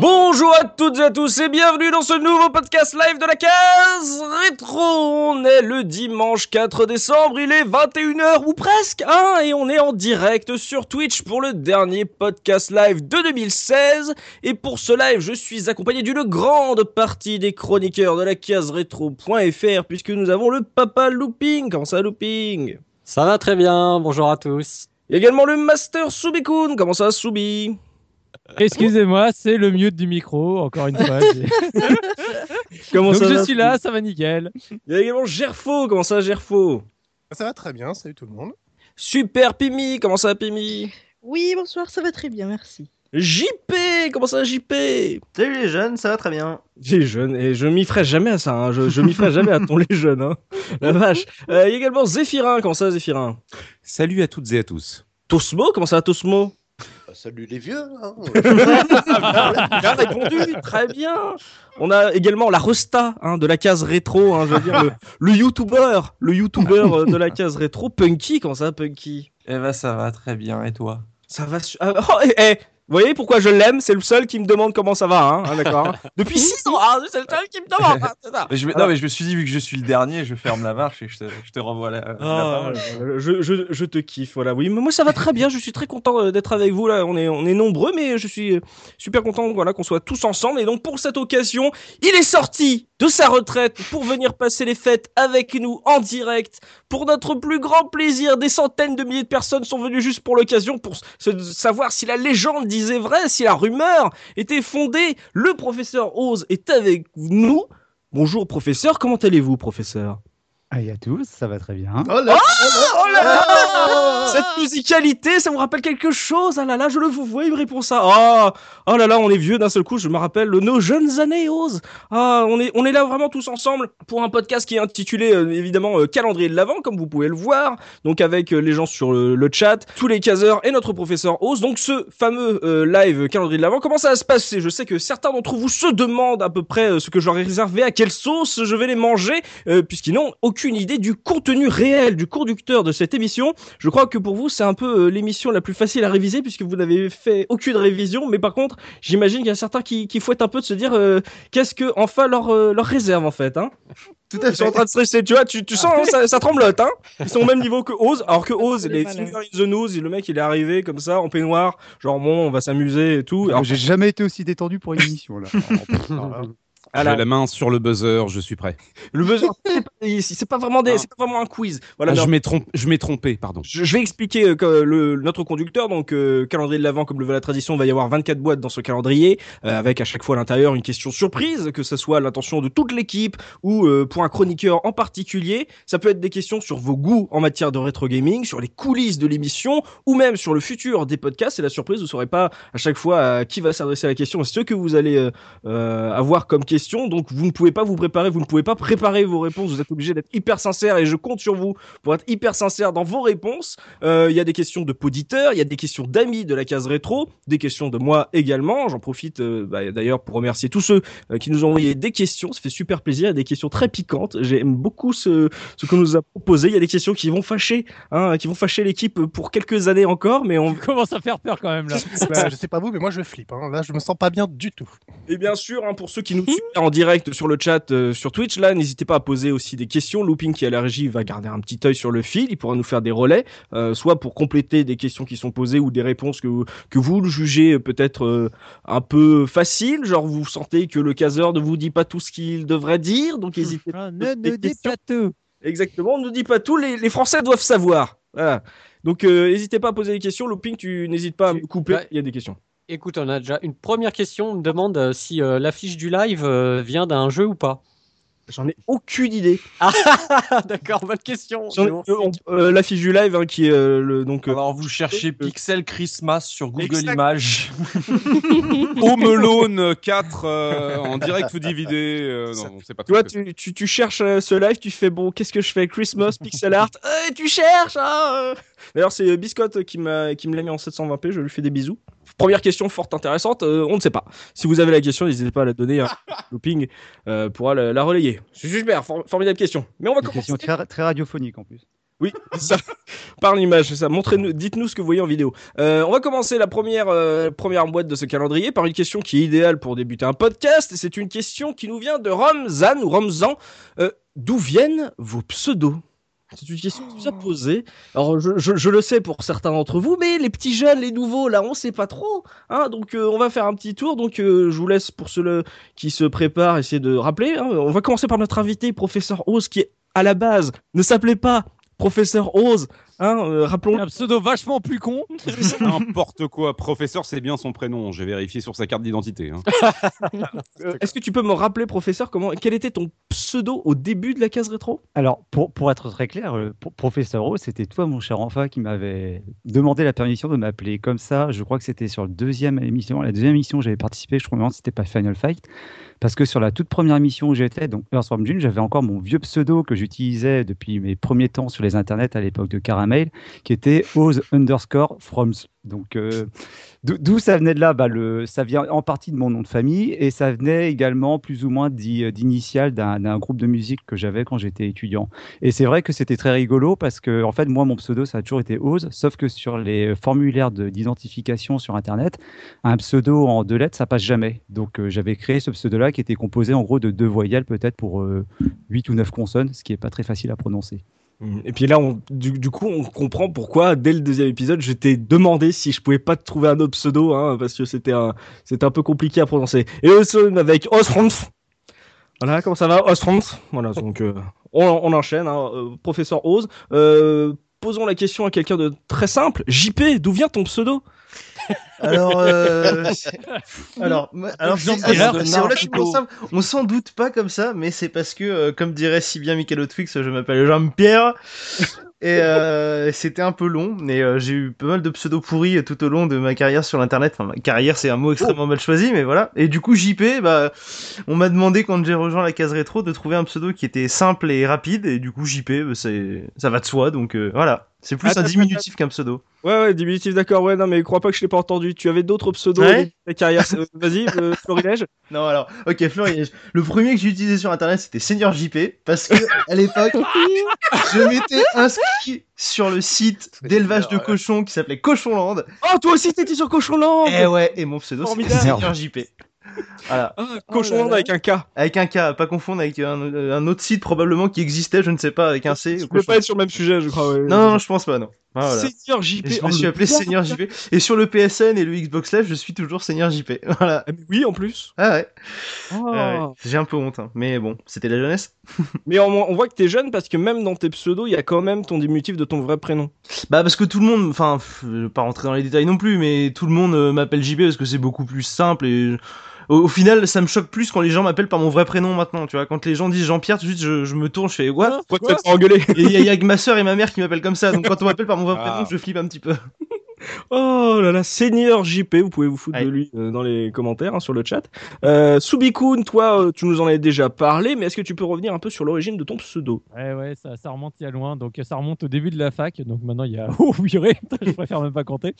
Bonjour à toutes et à tous et bienvenue dans ce nouveau podcast live de la case rétro. On est le dimanche 4 décembre, il est 21h ou presque, hein, et on est en direct sur Twitch pour le dernier podcast live de 2016. Et pour ce live, je suis accompagné d'une grande partie des chroniqueurs de la case rétro.fr puisque nous avons le papa Looping. Comment ça, Looping? Ça va très bien, bonjour à tous. Et également le master Soubikoun. Comment ça, Soubi? Excusez-moi, c'est le mute du micro, encore une fois. Comment Donc ça je va, suis là, ça va nickel. Il y a également Gerfo. Comment ça, Gerfo? Ça va très bien, salut tout le monde. Super Pimi. Comment ça, Pimi? Oui, bonsoir, ça va très bien, merci. JP. Comment ça, JP? Salut les jeunes, ça va très bien. Les jeunes, et je m'y ferai jamais à ça, hein. Je m'y ferai jamais à ton les jeunes, hein. La vache. Il y a également Zéphirin. Comment ça, Zéphirin? Salut à toutes et à tous. Tosmo. Comment ça, Tosmo? Salut les vieux. Hein. Bien répondu, très bien. On a également la Resta, hein, de la case rétro, hein, je veux dire le youtubeur de la case rétro, Punky. Comment ça, Punky? Eh ben ça va très bien, et toi? Ça va. Vous voyez pourquoi je l'aime? C'est le seul qui me demande comment ça va, hein, d'accord, hein. Depuis 6 ans, hein, c'est le seul qui me demande, hein, c'est ça. Non mais je me suis dit, vu que je suis le dernier, je ferme la marche et je te renvoie la parole. Je te kiffe, voilà. Oui, mais moi ça va très bien. Je suis très content d'être avec vous là. On est nombreux, mais je suis super content, voilà, qu'on soit tous ensemble. Et donc pour cette occasion, il est sorti de sa retraite pour venir passer les fêtes avec nous en direct. Pour notre plus grand plaisir, des centaines de milliers de personnes sont venues juste pour l'occasion pour savoir si la légende disait vrai, si la rumeur était fondée. Le professeur Oz est avec nous. Bonjour professeur, comment allez-vous professeur? Allez à tous, ça va très bien. Oh là là, cette musicalité, ça vous rappelle quelque chose? Ah là là, je le vois, il me répond ça. Oh là là, on est vieux d'un seul coup, je me rappelle nos jeunes années, Oz. On est là vraiment tous ensemble pour un podcast qui est intitulé évidemment Calendrier de l'Avent, comme vous pouvez le voir. Donc avec les gens sur le chat, tous les caseurs et notre professeur Oz. Donc ce fameux live Calendrier de l'Avent, comment ça va se passer? Je sais que certains d'entre vous se demandent à peu près ce que je leur ai réservé, à quelle sauce je vais les manger, puisqu'ils n'ont aucune idée du contenu réel du conducteur de cette émission. Je crois que pour vous, c'est un peu l'émission la plus facile à réviser puisque vous n'avez fait aucune révision. Mais par contre, j'imagine qu'il y a certains qui fouettent un peu de se dire qu'est-ce que enfin leur réserve en fait, hein. Tout à fait. Ils sont en train de stresser, tu vois, tu sens, hein, ça tremblote, hein. Ils sont au même niveau que Oz, alors que Oz, les Finger in the Nose, le mec il est arrivé comme ça en peignoir, genre bon, on va s'amuser et tout. Alors, J'ai jamais été aussi détendu pour une émission là. J'ai la main sur le buzzer, je suis prêt. Le buzzer, c'est pas vraiment un quiz. Voilà, je m'ai trompé, pardon. Je vais expliquer notre conducteur. Donc, calendrier de l'Avent, comme le veut la tradition, il va y avoir 24 boîtes dans ce calendrier, avec à chaque fois à l'intérieur une question surprise, que ce soit l'intention de toute l'équipe ou pour un chroniqueur en particulier. Ça peut être des questions sur vos goûts en matière de rétro gaming, sur les coulisses de l'émission, ou même sur le futur des podcasts. C'est la surprise, vous saurez pas à chaque fois à qui va s'adresser la question, ce que vous allez avoir comme question. Donc vous ne pouvez pas vous préparer, vous ne pouvez pas préparer vos réponses, vous êtes obligé d'être hyper sincère et je compte sur vous pour être hyper sincère dans vos réponses. Il y a des questions de poditeurs, il y a des questions d'amis de la case rétro, des questions de moi également. J'en profite d'ailleurs pour remercier tous ceux qui nous ont envoyé des questions, ça fait super plaisir, il y a des questions très piquantes, j'aime beaucoup ce qu'on nous a proposé. Il y a des questions qui vont fâcher, hein, qui vont fâcher l'équipe pour quelques années encore, mais on commence à faire peur quand même là. Je sais pas vous, mais moi je flippe, hein. Là je me sens pas bien du tout. Et bien sûr, hein, pour ceux qui nous suivent en direct sur le chat sur Twitch, là, n'hésitez pas à poser aussi des questions. Looping qui est à la régie va garder un petit œil sur le fil, il pourra nous faire des relais, soit pour compléter des questions qui sont posées ou des réponses que vous jugez peut-être un peu faciles, genre vous sentez que le caseur ne vous dit pas tout ce qu'il devrait dire, donc n'hésitez pas. Ne dis pas tout. Exactement, ne dit pas tout, les Français doivent savoir. Voilà. Donc n'hésitez pas à poser des questions. Looping, tu n'hésites pas à me couper, il y a des questions. Écoute, on a déjà une première question. On me demande si l'affiche du live vient d'un jeu ou pas. J'en ai aucune idée. Ah, d'accord, bonne question. L'affiche du live, hein, qui est donc. Alors vous cherchez Pixel Christmas sur Google Images. Home Alone 4 en direct DVD. Non, c'est pas. Tu vois, tu cherches ce live, tu fais bon, qu'est-ce que je fais? Christmas, pixel art. Tu cherches. Hein. D'ailleurs, c'est Biscotte qui me l'a mis en 720p. Je lui fais des bisous. Première question fort intéressante, on ne sait pas. Si vous avez la question, n'hésitez pas à la donner à Looping pourra la relayer. C'est super, formidable question. Mais on va commencer. Question très radiophonique en plus. Oui, c'est ça. Par l'image, c'est ça. Montrez-nous, dites-nous ce que vous voyez en vidéo. On va commencer la première boîte de ce calendrier par une question qui est idéale pour débuter un podcast. Et c'est une question qui nous vient de Ramzan ou Ramzan. D'où viennent vos pseudos? C'est une question que tu as posée. Alors, je le sais pour certains d'entre vous, mais les petits jeunes, les nouveaux, là, on sait pas trop. Hein, donc, on va faire un petit tour. Donc, je vous laisse, pour ceux qui se préparent, essayer de rappeler. Hein. On va commencer par notre invité, professeur Oz, qui, à la base, ne s'appelait pas Professeur Oz. Hein, rappelons. Un pseudo vachement plus con. N'importe quoi. Professeur, c'est bien son prénom. J'ai vérifié sur sa carte d'identité. Hein. Est-ce que tu peux me rappeler, professeur, quel était ton pseudo au début de la case rétro? Alors, pour être très clair, Professeur O, c'était toi, mon cher enfant, qui m'avait demandé la permission de m'appeler comme ça. Je crois que c'était sur la deuxième émission où j'avais participé. Je crois que c'était pas Final Fight. Parce que sur la toute première émission où j'étais, donc Earthworm Jim, j'avais encore mon vieux pseudo que j'utilisais depuis mes premiers temps sur les internets à l'époque de Caramel, qui était Oz_Froms. Donc, d'où ça venait de là? Ça vient en partie de mon nom de famille et ça venait également plus ou moins d'initiales d'un groupe de musique que j'avais quand j'étais étudiant. Et c'est vrai que c'était très rigolo parce que, en fait, moi, mon pseudo, ça a toujours été Oz, sauf que sur les formulaires d'identification sur Internet, un pseudo en 2 lettres, ça passe jamais. Donc, j'avais créé ce pseudo-là qui était composé en gros de 2 voyelles, peut-être pour 8 ou 9 consonnes, ce qui n'est pas très facile à prononcer. Et puis là, du coup, on comprend pourquoi, dès le deuxième épisode, je t'ai demandé si je pouvais pas te trouver un autre pseudo, hein, parce que c'était un peu compliqué à prononcer. Et aussi avec Osfront. Voilà, comment ça va, Osfront? Voilà, donc on enchaîne, hein, professeur Oz. Posons la question à quelqu'un de très simple. JP, d'où vient ton pseudo? Alors, c'est relativement simple. On s'en doute pas comme ça, mais c'est parce que, comme dirait si bien Michael Twix, je m'appelle Jean-Pierre. Et c'était un peu long, mais j'ai eu pas mal de pseudos pourris tout au long de ma carrière sur l'internet. Enfin, ma carrière, c'est un mot extrêmement mal choisi, mais voilà. Et du coup, JP, on m'a demandé quand j'ai rejoint la case rétro de trouver un pseudo qui était simple et rapide, et du coup, JP, ça va de soi, donc voilà. C'est plus un diminutif qu'un pseudo. Ouais, diminutif, d'accord, ouais, non, mais crois pas que je l'ai pas entendu. Tu avais d'autres pseudos Ouais de ta carrière. Vas-y, Florilège. Non, alors, ok, Florilège. Le premier que j'ai utilisé sur internet, c'était Seigneur JP, parce que, à l'époque, je m'étais inscrit sur le site d'élevage de cochons qui s'appelait Cochonland. Oh, toi aussi, t'étais sur Cochonland! Eh ouais, et mon pseudo, c'était Formidable. Seigneur JP. Voilà. Ah, Cochonland avec un K. Avec un K, pas confondre avec un autre site probablement qui existait, je ne sais pas, avec un C. Tu peux pas être sur le même sujet, je crois. Ouais. Non, je pense pas, non. Ah, voilà. Seigneur JP. Et je me suis appelé Seigneur JP. Et sur le PSN et le Xbox Live, je suis toujours Seigneur JP. Voilà. Ah, mais oui, en plus. Ah ouais. Oh. Ouais. J'ai un peu honte, hein. Mais bon, c'était la jeunesse. Mais on voit que t'es jeune parce que même dans tes pseudos, il y a quand même ton diminutif de ton vrai prénom. Bah parce que tout le monde, enfin, je vais pas rentrer dans les détails non plus, mais tout le monde m'appelle JP parce que c'est beaucoup plus simple et au final, ça me choque plus quand les gens m'appellent par mon vrai prénom maintenant, tu vois. Quand les gens disent Jean-Pierre, tout de suite, je me tourne, je fais what? Pourquoi tu te fais engueuler? Et il y a que ma soeur et ma mère qui m'appellent comme ça, donc quand on m'appelle par mon vrai prénom, je flippe un petit peu. Oh là là, Seigneur JP, vous pouvez vous foutre de lui dans les commentaires, hein, sur le chat. Subikun, toi, tu nous en avais déjà parlé, mais est-ce que tu peux revenir un peu sur l'origine de ton pseudo? Ouais, ça remonte il y a loin. Donc, ça remonte au début de la fac. Donc, maintenant, il y a. Oh, purée, je préfère même pas compter.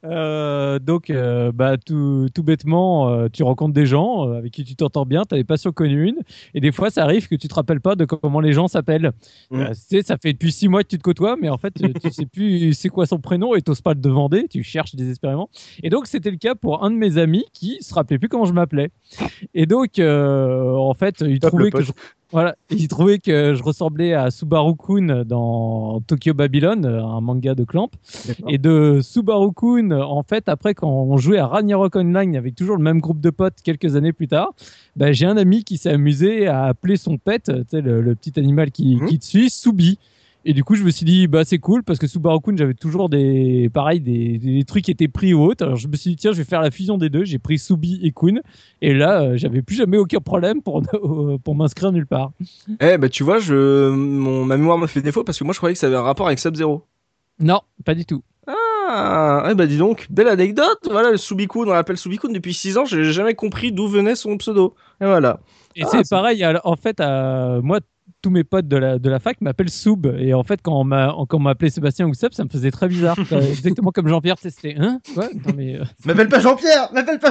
Tout bêtement, tu rencontres des gens avec qui tu t'entends bien, tu as des passions communes. Et des fois, ça arrive que tu te rappelles pas de comment les gens s'appellent. Tu sais, ça fait depuis 6 mois que tu te côtoies, mais en fait, tu sais plus c'est quoi son prénom et t'oses pas le demander. Tu cherches désespérément. Et donc, c'était le cas pour un de mes amis qui se rappelait plus comment je m'appelais. Et donc, en fait, il trouvait que je ressemblais à Subaru-kun dans Tokyo Babylon, un manga de Clamp. D'accord. Et de Subaru-kun, en fait, après, quand on jouait à Ragnarok Online avec toujours le même groupe de potes quelques années plus tard, j'ai un ami qui s'est amusé à appeler son pet, le petit animal qui te suit, Subi. Et du coup, je me suis dit, c'est cool parce que Subaru-kun, j'avais toujours des trucs qui étaient pris ou autres. Alors, je me suis dit, tiens, je vais faire la fusion des deux. J'ai pris Subi et Kun. Et là, j'avais plus jamais aucun problème pour m'inscrire nulle part. Tu vois, ma mémoire me fait défaut parce que moi, je croyais que ça avait un rapport avec Sub-Zero. Non, pas du tout. Ah, dis donc, belle anecdote. Voilà, le Subikun, on l'appelle Subikun depuis 6 ans. J'ai jamais compris d'où venait son pseudo. Et voilà. Et c'est pareil, en fait, moi, tous mes potes de la fac m'appellent Soub. Et en fait, quand on m'a appelé Sébastien ou Seb, ça me faisait très bizarre. Exactement comme Jean-Pierre, c'était quoi? Non, mais, M'appelle pas Jean-Pierre.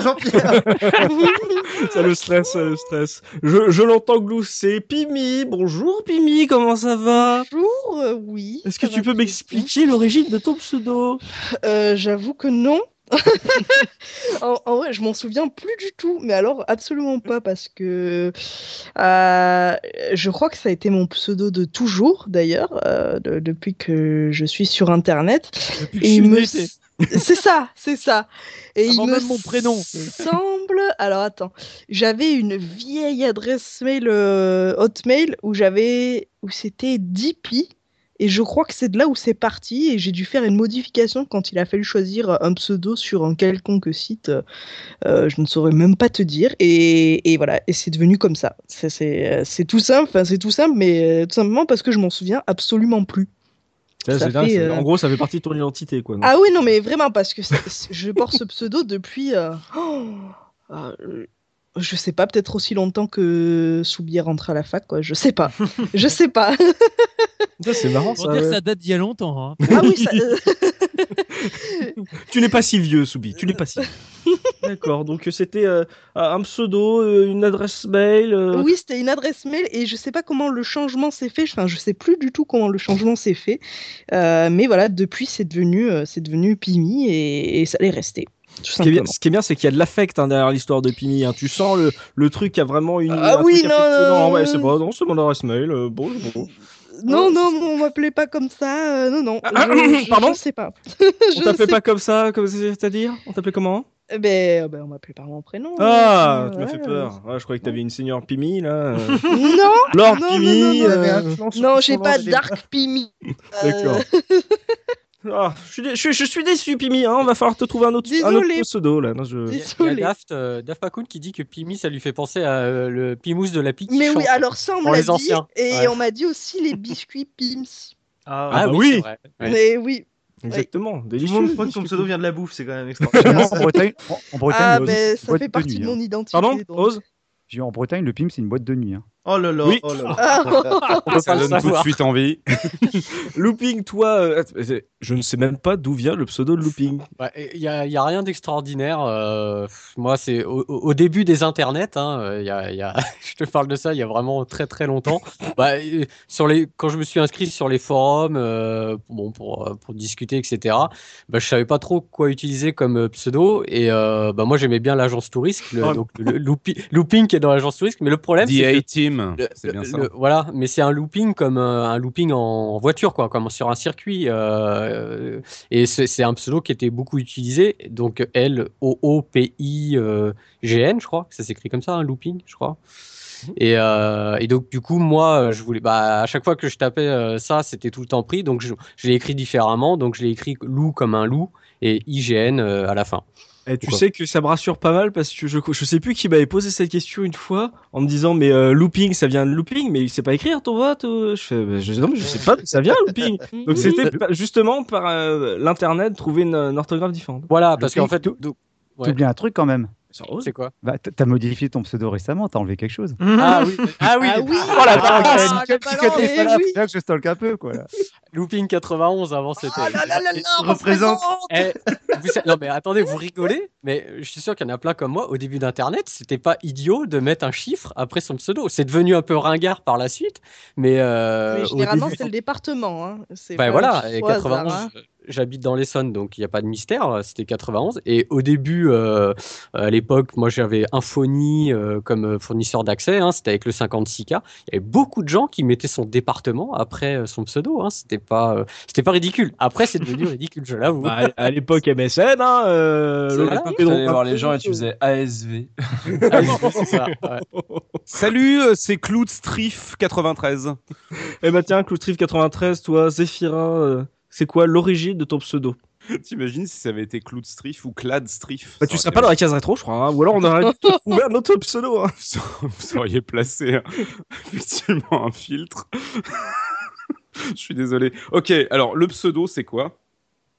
Ça le stress, ça le stress. Je l'entends glousser. Pimi, bonjour Pimi, comment ça va? Bonjour, oui. Est-ce que ça tu va peux très m'expliquer l'origine de ton pseudo? bien. J'avoue que non. En vrai, je m'en souviens plus du tout, mais alors absolument pas parce que je crois que ça a été mon pseudo de toujours d'ailleurs, depuis que je suis sur Internet. depuis que Et je il suis me né, c'est- C'est ça, c'est ça. Et Avant il me même mon prénom. semble. Alors attends, j'avais une vieille adresse mail Hotmail où c'était Dippy. Et je crois que c'est de là où c'est parti. Et j'ai dû faire une modification quand il a fallu choisir un pseudo sur un quelconque site. Je ne saurais même pas te dire. Et voilà, et c'est devenu comme ça. C'est tout simple, enfin, c'est tout simple, mais tout simplement parce que je m'en souviens absolument plus. Ça, Ça c'est dingue, fait, En gros, ça fait partie de ton identité, quoi. non Ah oui, non, mais vraiment, parce que je porte ce pseudo depuis, je sais pas, peut-être aussi longtemps que Soubier rentre à la fac, quoi. Je sais pas. Je sais pas. Ça, c'est marrant, Pour ça. dire que ouais. ça date d'il y a longtemps. Hein. Ah oui, ça, Tu n'es pas si vieux, Soubi. Tu n'es pas si vieux. D'accord, donc c'était un pseudo, une adresse mail. oui, c'était une adresse mail et je sais pas comment le changement s'est fait. Enfin, je sais plus du tout comment le changement s'est fait. Mais voilà, depuis, c'est devenu Pimi et ça l'est resté. Tout simplement. Ce qui est bien, c'est qu'il y a de l'affect derrière l'histoire de Pimi. Hein. Tu sens le truc qui a vraiment Ah un oui, truc non, affectionnant. non, Ouais, c'est pas, non, c'est mon adresse mail. Bon. Non, on m'appelait pas comme ça. Non. Pardon Je sais pas. On t'appelait pas comme ça, c'est-à-dire? On t'appelait comment? Ben, on m'appelait par mon prénom. Ah, tu m'as ouais, fait peur. Ouais, je croyais que t'avais une seigneur Pimi, là. Non, Lord non, Pimi. non, non, j'ai son pas nom, Dark Pimi. D'accord. Ah, je suis déçu, Pimi. Hein. On va falloir te trouver un autre Désolé. pseudo, là. Non, Il y a Désolé. Daft Pacoon qui dit que Pimi, ça lui fait penser à le Pimous de la Pique. qui Mais oui, chante. alors ça, on me Pour l'a les dit. anciens. Et Ouais. on m'a dit aussi les biscuits Pims. Ah, Ah, bah oui, oui. c'est vrai. Ouais. Mais oui. Exactement. tout le Délicieux. monde croit que ton pseudo vient de la bouffe, c'est quand même extraordinaire. En Bretagne, en Bretagne, Ah, le PIM, ben, c'est une ça boîte fait de partie nuit, de hein. mon identité. Pardon, donc. Ose? J'ai dit, en Bretagne, le PIM, c'est une boîte de nuit. Hein. Oh là là, Oui. oh là là. Ah, On peut Ça pas le donne tout de savoir. suite envie. Looping, toi, je ne sais même pas d'où vient le pseudo de Looping. Il y a rien d'extraordinaire. Moi, c'est au début des internets. Hein, je te parle de ça il y a vraiment très très longtemps. Quand je me suis inscrit sur les forums, pour discuter, etc. Je savais pas trop quoi utiliser comme pseudo. Et moi, j'aimais bien l'agence Tourisme, donc le Looping qui est dans l'agence Tourisme. Mais le problème, The c'est que A-Team, c'est bien ça. voilà, mais c'est un looping comme un looping en voiture, quoi, comme sur un circuit. Et c'est un pseudo qui était beaucoup utilisé. Donc LOOPIGN, je crois. Ça s'écrit comme ça, un looping, je crois. Et donc du coup, moi, je voulais, à chaque fois que je tapais ça, c'était tout le temps pris. Donc je l'ai écrit différemment. Donc je l'ai écrit loup comme un loup et IGN à la fin. Et tu Pourquoi sais que ça me rassure pas mal parce que je sais plus qui m'avait posé cette question une fois en me disant mais looping ça vient de looping mais il sait pas écrire ton vote je fais non mais je sais pas d'où ça vient looping donc c'était justement par l'internet trouver une orthographe différente. Voilà, parce qu'en Looping, fait, ouais. T'oublies un truc quand même. C'est quoi? Bah, t'as modifié ton pseudo récemment, t'as enlevé quelque chose. Ah oui, Ah oui. Oh la Ah, vache, bah, t'es eh pas là, oui. c'est bien que je stalk un peu, quoi. Là. Looping 91 avant c'était. Ah là là là là, Représente. Non mais attendez, vous rigolez, mais je suis sûr qu'il y en a plein comme moi. Au début d'Internet, c'était pas idiot de mettre un chiffre après son pseudo. C'est devenu un peu ringard par la suite, mais, Mais au généralement, début- c'est le département. Hein. C'est Ben pas voilà, juste et au hasard, 91, hein. j'habite dans l'Essonne, donc il n'y a pas de mystère, c'était 91. Et au début, à l'époque, moi j'avais Infony comme fournisseur d'accès, hein, c'était avec le 56K. Il y avait beaucoup de gens qui mettaient son département après son pseudo, hein, c'était pas ridicule. Après, c'est devenu ridicule, je l'avoue. Bah, à l'époque MSN hein Voilà. le Tu allais voir les gens et tu faisais ASV. Ah oui, c'est ça, ouais. Salut, c'est Cloud Striff 93. Eh bah tiens Cloustrive 93 toi Zéphirin c'est quoi l'origine de ton pseudo? T'imagines si ça avait été Cloud Striff ou Clad Striff? Bah tu serais pas dans la case rétro je crois hein. Ou alors on aurait dû trouver un autre pseudo hein. Vous auriez placé effectivement un filtre. Je suis désolé. Ok, alors le pseudo c'est quoi?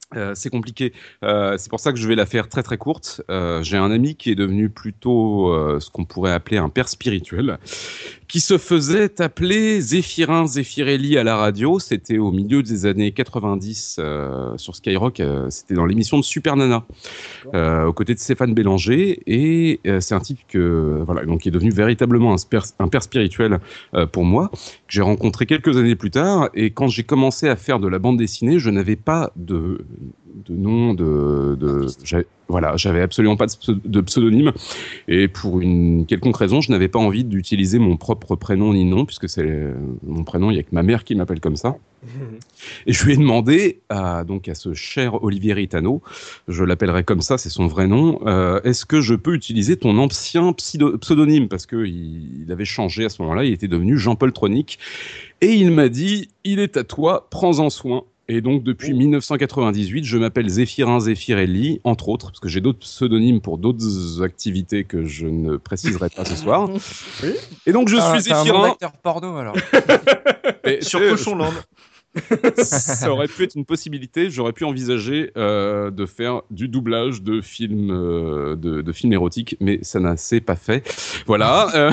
C'est compliqué. C'est pour ça que je vais la faire très très courte. J'ai un ami qui est devenu plutôt ce qu'on pourrait appeler un père spirituel, qui se faisait appeler Zéphirin Zéphirelli à la radio. C'était au milieu des années 90 sur Skyrock. C'était dans l'émission de Super Nana, aux côtés de Stéphane Bélanger. Et c'est un type donc, qui est devenu véritablement un père spirituel pour moi, que j'ai rencontré quelques années plus tard. Et quand j'ai commencé à faire de la bande dessinée, je n'avais pas de nom, j'avais absolument pas de pseudonyme, et pour une quelconque raison, je n'avais pas envie d'utiliser mon propre prénom ni nom, puisque c'est mon prénom, il n'y a que ma mère qui m'appelle comme ça. Et je lui ai demandé à ce cher Olivier Ritano, je l'appellerai comme ça, c'est son vrai nom, est-ce que je peux utiliser ton ancien pseudonyme, parce qu'il avait changé à ce moment-là, il était devenu Jean-Paul Tronic, et il m'a dit, il est à toi, prends-en soin. Et donc, depuis 1998, je m'appelle Zéphirin Zéphirelli, entre autres, parce que j'ai d'autres pseudonymes pour d'autres activités que je ne préciserai pas ce soir. Et donc, je suis Zéphirin. un acteur porno, alors. Sur Cochonland. Ça aurait pu être une possibilité. J'aurais pu envisager de faire du doublage de films, de films érotiques, mais ça n'a s'est pas fait. Voilà.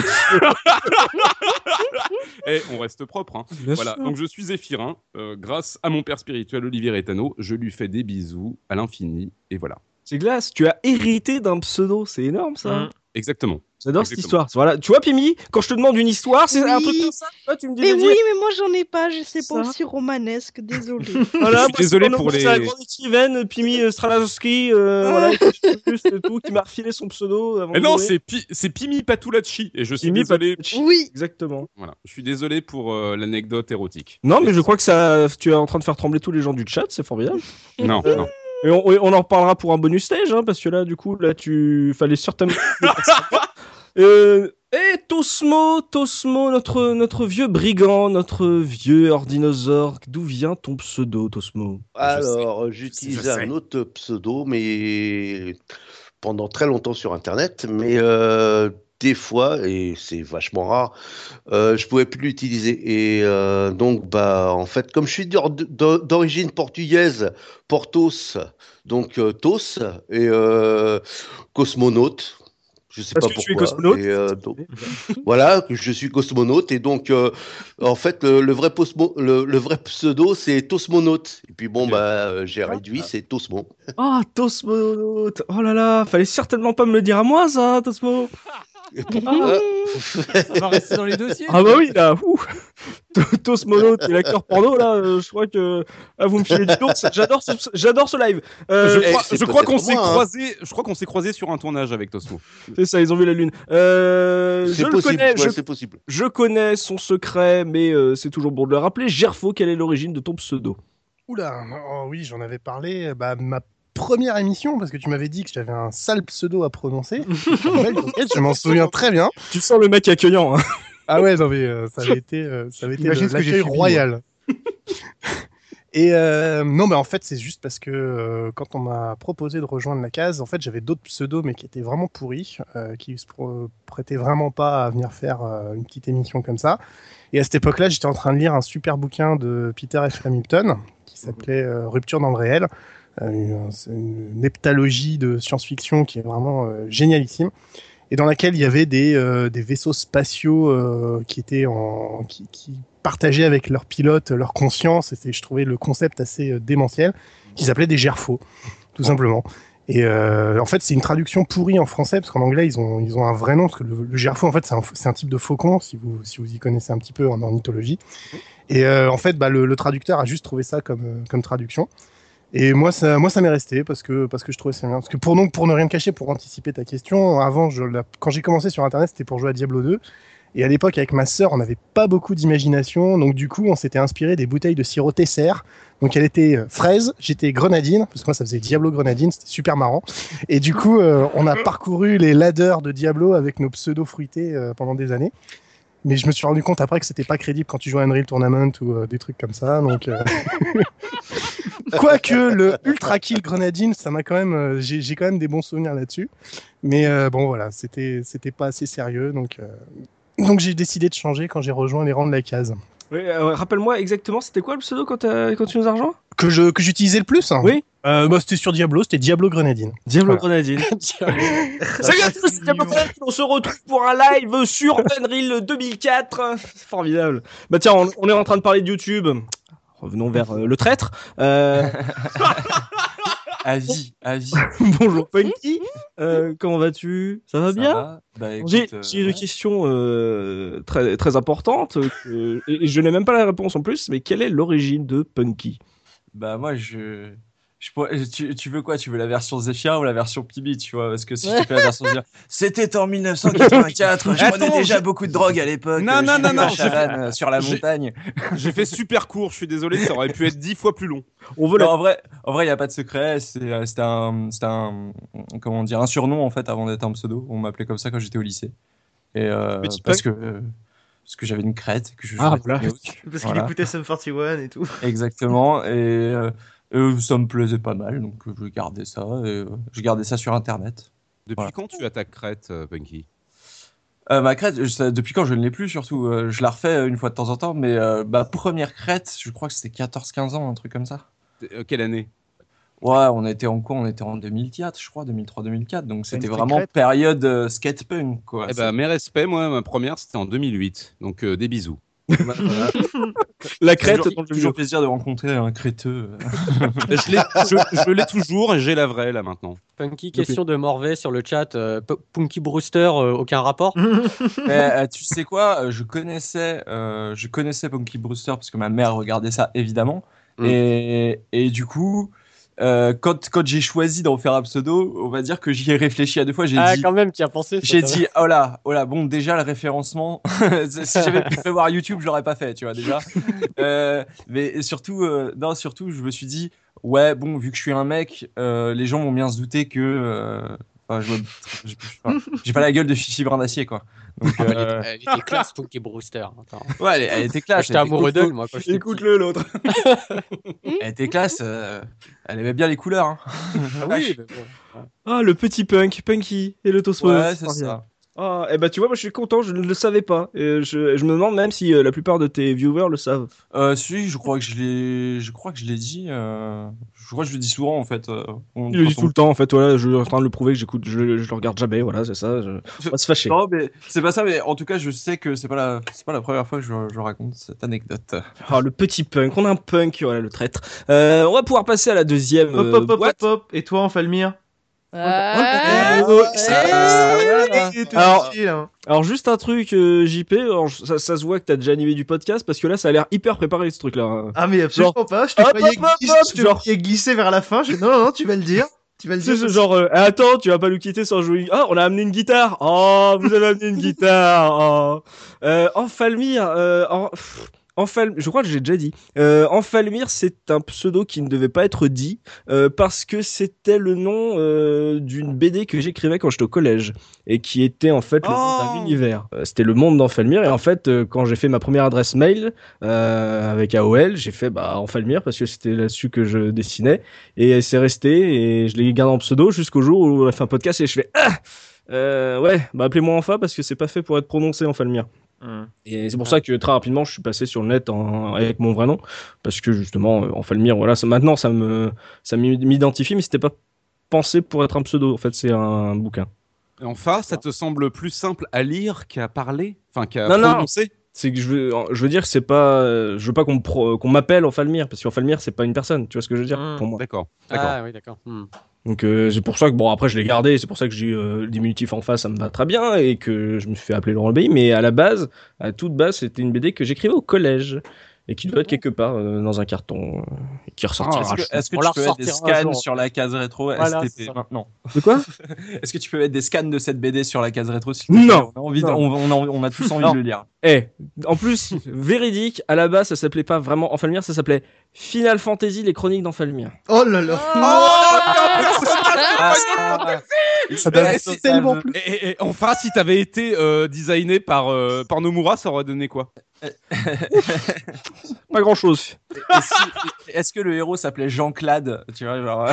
Et on reste propre. Hein. Voilà. Donc je suis Zéphirin. Grâce à mon père spirituel Olivier Retano, je lui fais des bisous à l'infini. Et voilà. C'est glace. Tu as hérité d'un pseudo. C'est énorme, ça. Exactement. J'adore cette histoire. Voilà. Tu vois, Pimi, quand je te demande une histoire, c'est un truc comme ça. Toi, tu me dis mais oui, mais moi j'en ai pas. C'est pas aussi romanesque. Désolé. Voilà, je suis désolé pour les. C'est la grande écrivaine Pimi Stralowski, voilà, c'est tout, qui m'a refilé son pseudo. Mais non, c'est Pimi Patulacci. Et je suis désolé. Oui, exactement. Voilà. Je suis désolé pour l'anecdote érotique. Non, mais je crois que tu es en train de faire trembler tous les gens du chat. C'est formidable. Non. Et on en reparlera pour un bonus stage, hein, parce que là, du coup, tu fallait certainement. Tosmo, notre vieux brigand, notre vieux ordinosaure, d'où vient ton pseudo, Tosmo? Alors, j'utilise un autre pseudo, mais pendant très longtemps sur Internet, mais des fois, et c'est vachement rare, je pouvais plus l'utiliser. Et donc, en fait, comme je suis d'origine portugaise, Portos, donc Tos, et cosmonaute. Je sais Parce pas que tu es pourquoi. cosmonaute. Et, donc, voilà, que je suis cosmonaute. Et donc, en fait, le vrai pseudo, c'est Tosmonaute. Et puis bon, j'ai réduit, c'est Tosmo. Ah, Tosmonaute. Oh là là, fallait certainement pas me le dire à moi, ça, Tosmo. Ça va rester dans les dossiers. Ah bah oui, là, Tosmonaute et l'acteur porno, là, je crois que vous me filez du tour. J'adore ce live. Je crois qu'on s'est croisés. Je crois qu'on s'est croisés sur un tournage avec Tosmo. C'est ça, ils ont vu la lune. C'est possible. Je connais son secret, mais c'est toujours bon de le rappeler. Gerfo, quelle est l'origine de ton pseudo? Oula, oui, j'en avais parlé. Ma première émission, parce que tu m'avais dit que j'avais un sale pseudo à prononcer. Je m'en souviens très bien. Tu sens le mec accueillant. Hein. Ah ouais, non mais ça avait été l'accueil royal. Et non, mais en fait, c'est juste parce que quand on m'a proposé de rejoindre la case, en fait, j'avais d'autres pseudos, mais qui étaient vraiment pourris, qui se prêtaient vraiment pas à venir faire une petite émission comme ça. Et à cette époque-là, j'étais en train de lire un super bouquin de Peter F. Hamilton qui s'appelait Rupture dans le réel. C'est une heptalogie de science-fiction qui est vraiment génialissime, et dans laquelle il y avait des vaisseaux spatiaux qui étaient qui partageaient avec leurs pilotes leur conscience, et je trouvais le concept assez démentiel, qu'ils appelaient des gerfos, tout simplement. Et en fait, c'est une traduction pourrie en français, parce qu'en anglais, ils ont un vrai nom, parce que le gerfaut, en fait, c'est un type de faucon, si vous y connaissez un petit peu en ornithologie. Et en fait, le traducteur a juste trouvé ça comme traduction. Et moi, ça m'est resté parce que je trouvais ça bien. Parce que pour ne rien cacher, pour anticiper ta question, avant, quand j'ai commencé sur Internet, c'était pour jouer à Diablo 2. Et à l'époque, avec ma sœur, on n'avait pas beaucoup d'imagination. Donc, du coup, on s'était inspiré des bouteilles de sirop Tesser. Donc, elle était fraise, j'étais grenadine, parce que moi, ça faisait Diablo Grenadine, c'était super marrant. Et du coup, on a parcouru les ladders de Diablo avec nos pseudos fruités pendant des années. Mais je me suis rendu compte après que c'était pas crédible quand tu joues à Unreal Tournament ou des trucs comme ça. Donc, quoique le Ultra Kill Grenadine, ça m'a quand même, j'ai quand même des bons souvenirs là-dessus. Mais bon, voilà, c'était pas assez sérieux. Donc j'ai décidé de changer quand j'ai rejoint les rangs de la case. Oui, rappelle-moi exactement, c'était quoi le pseudo quand tu nous as rejoint? Que j'utilisais le plus. Oui. C'était sur Diablo, c'était Diablo Grenadine. Diablo Grenadine. Salut à tous, c'est Diablo Grenadine. On se retrouve pour un live sur Unreal 2004. C'est formidable. Bah tiens, on est en train de parler de YouTube. Revenons vers le traître. Avis. Bonjour Punky. Comment vas-tu? Ça va bien? Va. Bah, écoute, J'ai une question très, très importante et je n'ai même pas la réponse en plus, mais quelle est l'origine de Punky? Bah moi tu veux quoi? Tu veux la version Zephyr ou la version Pibi, tu vois? Parce que si tu fais la version Zephyr, c'était en 1984. Je prenais déjà beaucoup de drogue à l'époque. Non, sur la montagne. J'ai fait super court, je suis désolé, ça aurait pu être 10 fois plus long. En vrai, il y a pas de secret. C'était un comment dire, un surnom en fait avant d'être un pseudo. On m'appelait comme ça quand j'étais au lycée. Et parce que j'avais une crête que je jouais parce qu'il écoutait Sum 41 et tout. Exactement. Et ça me plaisait pas mal, donc je gardais ça sur Internet. Depuis quand tu as ta crête, Punky? Ma crête, depuis quand je ne l'ai plus, surtout. Je la refais une fois de temps en temps, mais ma première crête, je crois que c'était 14-15 ans, un truc comme ça. Quelle année? Ouais, on était en 2004, je crois, 2003-2004, donc c'était vraiment période skatepunk, quoi. Eh ben, mes respects, moi, ma première, c'était en 2008, donc des bisous. La crête, toujours plaisir de rencontrer un créteux. Je l'ai toujours et j'ai la vraie là maintenant. Punky, question de Morvay sur le chat. Punky Brewster, aucun rapport? Tu sais quoi, je connaissais Punky Brewster parce que ma mère regardait ça évidemment. Et du coup, quand j'ai choisi d'en faire un pseudo, on va dire que j'y ai réfléchi à deux fois. Quand même, tu y as pensé. J'ai dit, oh là, bon, déjà le référencement, si j'avais pu voir YouTube, je l'aurais pas fait, tu vois, déjà. Mais surtout, je me suis dit, ouais, bon, vu que je suis un mec, les gens vont bien se douter que j'ai pas la gueule de Fifi Brin d'Acier, quoi. Donc, elle était classe, Punky Brewster. Attends. Ouais, elle était classe. J'étais amoureux d'elle, moi. Écoute-le, l'autre. Elle était classe. Elle aimait bien les couleurs. Hein. Ah oui, mais bon. Ah, le petit Punky et le Tosmos. Ouais, c'est ça. Ah, et bah tu vois, moi je suis content, je ne le savais pas. Et je me demande même si la plupart de tes viewers le savent. Si, je crois que je l'ai dit. Je crois que je le dis souvent en fait. Il le dit tout le temps en fait. Voilà, je suis en train de le prouver que je le regarde jamais. Voilà, c'est ça. Je va se fâcher. Non, mais c'est pas ça. Mais en tout cas, je sais que c'est pas la première fois que je raconte cette anecdote. Ah, le petit punk. On a un punk, voilà, le traître. On va pouvoir passer à la deuxième boîte. Hop. Et toi, Enfalmir? Alors juste un truc, JP, ça se voit que t'as déjà animé du podcast parce que là ça a l'air hyper préparé ce truc là. Ah mais absolument pas, je te voyais glisser vers la fin, non, tu vas le dire. Attends, tu vas pas nous quitter sans jouer. Ah, on a amené une guitare. Oh, vous avez amené une guitare. Enfalmir, je crois que j'ai déjà dit. Enfalmir, c'est un pseudo qui ne devait pas être dit parce que c'était le nom d'une BD que j'écrivais quand j'étais au collège et qui était en fait le nom d'un univers. C'était le monde d'Enfalmir et en fait quand j'ai fait ma première adresse mail avec AOL, j'ai fait Enfalmir parce que c'était là-dessus que je dessinais et c'est resté et je l'ai gardé en pseudo jusqu'au jour où on a fait un podcast et je fais appelez-moi Enfa parce que c'est pas fait pour être prononcé Enfalmir. Et c'est pour ça que très rapidement je suis passé sur le net avec mon vrai nom parce que justement Enfalmir voilà maintenant ça m'identifie mais c'était pas pensé pour être un pseudo en fait c'est un bouquin. Et enfin ça te semble plus simple à lire qu'à parler qu'à prononcer? C'est que je veux dire que c'est pas je veux pas qu'on m'appelle Enfalmir parce qu'Enfalmir c'est pas une personne, tu vois ce que je veux dire pour moi. D'accord. Ah oui, d'accord. Donc c'est pour ça que après je l'ai gardé, c'est pour ça que j'ai eu diminutif en face, ça me va très bien et que je me suis fait appeler Laurent Lebey, mais à toute base, c'était une BD que j'écrivais au collège et qui doit être quelque part dans un carton qui ressortira. Est-ce que tu peux mettre des scans sur la case rétro STP maintenant? De quoi? Est-ce que tu peux mettre des scans de cette BD sur la case rétro? Non. On a tous envie de le lire. En plus, véridique, à la base, ça s'appelait pas vraiment Enfalmir, ça s'appelait Final Fantasy, les chroniques d'Enfalmir. Oh là là. Ça donne tellement plus. Et enfin, si t'avais été designé par Nomura, ça aurait donné quoi? Pas grand chose. Est-ce que le héros s'appelait Jean-Claude? Tu vois, genre.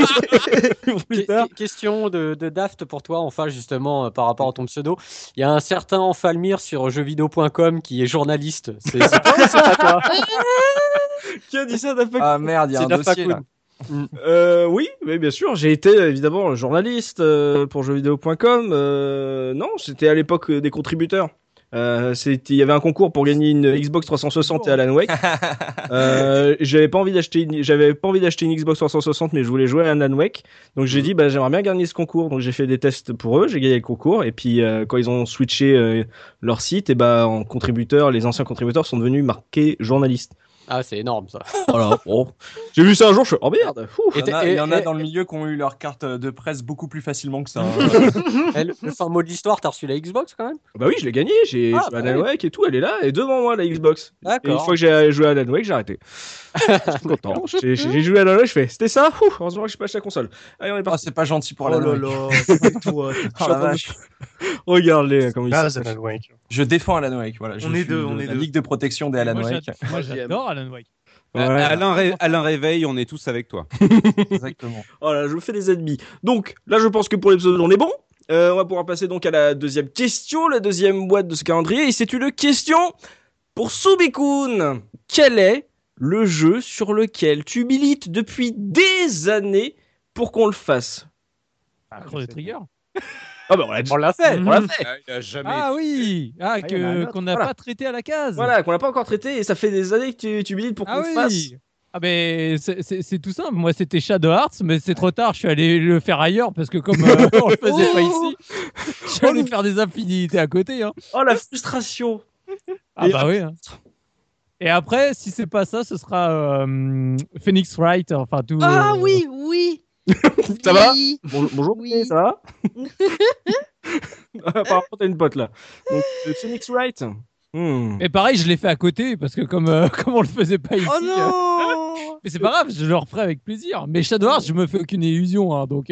Question de Daft pour toi, enfin, justement, par rapport à ton pseudo. Il y a un certain Enfalmir sur jeuxvideo.com qui est journaliste. C'est toi ou c'est pas toi? Qui a dit ça, Daft Punk? Ah merde, il y a un dossier là. Oui, bien sûr. J'ai été évidemment journaliste pour jeuxvideo.com. Non, c'était à l'époque des contributeurs. Il y avait un concours pour gagner une Xbox 360 et Alan Wake. J'avais pas envie d'acheter une Xbox 360, mais je voulais jouer à Alan Wake. Donc j'ai dit j'aimerais bien gagner ce concours. Donc j'ai fait des tests pour eux, j'ai gagné le concours. Et puis quand ils ont switché leur site, et en contributeur, les anciens contributeurs sont devenus marqués journalistes. Ah, c'est énorme ça. Voilà. Bon. J'ai vu ça un jour, je fais oh merde. Il y en a dans le milieu qui ont eu leur carte de presse beaucoup plus facilement que ça. Le fin mot de l'histoire, t'as reçu la Xbox quand même? Bah oui, je l'ai gagné. J'ai joué à Alan Wake et tout, elle est là, et devant moi la Xbox. D'accord. Et une fois que j'ai joué à Alan Wake, j'ai arrêté. Je suis content. J'ai joué à Alan Wake, je fais c'était ça. Heureusement que je suis pas acheté la console. Allez, on est parti. C'est pas gentil pour Oh Alan là Wake. là. Toi. Oh la vache. Regarde-les comme ils sont. Alan Wake. Je défends Alan Wake. Voilà. On est deux, on est la deux. Ligue de protection des Alan Wake. Moi, j'adore Alan Wake. Ouais. Alain Réveil, on est tous avec toi. Exactement. Oh là, je me fais des ennemis. Donc là, je pense que pour l'épisode, on est bon. On va pouvoir passer donc à la deuxième question, la deuxième boîte de ce calendrier. Et c'est une question pour Subikun. Quel est le jeu sur lequel tu milites depuis des années pour qu'on le fasse? Chrono Trigger. Ah bah on l'a fait. Il a jamais. Ah oui, qu'on n'a pas traité à la case. Voilà, qu'on n'a pas encore traité et ça fait des années que tu milites pour qu'on le fasse. Ah mais c'est tout simple. Moi c'était Shadow Hearts, mais c'est trop tard. Je suis allé le faire ailleurs parce que comme on le faisait pas ici, je suis allé faire des infinités à côté. Hein. Oh la frustration. Ah bah oui. Hein. Et après, si c'est pas ça, ce sera Phoenix Wright. Enfin tout. Ah oui. Ça va? Oui. Bonjour, Oui. ça va? Apparemment, t'as une pote là. Donc, Phoenix Wright. Et pareil, je l'ai fait à côté parce que comme on le faisait pas ici. Oh non. Mais c'est pas grave, je le referai avec plaisir. Mais Shadow Hearts, je me fais aucune illusion, hein, donc.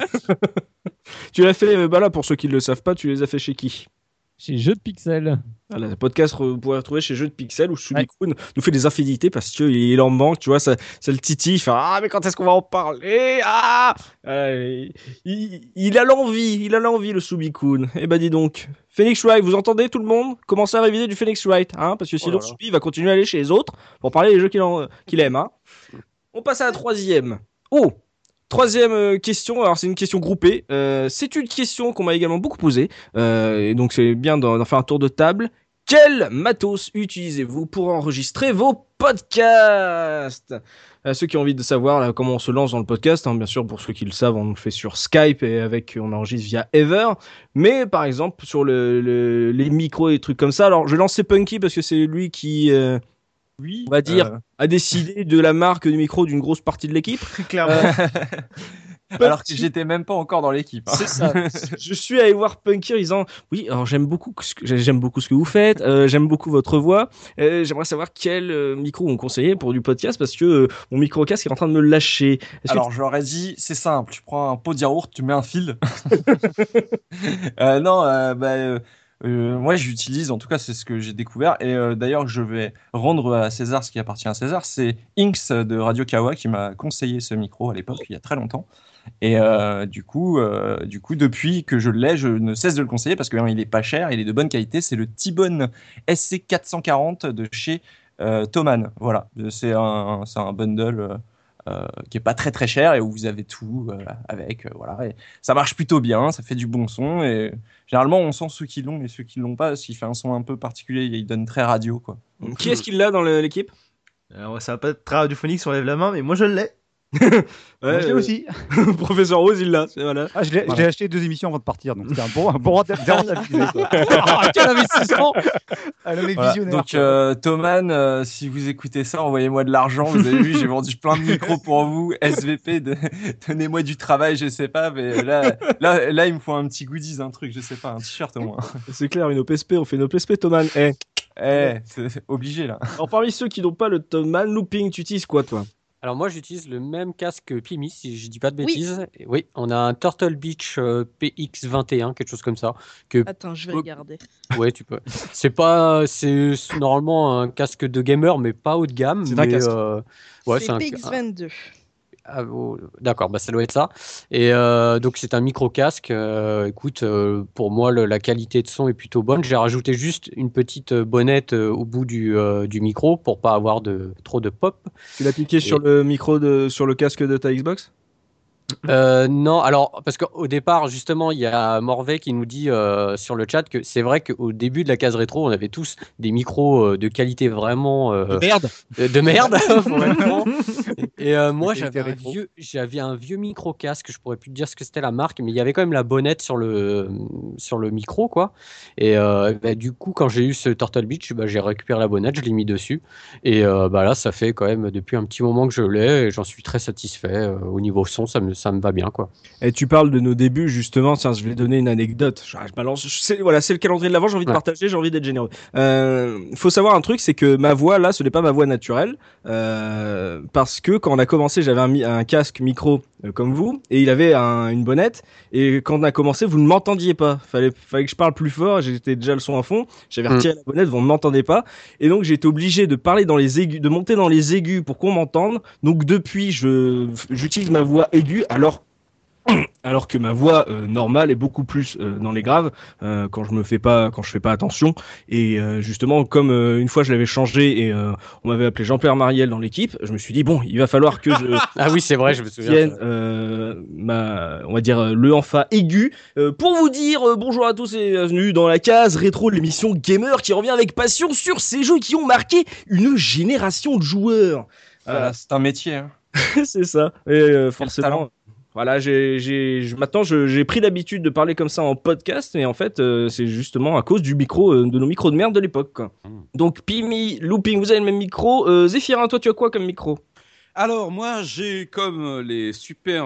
Tu l'as fait, là pour ceux qui ne le savent pas, tu les as fait chez qui? Chez Jeux de Pixel. Voilà, le podcast, vous pourrez retrouver chez Jeux de Pixel où Subikun nous fait des infinités parce qu'il en manque, tu vois, ça le titille, il fait ah mais quand est-ce qu'on va en parler? Il a l'envie le Subikun. Eh ben dis donc, Phoenix Wright, vous entendez tout le monde? Commencez à réviser du Phoenix Wright, hein, parce que sinon Subi va continuer à aller chez les autres pour parler des jeux qu'il aime, hein. On passe à la troisième. Troisième question, alors c'est une question groupée. C'est une question qu'on m'a également beaucoup posée, et donc c'est bien d'en faire un tour de table. Quel matos utilisez-vous pour enregistrer vos podcasts? Ceux qui ont envie de savoir là, comment on se lance dans le podcast, hein, bien sûr pour ceux qui le savent, on le fait sur Skype et on enregistre via Ever. Mais par exemple sur les micros et des trucs comme ça, alors je vais lancer Punky parce que c'est lui qui... on va dire, a décidé de la marque du micro d'une grosse partie de l'équipe. Clairement. Alors que j'étais même pas encore dans l'équipe. Hein. C'est ça. Je suis allé voir Punky en disant oui, alors j'aime beaucoup ce que vous faites, j'aime beaucoup votre voix. J'aimerais savoir quel micro vous me conseillez pour du podcast parce que mon micro casque est en train de me lâcher. Alors je leur ai dit c'est simple, tu prends un pot de yaourt, tu mets un fil. Moi, j'utilise, en tout cas, c'est ce que j'ai découvert. Et d'ailleurs, je vais rendre à César ce qui appartient à César. C'est Inks de Radio Kawa qui m'a conseillé ce micro à l'époque, il y a très longtemps. Et du coup, depuis que je l'ai, je ne cesse de le conseiller parce qu'il est pas cher, il est de bonne qualité. C'est le T-Bone SC440 de chez Thomann. Voilà, c'est un bundle qui est pas très très cher et où vous avez tout avec. Voilà, et ça marche plutôt bien, ça fait du bon son et généralement on sent ceux qui l'ont et ceux qui l'ont pas parce qu'il fait un son un peu particulier, il donne très radio quoi. Donc, qui est-ce qui l'a dans l'équipe? Alors, ça va pas être très radiophonique si on lève la main, mais moi je l'ai. Moi, je l'ai aussi. Professeur Rose, il l'a. Voilà. Ah, je l'ai acheté 2 émissions avant de partir, donc c'était un bon rendez-vous. Quel investissement! Le mec Voilà. visionnaire. Donc Thomann, si vous écoutez ça, envoyez-moi de l'argent. Vous avez vu, j'ai vendu plein de micros pour vous. SVP, donnez-moi du travail, je sais pas, mais là, il me faut un petit goodies, un truc, je sais pas, un t-shirt au moins. C'est clair, une OPSP, on fait une OPSP, Thomann. C'est obligé là. Alors parmi ceux qui n'ont pas le Thomann Looping, tu utilises quoi toi? Alors moi j'utilise le même casque que Pimi, si je dis pas de bêtises. Oui, on a un Turtle Beach PX21, quelque chose comme ça. Attends, je vais regarder. Ouais, tu peux. C'est normalement un casque de gamer, mais pas haut de gamme. C'est un casque. C'est PX22. Ah, d'accord, ça doit être ça. Et donc c'est un micro casque. Écoute, pour moi la qualité de son est plutôt bonne. J'ai rajouté juste une petite bonnette au bout du micro pour pas avoir trop de pop. Tu l'as piqué sur le micro sur le casque de ta Xbox? Non, alors parce qu'au départ justement il y a Morvay qui nous dit sur le chat que c'est vrai qu'au début de la case rétro on avait tous des micros de qualité vraiment de merde vraiment. Et moi j'avais un vieux micro casque, je pourrais plus te dire ce que c'était la marque, mais il y avait quand même la bonnette sur le micro quoi. Et du coup quand j'ai eu ce Turtle Beach, j'ai récupéré la bonnette, je l'ai mis dessus et là ça fait quand même depuis un petit moment que je l'ai et j'en suis très satisfait. Au niveau son ça me va bien quoi. Et tu parles de nos débuts justement, tiens je vais donner une anecdote. Je balance, c'est le calendrier de l'avant, j'ai envie de partager, j'ai envie d'être généreux. Faut savoir un truc, c'est que ma voix là, ce n'est pas ma voix naturelle, parce que quand on a commencé, j'avais un casque micro comme vous, et il avait une bonnette, et quand on a commencé, vous ne m'entendiez pas. Fallait que je parle plus fort, j'étais déjà le son à fond, j'avais retiré la bonnette, vous ne m'entendez pas, et donc j'ai été obligé de parler dans les aigus, de monter dans les aigus pour qu'on m'entende. Donc depuis, j'utilise ma voix aiguë, alors que ma voix normale est beaucoup plus dans les graves quand je fais pas attention. Et justement, comme une fois je l'avais changé et on m'avait appelé Jean-Pierre Mariel dans l'équipe, je me suis dit bon, il va falloir que je ah oui c'est vrai, je me souviens on va dire le enfa aigu pour vous dire bonjour à tous et bienvenue dans la case rétro, l'émission gamer qui revient avec passion sur ces jeux qui ont marqué une génération de joueurs. Voilà, c'est un métier. Hein. C'est ça. Et forcément. Voilà, maintenant j'ai pris l'habitude de parler comme ça en podcast, mais en fait c'est justement à cause du micro, de nos micros de merde de l'époque. Quoi. Donc Pimi, Looping, vous avez le même micro. Zéphirin, toi tu as quoi comme micro? Alors moi j'ai comme les super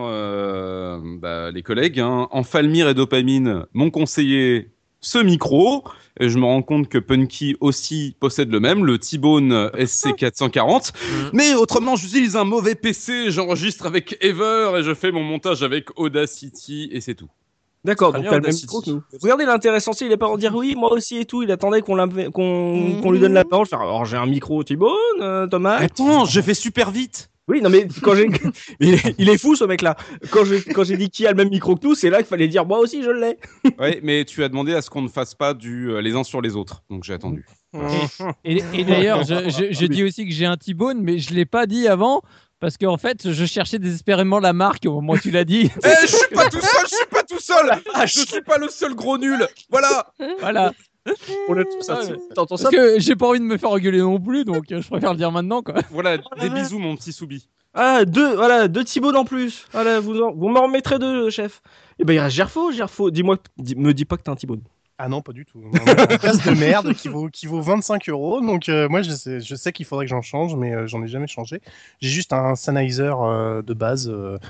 les collègues, Enfalmir et Dopamine m'ont conseillé ce micro. Et je me rends compte que Punky aussi possède le même, le T-Bone SC440. Mais autrement, j'utilise un mauvais PC, j'enregistre avec Ever et je fais mon montage avec Audacity et c'est tout. D'accord, donc t'as le même micro que nous. Regardez l'intéressant, il est pas en dire oui, moi aussi et tout. Il attendait qu'on lui donne la parole. Alors j'ai un micro T-Bone, Thomas. Attends, je fais super vite. Oui, non mais quand il est fou ce mec-là. Quand j'ai dit qui a le même micro que nous, c'est là qu'il fallait dire moi aussi je l'ai. Oui, mais tu as demandé à ce qu'on ne fasse pas les uns sur les autres, donc j'ai attendu. Et d'ailleurs, je dis aussi que j'ai un T-Bone, mais je l'ai pas dit avant. Parce qu'en fait, je cherchais désespérément la marque au moment où tu l'as dit. Je suis pas tout seul. Je suis pas le seul gros nul. Voilà. On a tout ça. T'entends ça? Parce que j'ai pas envie de me faire engueuler non plus, donc je préfère le dire maintenant, quoi. Voilà, des bisous, mon petit Soubi. Ah, deux T-Bone en plus. Voilà, vous m'en remettrez deux, chef. Et ben il reste Gerfo. Me dis pas que t'as un T-Bone. Ah non, pas du tout. Un casque de merde qui vaut 25 €. Donc moi, je sais qu'il faudrait que j'en change, mais j'en ai jamais changé. J'ai juste un Sennheiser de base,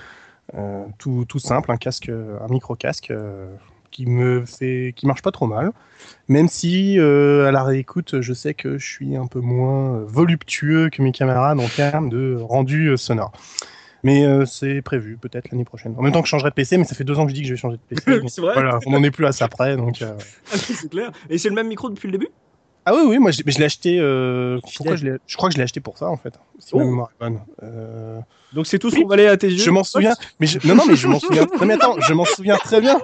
tout simple, un micro-casque qui marche pas trop mal. Même si, à la réécoute, je sais que je suis un peu moins voluptueux que mes camarades en termes de rendu sonore. Mais c'est prévu, peut-être l'année prochaine. En même temps que je changerai de PC, mais ça fait 2 ans que je dis que je vais changer de PC. C'est vrai. Voilà, on n'en est plus à ça près. Donc, c'est clair. Et c'est le même micro depuis le début? Ah oui, moi je l'ai acheté. Je crois que je l'ai acheté pour ça en fait. Si ma mémoire est bonne. Donc c'est tout ce qu'on valait à tes yeux. Je m'en souviens. Mais je m'en souviens. Non mais attends, je m'en souviens très bien.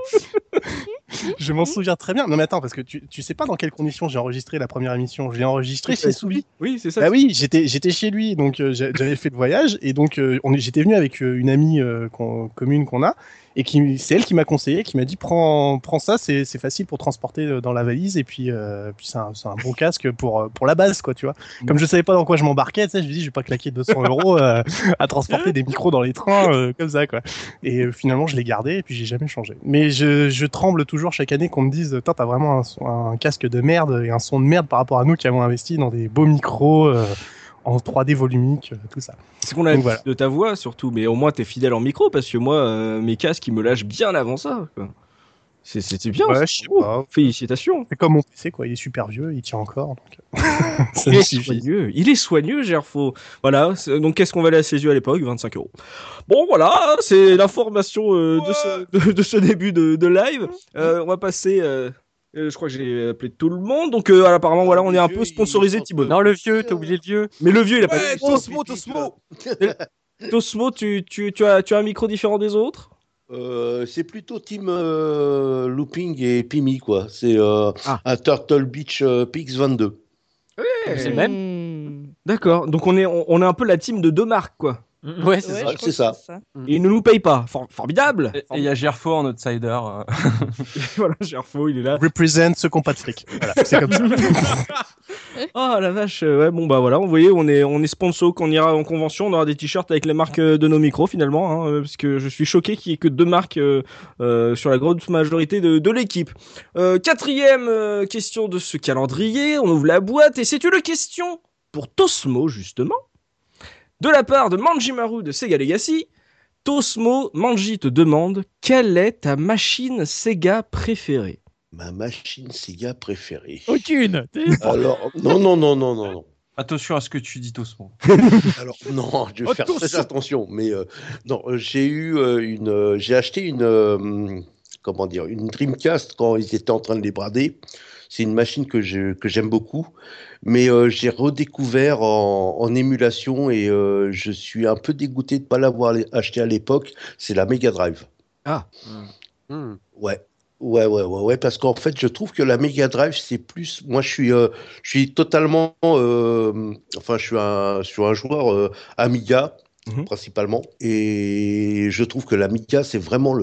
Je m'en souviens très bien. Non mais attends, parce que tu sais pas dans quelles conditions j'ai enregistré la première émission. Je l'ai enregistré chez Soubi. Oui, c'est ça. Ah oui, j'étais chez lui, donc j'avais fait le voyage et donc j'étais venu avec une amie commune qu'on a. Et c'est elle qui m'a conseillé, qui m'a dit prends ça, c'est facile pour transporter dans la valise et puis c'est un bon casque pour la base quoi, tu vois. Comme je savais pas dans quoi je m'embarquais, tu sais, je me dis je vais pas claquer 200 € à transporter des micros dans les trains comme ça quoi. Et finalement je l'ai gardé et puis j'ai jamais changé. Mais je tremble toujours chaque année qu'on me dise t'as vraiment un casque de merde et un son de merde par rapport à nous qui avons investi dans des beaux micros. En 3D volumique, tout ça. C'est qu'on a de ta voix surtout, mais au moins t'es fidèle en micro parce que moi, mes casques ils me lâchent bien avant ça. Quoi. C'était bien. Ouais, je sais pas. Félicitations. C'est comme mon PC, quoi. Il est super vieux, il tient encore. Donc... il est soigneux, Gerfo. Voilà. Donc, qu'est-ce qu'on valait à ses yeux à l'époque? 25 €. Bon, voilà. C'est l'information de ce début de live. On va passer. Je crois que j'ai appelé tout le monde. Donc, apparemment, voilà, on est un peu sponsorisé, Thibaut. Non, le vieux, t'as oublié le vieux. Mais le vieux, il a pas. Tosmo. Tosmo, tu as un micro différent des autres? C'est plutôt Team Looping et Pimi, quoi. C'est un Turtle Beach Pix 22. Ouais, c'est le même. D'accord. Donc on est un peu la team de deux marques, quoi. Ouais, c'est ça. C'est ça. Et ils ne nous payent pas. Formidable. Et il y a Gerfo en outsider. Voilà, Gerfo, il est là. Represent ceux qui n'ont pas de fric. Voilà, c'est comme ça. Oh la vache. Ouais, bon bah voilà, vous voyez, on est sponsor, quand on ira en convention, on aura des t-shirts avec les marques de nos micros finalement, hein, parce que je suis choqué qu'il n'y ait que deux marques sur la grosse majorité de l'équipe. Quatrième question de ce calendrier, on ouvre la boîte et c'est une question pour Tosmo justement. De la part de Manjimaru de Sega Legacy, Tosmo, Manji te demande quelle est ta machine Sega préférée? Ma machine Sega préférée. Aucune. Alors, non. Attention à ce que tu dis, Tosmo. Alors, non, je vais faire très attention. Mais non, j'ai acheté une Dreamcast quand ils étaient en train de les brader. C'est une machine que j'aime beaucoup, mais j'ai redécouvert en émulation et je suis un peu dégoûté de ne pas l'avoir acheté à l'époque. C'est la Mega Drive. Ah. Ouais, parce qu'en fait, je trouve que la Mega Drive, c'est plus. Moi, je suis totalement. Je suis un joueur Amiga. Principalement, et je trouve que l'Amiga c'est vraiment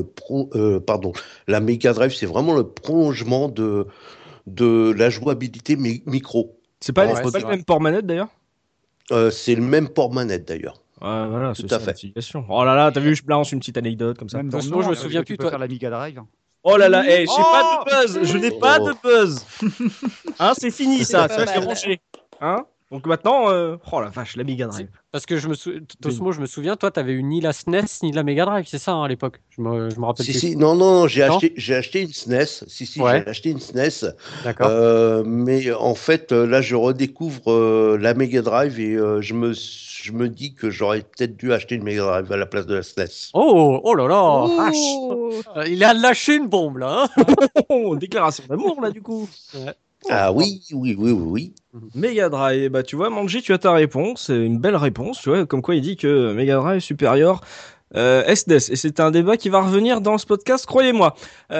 la Mega Drive c'est vraiment le prolongement de la jouabilité micro. C'est pas le même port manette d'ailleurs? C'est le même port manette d'ailleurs. Voilà, tout à fait. Oh là là, t'as vu, je balance une petite anecdote comme ça. Même dans je me souviens plus, toi. Faire la Mega Drive. Oh là là, j'ai pas de buzz, je n'ai pas de buzz. Hein, c'est fini ça, c'est rangé. Hein? Donc maintenant, oh la vache, la Mega Drive. Parce que Tosmo, je me souviens, toi, t'avais eu ni la SNES ni la Mega Drive, c'est ça à l'époque. Je me rappelle. Non, j'ai acheté une SNES. J'ai acheté une SNES. D'accord. Mais en fait, là, je redécouvre la Mega Drive et je me dis que j'aurais peut-être dû acheter une Mega Drive à la place de la SNES. Oh là là, il a lâché une bombe là. Déclaration d'amour là du coup. Ouais. Ah oui. Mega Drive, bah tu vois, Manji, tu as ta réponse, c'est une belle réponse, tu vois, comme quoi il dit que Mega Drive est supérieur SNES, et c'est un débat qui va revenir dans ce podcast, croyez-moi.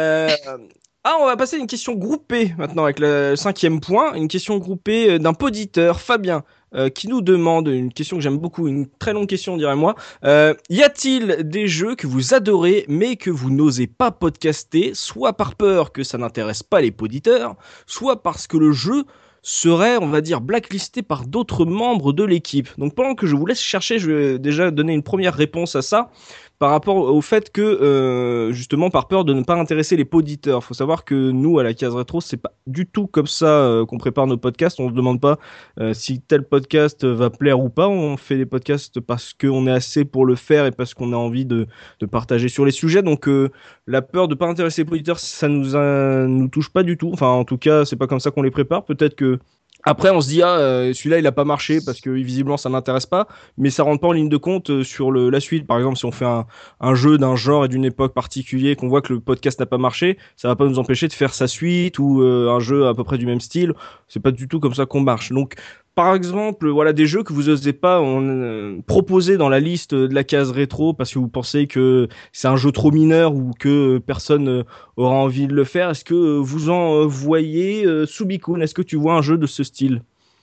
On va passer à une question groupée maintenant avec le 5e point, une question groupée d'un poditeur, Fabien, qui nous demande une question que j'aime beaucoup, une très longue question, dirais-moi. Y a-t-il des jeux que vous adorez mais que vous n'osez pas podcaster, soit par peur que ça n'intéresse pas les poditeurs, soit parce que le jeu serait, on va dire, blacklisté par d'autres membres de l'équipe? Donc pendant que je vous laisse chercher, je vais déjà donner une première réponse à ça. Par rapport au fait que, justement, par peur de ne pas intéresser les poditeurs. Faut savoir que nous, à la Case Rétro, c'est pas du tout comme ça qu'on prépare nos podcasts. On se demande pas si tel podcast va plaire ou pas. On fait des podcasts parce qu'on est assez pour le faire et parce qu'on a envie de partager sur les sujets. Donc, la peur de pas intéresser les poditeurs, ça nous touche pas du tout. Enfin, en tout cas, c'est pas comme ça qu'on les prépare. Peut-être que après, on se dit, celui-là, il a pas marché parce que visiblement, ça n'intéresse pas, mais ça rentre pas en ligne de compte sur la suite. Par exemple, si on fait un jeu d'un genre et d'une époque particulier, qu'on voit que le podcast n'a pas marché, ça va pas nous empêcher de faire sa suite ou un jeu à peu près du même style. C'est pas du tout comme ça qu'on marche. Donc, par exemple, voilà des jeux que vous osez pas proposer dans la liste de la Case Rétro parce que vous pensez que c'est un jeu trop mineur ou que personne aura envie de le faire. Est-ce que vous en voyez, Subikun, est-ce que tu vois un jeu de ce style?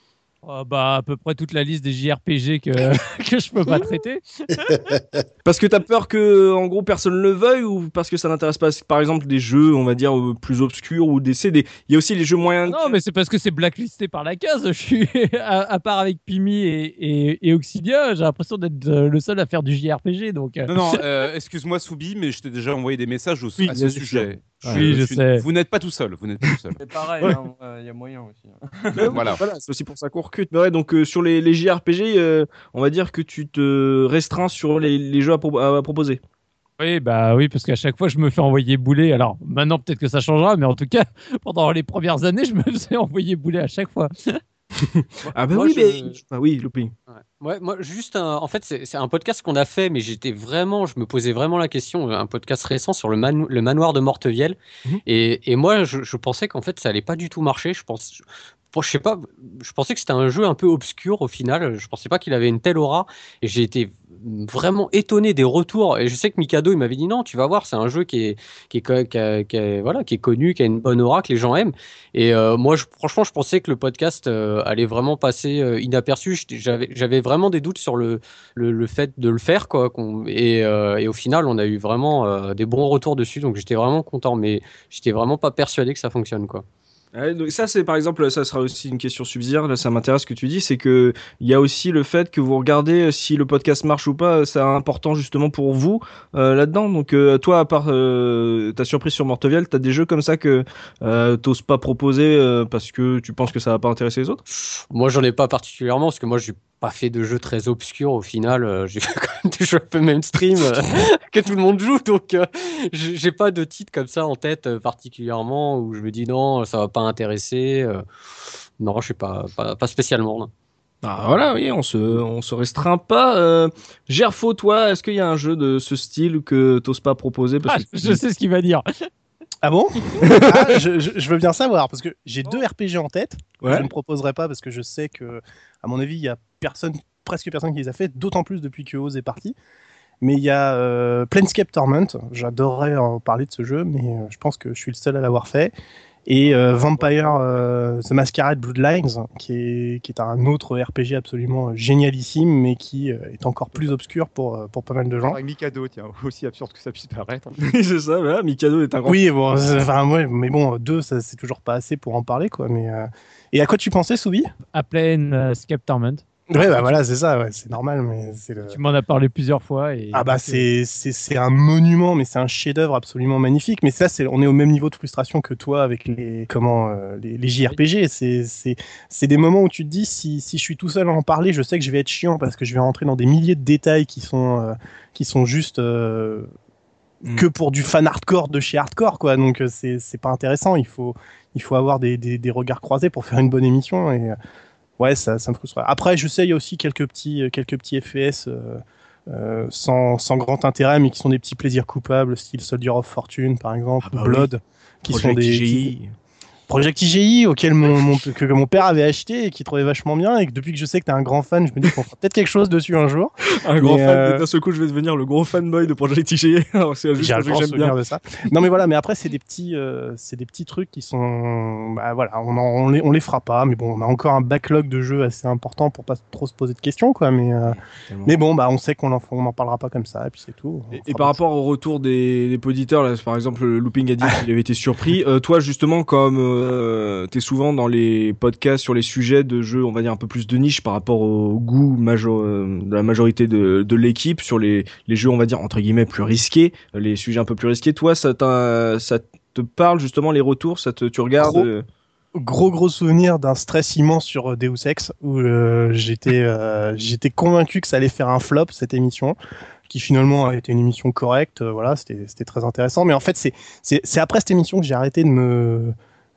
À peu près toute la liste des JRPG que je peux pas traiter. Parce que t'as peur que, en gros, personne le veuille ou parce que ça n'intéresse pas, par exemple, des jeux, on va dire, plus obscurs ou des CD. Il y a aussi les jeux moyens. Non, mais c'est parce que c'est blacklisté par la Case. Je suis, à part avec Pimi et Oxidia, j'ai l'impression d'être le seul à faire du JRPG. Donc, Non, excuse-moi, Soubi, mais je t'ai déjà envoyé des messages à ce sujet. Je sais. Vous n'êtes pas tout seul. C'est pareil, il y a moyen aussi. Voilà, c'est aussi pour ça qu'on recrute. Mais ouais, donc sur les JRPG, on va dire que tu te restreins sur les jeux à proposer. Oui, bah oui, parce qu'à chaque fois, je me fais envoyer bouler. Alors maintenant, peut-être que ça changera, mais en tout cas, pendant les premières années, je me faisais envoyer bouler à chaque fois. Ah bah oui, mais ah oui, Looping. Ouais, moi, juste en fait, c'est un podcast qu'on a fait, mais je me posais vraiment la question, un podcast récent sur le manoir de Mortevielle. Et moi, je pensais qu'en fait, ça allait pas du tout marcher. Je sais pas, je pensais que c'était un jeu un peu obscur au final. Je pensais pas qu'il avait une telle aura. Et j'ai été vraiment étonné des retours. Et je sais que Mikado, il m'avait dit non, tu vas voir, c'est un jeu qui est connu, qui a une bonne aura, que les gens aiment. Et moi, franchement, je pensais que le podcast allait vraiment passer inaperçu. J'avais vraiment des doutes sur le fait de le faire, quoi. Et au final, on a eu vraiment des bons retours dessus. Donc j'étais vraiment content, mais j'étais vraiment pas persuadé que ça fonctionne, quoi. Ouais, donc ça, c'est par exemple, ça sera aussi une question subsidiaire. Là, ça m'intéresse ce que tu dis, c'est que il y a aussi le fait que vous regardez si le podcast marche ou pas. C'est important justement pour vous là-dedans. Donc, toi, à part ta surprise sur Mortevielle, t'as des jeux comme ça que t'oses pas proposer parce que tu penses que ça va pas intéresser les autres? Moi, j'en ai pas particulièrement parce que moi, j'ai pas fait de jeux très obscurs au final. J'ai fait quand même des jeux un peu mainstream que tout le monde joue, donc j'ai pas de titre comme ça en tête particulièrement où je me dis non, ça va pas intéresser. Non, je sais pas spécialement. Non. Ah voilà, oui, on se restreint pas. Gerfo, toi, est-ce qu'il y a un jeu de ce style que t'oses pas proposer parce que je sais ce qu'il va dire. Ah bon? Je veux bien savoir, parce que j'ai 2 RPG en tête que je ne proposerai pas parce que je sais que, à mon avis, il y a presque personne qui les a fait, d'autant plus depuis que Oz est parti. Mais il y a Planescape Torment, j'adorerais en parler de ce jeu, mais je pense que je suis le seul à l'avoir fait. Et Vampire The Masquerade Bloodlines, qui est un autre RPG absolument génialissime, mais qui est encore plus obscur pour pas mal de gens. Avec Mikado, tiens, aussi absurde que ça puisse paraître. c'est ça, voilà, Mikado est un grand. Oui, bon, mais bon, 2, ça, c'est toujours pas assez pour en parler, quoi. Mais, et à quoi tu pensais, Soubi? À Planescape Torment. Ouais, bah voilà, c'est ça, ouais, c'est normal, mais tu m'en as parlé plusieurs fois. Ah bah c'est un monument, mais c'est un chef-d'œuvre absolument magnifique. Mais ça, on est au même niveau de frustration que toi avec les JRPG. C'est des moments où tu te dis si je suis tout seul à en parler, je sais que je vais être chiant parce que je vais rentrer dans des milliers de détails qui sont juste que pour du fan hardcore de chez hardcore, quoi. Donc c'est pas intéressant. Il faut avoir des regards croisés pour faire une bonne émission et ouais, ça me frustre. Après, je sais, il y a aussi quelques petits FPS sans grand intérêt, mais qui sont des petits plaisirs coupables, style Soldier of Fortune, par exemple, ou Blood, qui sont des Project IGI auquel que mon père avait acheté et qui trouvait vachement bien, et que depuis que je sais que t'es un grand fan, je me dis qu'on fera peut-être quelque chose dessus un jour. Un grand fan, d'un seul coup je vais devenir le gros fanboy de Project IGI. J'ai un grand souvenir de ça. Non mais voilà, mais après c'est des petits trucs qui sont, bah voilà, on les fera pas, mais bon, on a encore un backlog de jeux assez important pour pas trop se poser de questions, quoi. Mais bon, bah on sait qu'on en parlera pas comme ça, et puis c'est tout. Et par rapport au retour des auditeurs, là, par exemple, Looping a dit qu'il avait été surpris. Toi, justement, comme t'es souvent dans les podcasts sur les sujets de jeux, on va dire un peu plus de niche par rapport au goût de la majorité de l'équipe, sur les jeux, on va dire entre guillemets plus risqués, les sujets un peu plus risqués. Toi, ça te parle justement les retours, tu regardes Gros souvenir d'un stress immense sur Deus Ex où j'étais convaincu que ça allait faire un flop cette émission, qui finalement a été une émission correcte. Voilà, c'était très intéressant. Mais en fait, c'est après cette émission que j'ai arrêté de me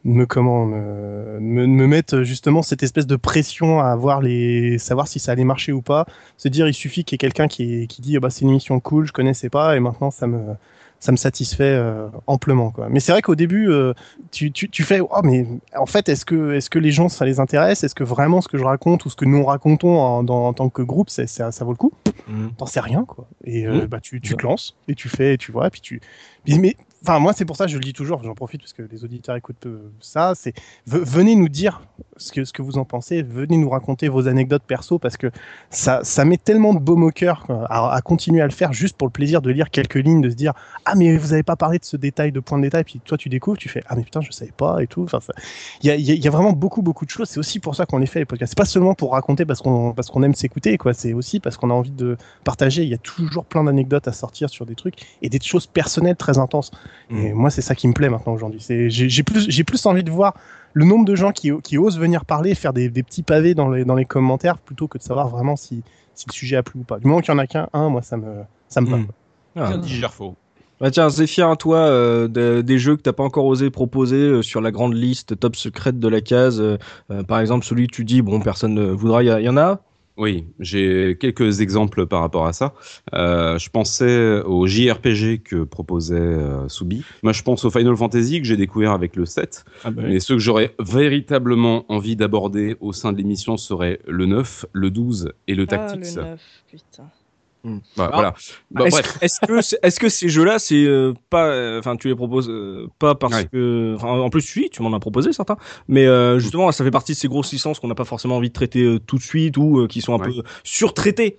mettre justement cette espèce de pression à savoir si ça allait marcher ou pas. Se dire, il suffit qu'il y ait quelqu'un qui dit bah c'est une émission cool, je connaissais pas, et maintenant ça me satisfait amplement, quoi. Mais c'est vrai qu'au début tu fais oh mais en fait est-ce que les gens ça les intéresse, est-ce que vraiment ce que je raconte ou ce que nous racontons en tant que groupe ça vaut le coup? T'en sais rien, quoi. Et bah tu te lances et tu fais et tu vois, puis mais enfin moi c'est pour ça que je le dis toujours, j'en profite parce que les auditeurs écoutent ça, c'est venez nous dire ce que vous en pensez, venez nous raconter vos anecdotes perso, parce que ça met tellement de baume au cœur à continuer à le faire juste pour le plaisir de lire quelques lignes, de se dire ah mais vous avez pas parlé de ce détail, de point de détail, puis toi tu découvres, tu fais ah mais putain je savais pas et tout. Enfin il y a vraiment beaucoup de choses. C'est aussi pour ça qu'on les fait les podcasts. C'est pas seulement pour raconter parce qu'on aime s'écouter, quoi. C'est aussi parce qu'on a envie de partager. Il y a toujours plein d'anecdotes à sortir sur des trucs et des choses personnelles très intenses. Et moi c'est ça qui me plaît maintenant aujourd'hui. J'ai plus envie de voir le nombre de gens qui osent venir parler, faire des petits pavés dans les commentaires, plutôt que de savoir vraiment si le sujet a plu ou pas. Du moment qu'il y en a qu'un, moi ça me va. Dit Gerfo. Bah tiens, Zéphyr, toi, des jeux que t'as pas encore osé proposer sur la grande liste top secrète de la case, par exemple celui que tu dis, bon, personne ne voudra, y en a? Oui, j'ai quelques exemples par rapport à ça. Je pensais au JRPG que proposait Soubi. Moi, je pense au Final Fantasy que j'ai découvert avec le 7. Mais ceux que j'aurais véritablement envie d'aborder au sein de l'émission seraient le 9, le 12 et le Tactics. Le 9, putain. Voilà. Est-ce que ces jeux-là, c'est pas, enfin, tu les proposes pas parce que, en plus, tu m'en as proposé certains, mais justement, ça fait partie de ces grosses licences qu'on n'a pas forcément envie de traiter tout de suite ou qui sont un peu surtraitées.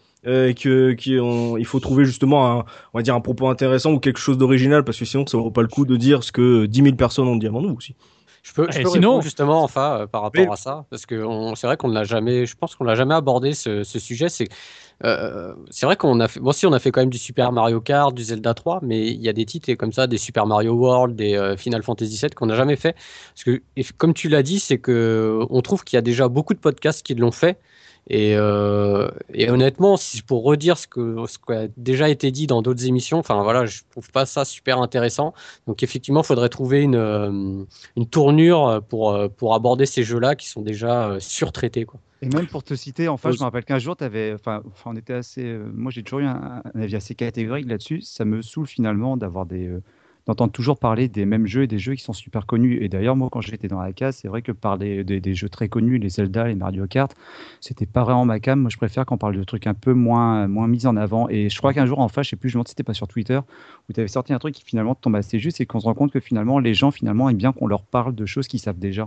Il faut trouver justement on va dire un propos intéressant ou quelque chose d'original parce que sinon ça vaut pas le coup de dire ce que 10 000 personnes ont dit avant nous aussi. Je peux répondre justement par rapport à ça parce que c'est vrai qu'on l'a jamais, je pense qu'on l'a jamais abordé ce sujet. C'est vrai qu'on a fait, bon, si on a fait quand même du Super Mario Kart, du Zelda 3, mais il y a des titres comme ça, des Super Mario World, des Final Fantasy 7 qu'on n'a jamais fait. Parce que, comme tu l'as dit, c'est que on trouve qu'il y a déjà beaucoup de podcasts qui l'ont fait. Et honnêtement, si pour redire ce qui a déjà été dit dans d'autres émissions, enfin voilà, je trouve pas ça super intéressant. Donc effectivement, il faudrait trouver une tournure pour aborder ces jeux-là qui sont déjà surtraités, quoi. Et même pour te citer, enfin, je me rappelle qu'un jour, on était assez. Moi, j'ai toujours eu un avis assez catégorique là-dessus. Ça me saoule finalement d'entendre toujours parler des mêmes jeux et des jeux qui sont super connus. Et d'ailleurs, moi, quand j'étais dans la case, c'est vrai que parler des jeux très connus, les Zelda, les Mario Kart, c'était pas vraiment ma came. Moi, je préfère qu'on parle de trucs un peu moins mis en avant. Et je crois qu'un jour, enfin, je sais plus, je me demande si c'était pas sur Twitter, où tu avais sorti un truc qui finalement tombe assez juste et qu'on se rend compte que finalement, les gens finalement aiment bien qu'on leur parle de choses qu'ils savent déjà.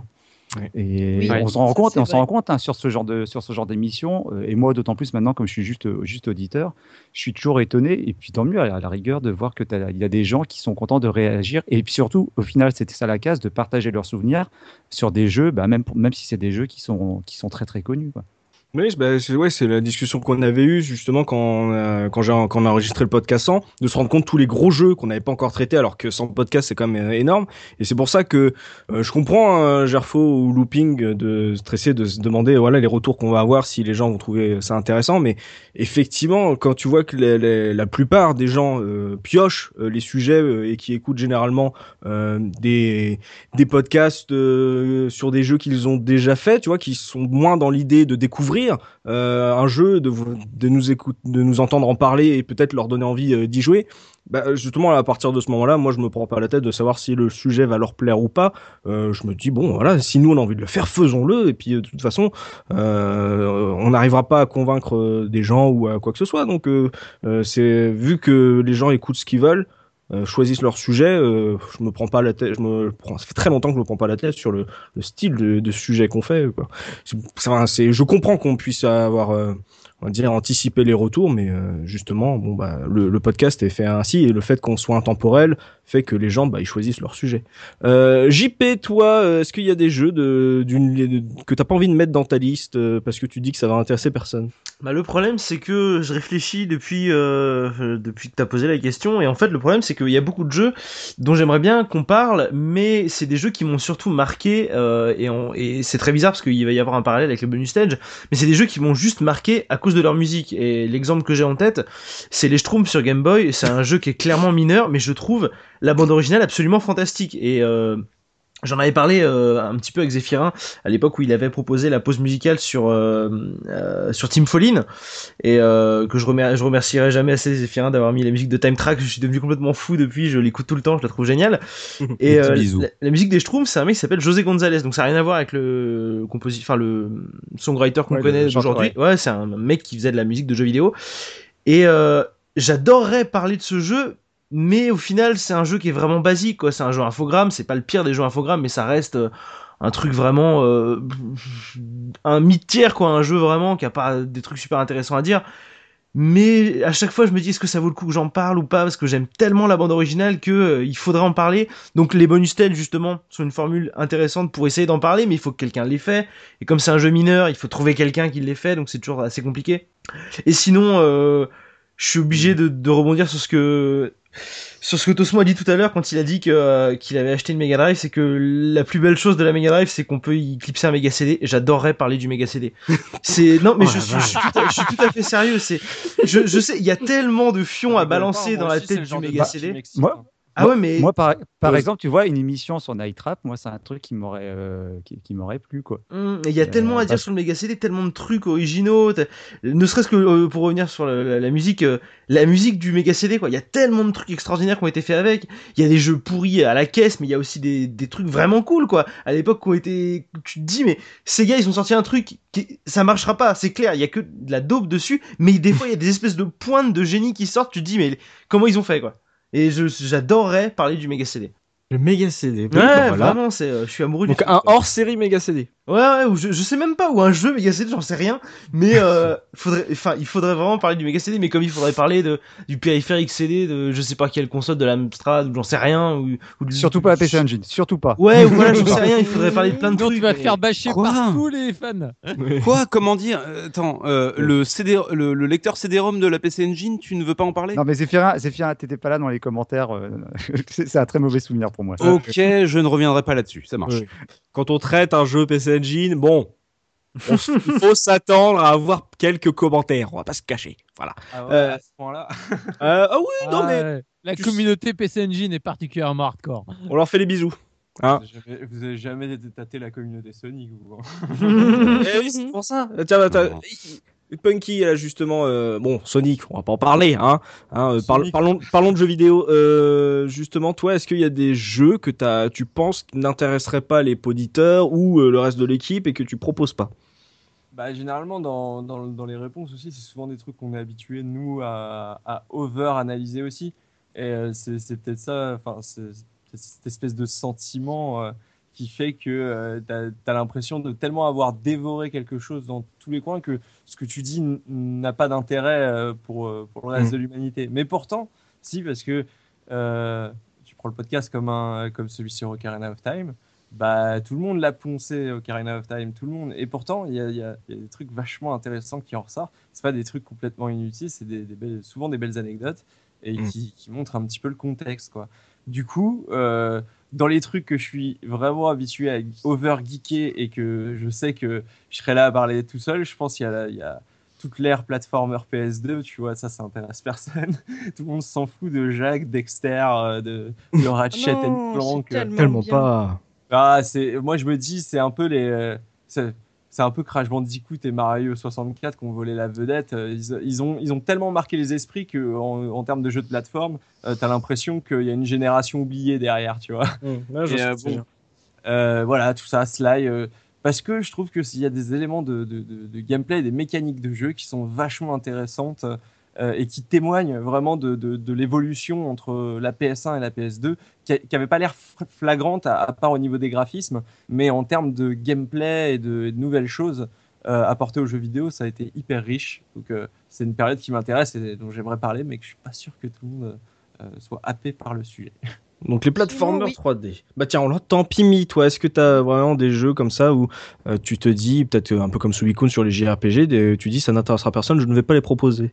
Et on s'en rend compte, hein, sur ce genre d'émission. Et moi, d'autant plus maintenant, comme je suis juste auditeur, je suis toujours étonné. Et puis tant mieux, à la rigueur, de voir que il y a des gens qui sont contents de réagir. Et puis surtout, au final, c'était ça la case, de partager leurs souvenirs sur des jeux, même si c'est des jeux qui sont très très connus, quoi. Oui, c'est la discussion qu'on avait eue justement quand on a enregistré le podcast 100, de se rendre compte de tous les gros jeux qu'on n'avait pas encore traités, alors que 100 podcasts c'est quand même énorme. Et c'est pour ça que je comprends Gerfo ou Looping de stresser, de se demander voilà les retours qu'on va avoir, si les gens vont trouver ça intéressant. Mais effectivement, quand tu vois que la plupart des gens piochent les sujets et qui écoutent généralement des podcasts sur des jeux qu'ils ont déjà fait, tu vois, qui sont moins dans l'idée de découvrir un jeu, de nous entendre en parler et peut-être leur donner envie d'y jouer. Bah, justement, à partir de ce moment-là, moi, je me prends pas la tête de savoir si le sujet va leur plaire ou pas. Je me dis, bon, voilà, si nous, on a envie de le faire, faisons-le. Et puis, de toute façon, on n'arrivera pas à convaincre des gens ou à quoi que ce soit. Donc, c'est vu que les gens écoutent ce qu'ils veulent, choisissent leur sujet, je me prends pas la tête, ça fait très longtemps que je me prends pas la tête sur le style de sujet qu'on fait, quoi. Je comprends qu'on puisse avoir, on va dire, anticipé les retours, mais justement, bon, bah, le podcast est fait ainsi, et le fait qu'on soit intemporel fait que les gens, bah, ils choisissent leur sujet. JP, toi, est-ce qu'il y a des jeux que t'as pas envie de mettre dans ta liste parce que tu dis que ça va intéresser personne? Bah, le problème, c'est que je réfléchis depuis que t'as posé la question, et en fait, le problème, c'est qu'il y a beaucoup de jeux dont j'aimerais bien qu'on parle, mais c'est des jeux qui m'ont surtout marqué, et c'est très bizarre parce qu'il va y avoir un parallèle avec le bonus stage, mais c'est des jeux qui m'ont juste marqué à cause de leur musique. Et l'exemple que j'ai en tête, c'est les Schtroumpfs sur Game Boy. C'est un jeu qui est clairement mineur, mais je trouve la bande originale absolument fantastique. Et j'en avais parlé un petit peu avec Zéphirin à l'époque où il avait proposé la pause musicale sur Team Follin, et que je remercierai jamais assez Zéphirin d'avoir mis la musique de Time Track. Je suis devenu complètement fou depuis, je l'écoute tout le temps, je la trouve géniale. Et la musique des Schtroumpfs, c'est un mec qui s'appelle José González, donc ça n'a rien à voir avec le songwriter qu'on connaît aujourd'hui. Ouais, c'est un mec qui faisait de la musique de jeux vidéo. Et j'adorerais parler de ce jeu, mais au final, c'est un jeu qui est vraiment basique, quoi. C'est un jeu infogramme, c'est pas le pire des jeux infogrammes, mais ça reste un truc vraiment un mid-tier, quoi. Un jeu vraiment qui a pas des trucs super intéressants à dire. Mais à chaque fois, je me dis, est-ce que ça vaut le coup que j'en parle ou pas, parce que j'aime tellement la bande originale que il faudrait en parler. Donc les bonus stages, justement, sont une formule intéressante pour essayer d'en parler, mais il faut que quelqu'un l'ait fait. Et comme c'est un jeu mineur, il faut trouver quelqu'un qui l'ait fait, donc c'est toujours assez compliqué. Et sinon, je suis obligé de rebondir sur ce que sur ce que Tosmo a dit tout à l'heure quand il a dit qu'il avait acheté une Mega Drive, c'est que la plus belle chose de la Mega Drive, c'est qu'on peut y clipser un Mega CD. J'adorerais parler du Mega CD. Non, mais je suis tout à fait sérieux. Je sais, il y a tellement de fions à balancer dans la tête du Mega CD. Moi, par exemple, tu vois, une émission sur Night Trap, moi, c'est un truc qui m'aurait plu, quoi. Il y a tellement à dire sur le Mega CD, tellement de trucs originaux. Ne serait-ce que pour revenir sur la musique du Mega CD, quoi. Il y a tellement de trucs extraordinaires qui ont été faits avec. Il y a des jeux pourris à la caisse, mais il y a aussi des trucs vraiment cool, quoi. À l'époque, tu te dis, mais ces gars, ils ont sorti un truc, ça marchera pas, c'est clair. Il y a que de la dope dessus, mais des fois, il y a des espèces de pointes de génie qui sortent. Tu te dis, mais comment ils ont fait, quoi. Et j'adorerais parler du Méga CD. Le Méga CD. Ouais, vraiment, je suis amoureux du truc. Donc un hors-série Méga CD. Ouais, ou je sais même pas, ou un jeu Méga CD, j'en sais rien. Mais il faudrait vraiment parler du Méga CD, mais comme il faudrait parler du périphérique CD, de je sais pas quelle console, de l'Amstrad, ou j'en sais rien. Surtout pas la PC Engine, surtout pas. Ouais, ou voilà, j'en sais rien, il faudrait parler de plein de trucs. Tu vas te faire bâcher par tous les fans. Quoi? Comment dire? Attends, le lecteur CD-ROM de la PC Engine, tu ne veux pas en parler? Non, mais Zéphirin, t'étais pas là dans les commentaires. C'est un très mauvais souvenir pour moi. Ok, je ne reviendrai pas là-dessus, ça marche. Quand on traite un jeu PC Engine, bon, il faut s'attendre à avoir quelques commentaires, on va pas se cacher. Voilà. Ah ouais, à ce point-là. Non mais la communauté PC Engine est particulièrement hardcore. On leur fait les bisous. Hein. Vous avez jamais tâté la communauté Sonic, vous. Oui, c'est pour ça. Tiens, Punky, là, justement, bon, Sonic, on va pas en parler, hein. Parlons de jeux vidéo. Justement, toi, est-ce qu'il y a des jeux que tu penses qui n'intéresseraient pas les auditeurs ou le reste de l'équipe et que tu proposes pas? Bah, généralement, dans les réponses aussi, c'est souvent des trucs qu'on est habitués, nous, à over-analyser aussi. Et c'est peut-être ça, enfin, cette espèce de sentiment qui fait que t'as l'impression de tellement avoir dévoré quelque chose dans tous les coins que ce que tu dis n'a pas d'intérêt pour le reste de l'humanité. Mais pourtant, si, parce que tu prends le podcast comme celui sur Ocarina of Time, bah, tout le monde l'a poncé Ocarina of Time, tout le monde. Et pourtant, il y a des trucs vachement intéressants qui en ressortent. C'est pas des trucs complètement inutiles, c'est souvent des belles anecdotes et qui montrent un petit peu le contexte, quoi. Du coup, dans les trucs que je suis vraiment habitué à over-geeker et que je sais que je serai là à parler tout seul, je pense qu'il y a toute l'ère platformer PS2, tu vois, ça intéresse personne. Tout le monde s'en fout de Jack, Dexter, de Ratchet & Clank. Tellement pas. Moi, je me dis, c'est un peu c'est un peu Crash Bandicoot et Mario 64 qui ont volé la vedette. Ils ont tellement marqué les esprits qu'en termes de jeux de plateforme, t'as l'impression qu'il y a une génération oubliée derrière, tu vois. Voilà, tout ça, Sly. Parce que je trouve qu'il y a des éléments de gameplay, des mécaniques de jeu qui sont vachement intéressantes et qui témoignent vraiment de l'évolution entre la PS1 et la PS2, qui n'avait pas l'air flagrante à part au niveau des graphismes, mais en termes de gameplay et de nouvelles choses apportées aux jeux vidéo, ça a été hyper riche. Donc c'est une période qui m'intéresse et dont j'aimerais parler, mais que je suis pas sûr que tout le monde soit happé par le sujet. Donc les plateformers 3D. Bah tiens, on l'entend. Pimi, toi, est-ce que tu as vraiment des jeux comme ça où tu te dis, peut-être un peu comme Suicune sur les JRPG, tu dis ça n'intéressera personne, je ne vais pas les proposer?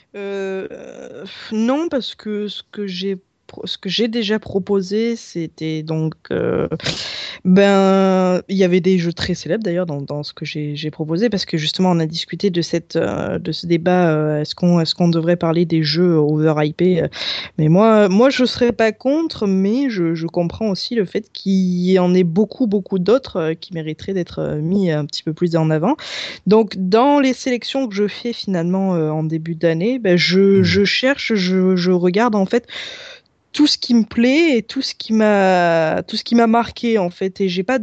Non, parce que ce que j'ai déjà proposé, c'était donc il y avait des jeux très célèbres d'ailleurs dans ce que j'ai proposé, parce que justement on a discuté de ce débat, est-ce qu'on devrait parler des jeux overhypés, mais moi je serais pas contre, mais je comprends aussi le fait qu'il y en ait beaucoup d'autres qui mériteraient d'être mis un petit peu plus en avant. Donc dans les sélections que je fais finalement en début d'année, je cherche, je regarde en fait tout ce qui me plaît et tout ce qui m'a marqué en fait, et j'ai pas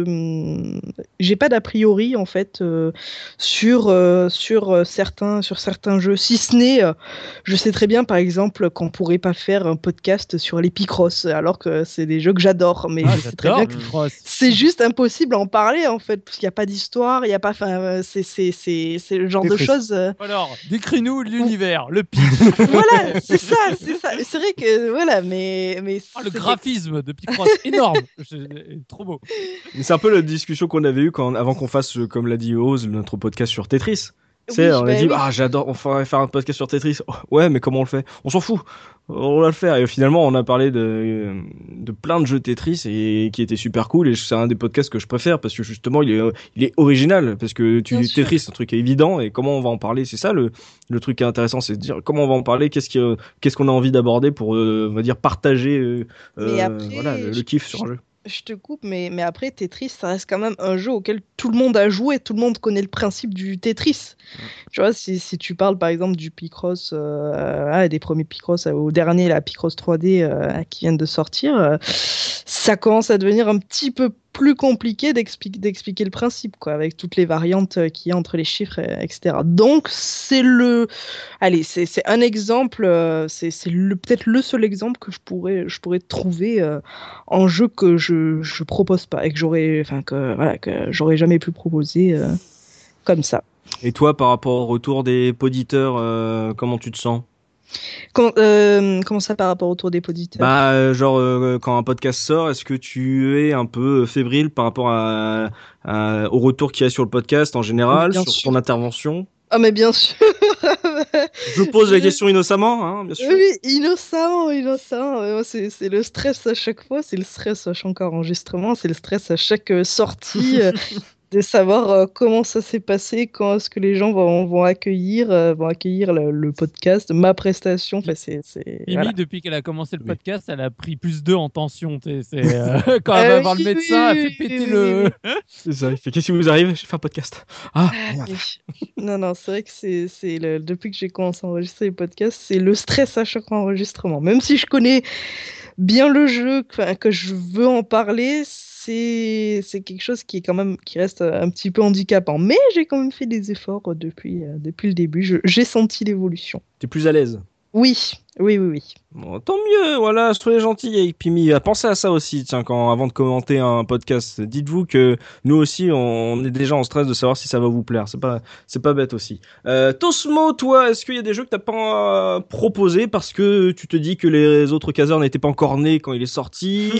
d'a priori en fait sur certains jeux, si ce n'est je sais très bien par exemple qu'on pourrait pas faire un podcast sur les Picross alors que c'est des jeux que j'adore, mais je sais très bien que c'est juste impossible à en parler en fait, parce qu'il y a pas d'histoire, il y a pas, enfin c'est le genre de choses. Alors décris-nous l'univers, le pitch. Voilà, c'est ça, c'est vrai que voilà. Mais le graphisme de Picross, énorme, trop beau. C'est un peu la discussion qu'on avait eue avant qu'on fasse, comme l'a dit Oz, notre podcast sur Tetris. Tu sais, on a dit, oui. j'adore, on ferait faire un podcast sur Tetris. Oh, ouais, mais comment on le fait? On s'en fout. On va le faire. Et finalement, on a parlé de plein de jeux Tetris et qui étaient super cool. Et c'est un des podcasts que je préfère parce que justement, il est original. Parce que Tetris, c'est un truc évident. Et comment on va en parler? C'est ça le truc qui est intéressant, c'est de dire comment on va en parler, qu'est-ce qu'on a envie d'aborder pour, on va dire, partager le kiff sur un jeu. Je te coupe, mais après, Tetris, ça reste quand même un jeu auquel tout le monde a joué, tout le monde connaît le principe du Tetris. Tu vois, si tu parles par exemple du Picross, des premiers Picross au dernier, la Picross 3D qui viennent de sortir, ça commence à devenir un petit peu plus compliqué d'expliquer le principe, quoi, avec toutes les variantes qu'il y a entre les chiffres, etc. Donc, c'est un exemple, c'est peut-être le seul exemple que je pourrais trouver en jeu que je propose pas et que j'aurais jamais pu proposer comme ça. Et toi, par rapport au retour des poditeurs, comment tu te sens? Comment ça par rapport au retour des poditeurs? Quand un podcast sort, est-ce que tu es un peu fébrile par rapport au retour qu'il y a sur le podcast en général, sur ton intervention? Ah mais bien sûr. Je pose la question innocemment, hein, bien sûr. Oui, innocent. C'est le stress à chaque fois, c'est le stress à chaque enregistrement, c'est le stress à chaque sortie. De savoir comment ça s'est passé, quand est-ce que les gens vont accueillir le podcast, ma prestation. Enfin, Mimi, depuis qu'elle a commencé le podcast, elle a pris plus 2 en tension. Quand elle va voir le médecin, elle fait péter le... C'est ça, il fait qu'est-ce qui vous arrive? J'ai fait un podcast. Non, c'est vrai que depuis que j'ai commencé à enregistrer les podcasts, c'est le stress à chaque enregistrement. Même si je connais bien le jeu, que je veux en parler, c'est quelque chose qui reste un petit peu handicapant. Mais j'ai quand même fait des efforts depuis le début. J'ai senti l'évolution. T'es plus à l'aise? Oui. Bon, tant mieux, voilà, soyez gentil avec Pimi. Pensez à ça aussi, tiens, avant de commenter un podcast. Dites-vous que nous aussi, on est déjà en stress de savoir si ça va vous plaire. C'est pas bête aussi. Tosmo, toi, est-ce qu'il y a des jeux que t'as pas proposés parce que tu te dis que les autres caseurs n'étaient pas encore nés quand il est sorti?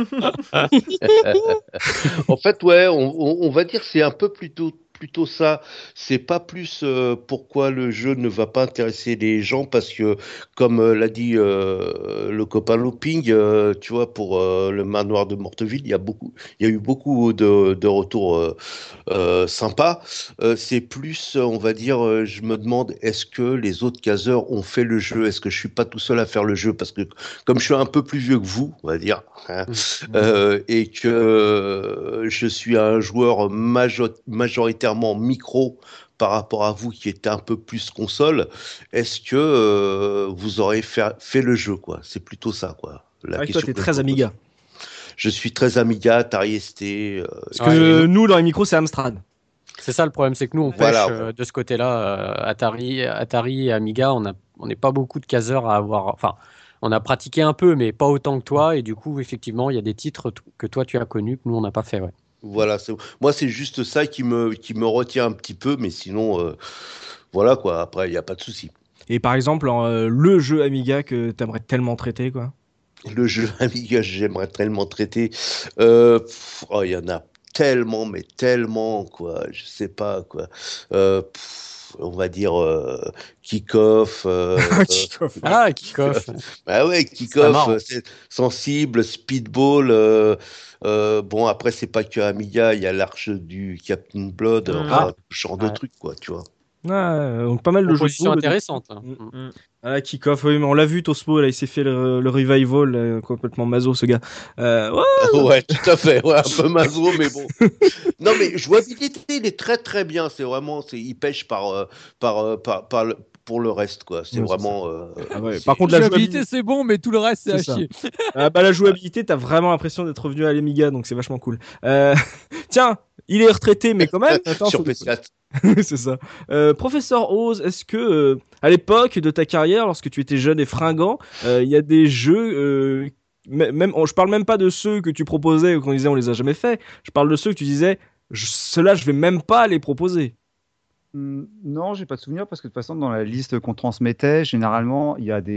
En fait, ouais, on va dire que c'est un peu plutôt ça. C'est pas plus pourquoi le jeu ne va pas intéresser les gens, parce que, comme l'a dit le copain Looping, tu vois, pour le manoir de Morteville, il y a eu beaucoup de retours sympas. C'est plus, on va dire, je me demande, est-ce que les autres caseurs ont fait le jeu? Est-ce que je suis pas tout seul à faire le jeu? Parce que comme je suis un peu plus vieux que vous, on va dire, hein, et que je suis un joueur majoritairement micro par rapport à vous qui êtes un peu plus console, est-ce que vous aurez fait le jeu, quoi? C'est plutôt ça, quoi. Toi, t'es très Amiga. Je suis très Amiga, Atari ST. Parce que nous, dans les micros, c'est Amstrad. C'est ça le problème, c'est que nous, on pêche de ce côté-là. Atari et Amiga, on n'est pas beaucoup de caseurs à avoir... Enfin, on a pratiqué un peu, mais pas autant que toi. Et du coup, effectivement, il y a des titres que toi, tu as connus, que nous, on n'a pas fait, ouais. Voilà, moi c'est juste ça qui me retient un petit peu, mais sinon, voilà quoi, après il n'y a pas de souci. Et par exemple, le jeu Amiga que tu aimerais tellement traiter, quoi? Le jeu Amiga que j'aimerais tellement traiter, il y en a tellement, mais tellement, quoi, je sais pas, quoi. On va dire Kick-Off. Kick-Off. Bah ouais, Kick-Off, c'est sensible, Speedball. Bon, après, c'est pas que Amiga, il y a l'Arche du Captain Blood, ce genre de truc, quoi, tu vois. Donc pas mal de choses intéressantes. Kick-Off, oui, mais on l'a vu, Tosmo, là, il s'est fait le revival, là, complètement maso, ce gars. Ouais, tout à fait, ouais, un peu maso, mais bon. Non, mais jouabilité, il est très très bien. C'est vraiment, il pêche pour le reste, quoi. C'est vraiment. Par contre, la jouabilité, c'est bon, mais tout le reste, c'est à chier. La jouabilité, t'as vraiment l'impression d'être revenu à l'Amiga, donc c'est vachement cool. Tiens, il est retraité, mais quand même. Sur PS4. C'est ça. Professeur Oz, est-ce que à l'époque de ta carrière, lorsque tu étais jeune et fringant, il y a des jeux, je parle même pas de ceux que tu proposais ou qu'on disait on les a jamais fait. Je parle de ceux que tu disais, ceux-là je vais même pas les proposer. Non, j'ai pas de souvenir parce que de toute façon, dans la liste qu'on transmettait, généralement, il y a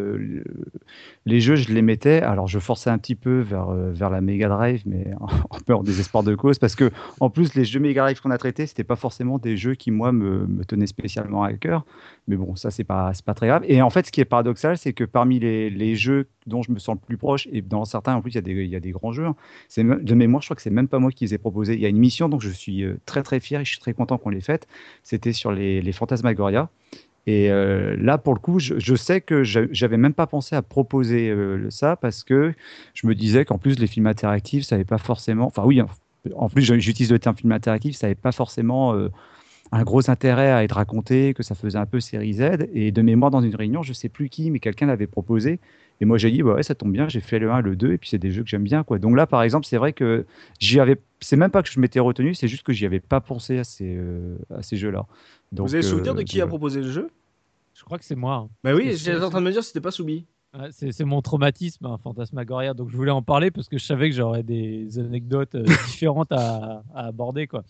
les jeux, je les mettais. Alors, je forçais un petit peu vers la Mega Drive, mais un peu en désespoir de cause parce que, en plus, les jeux Mega Drive qu'on a traités, c'était pas forcément des jeux qui, moi, me tenaient spécialement à cœur. Mais bon, ça, c'est pas très grave. Et en fait, ce qui est paradoxal, c'est que parmi les jeux dont je me sens le plus proche, et dans certains, en plus, il y a des grands jeux, hein, de mémoire, je crois que c'est même pas moi qui les ai proposés. Il y a une mission dont je suis très, très fier et je suis très content qu'on l'ait faite. C'était sur les Fantasmagoria. Et là, pour le coup, je sais que j'avais même pas pensé à proposer ça parce que je me disais qu'en plus, les films interactifs, ça n'avait pas forcément. Enfin, oui, en plus, j'utilise le terme film interactif, ça n'avait pas forcément un gros intérêt à être raconté, que ça faisait un peu série Z. Et de mémoire, dans une réunion, je sais plus qui, mais quelqu'un l'avait proposé. Et moi, j'ai dit, bah ouais, ça tombe bien, j'ai fait le 1, le 2, et puis c'est des jeux que j'aime bien, quoi. Donc là, par exemple, c'est vrai que c'est même pas que je m'étais retenu, c'est juste que j'y avais pas pensé à ces jeux-là. Donc, vous avez souvenir de qui a proposé le jeu? Je crois que c'est moi. Bah oui, j'étais en train de me dire si c'était pas Soubi. Ouais, c'est mon traumatisme, hein, Fantasmagoria. Donc je voulais en parler parce que je savais que j'aurais des anecdotes différentes à aborder, quoi.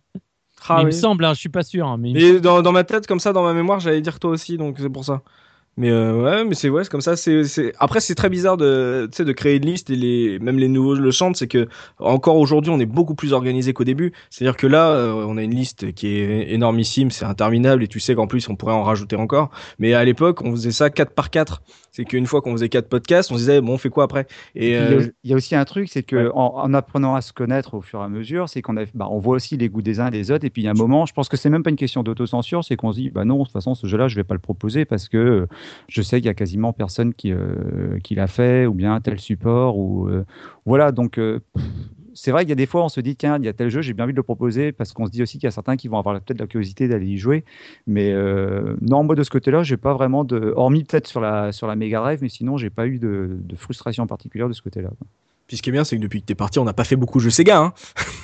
Il me semble, hein, je suis pas sûr. Hein, mais dans ma tête, comme ça, dans ma mémoire, j'allais dire toi aussi, donc c'est pour ça. Mais ouais, mais c'est comme ça. Après, c'est très bizarre de créer une liste et même les nouveaux le chantent. C'est que encore aujourd'hui, on est beaucoup plus organisé qu'au début. C'est-à-dire que là, on a une liste qui est énormissime, c'est interminable et tu sais qu'en plus, on pourrait en rajouter encore. Mais à l'époque, on faisait ça 4 par 4. C'est qu'une fois qu'on faisait 4 podcasts, on se disait bon, on fait quoi après? Et il y a aussi un truc, c'est que en apprenant à se connaître au fur et à mesure, c'est on voit aussi les goûts des uns et des autres. Et puis il y a un moment, je pense que c'est même pas une question d'autocensure, c'est qu'on se dit bah non, de toute façon, ce jeu-là, je vais pas le proposer parce que je sais qu'il y a quasiment personne qui l'a fait ou bien tel support ou voilà. Donc c'est vrai qu'il y a des fois, on se dit, tiens, il y a tel jeu, j'ai bien envie de le proposer, parce qu'on se dit aussi qu'il y a certains qui vont avoir peut-être la curiosité d'aller y jouer. Mais non, moi, de ce côté-là, j'ai pas vraiment hormis peut-être sur la Mega Drive, mais sinon, j'ai pas eu de frustration particulière de ce côté-là. Puis ce qui est bien, c'est que depuis que t'es parti, on n'a pas fait beaucoup de jeux Sega, hein.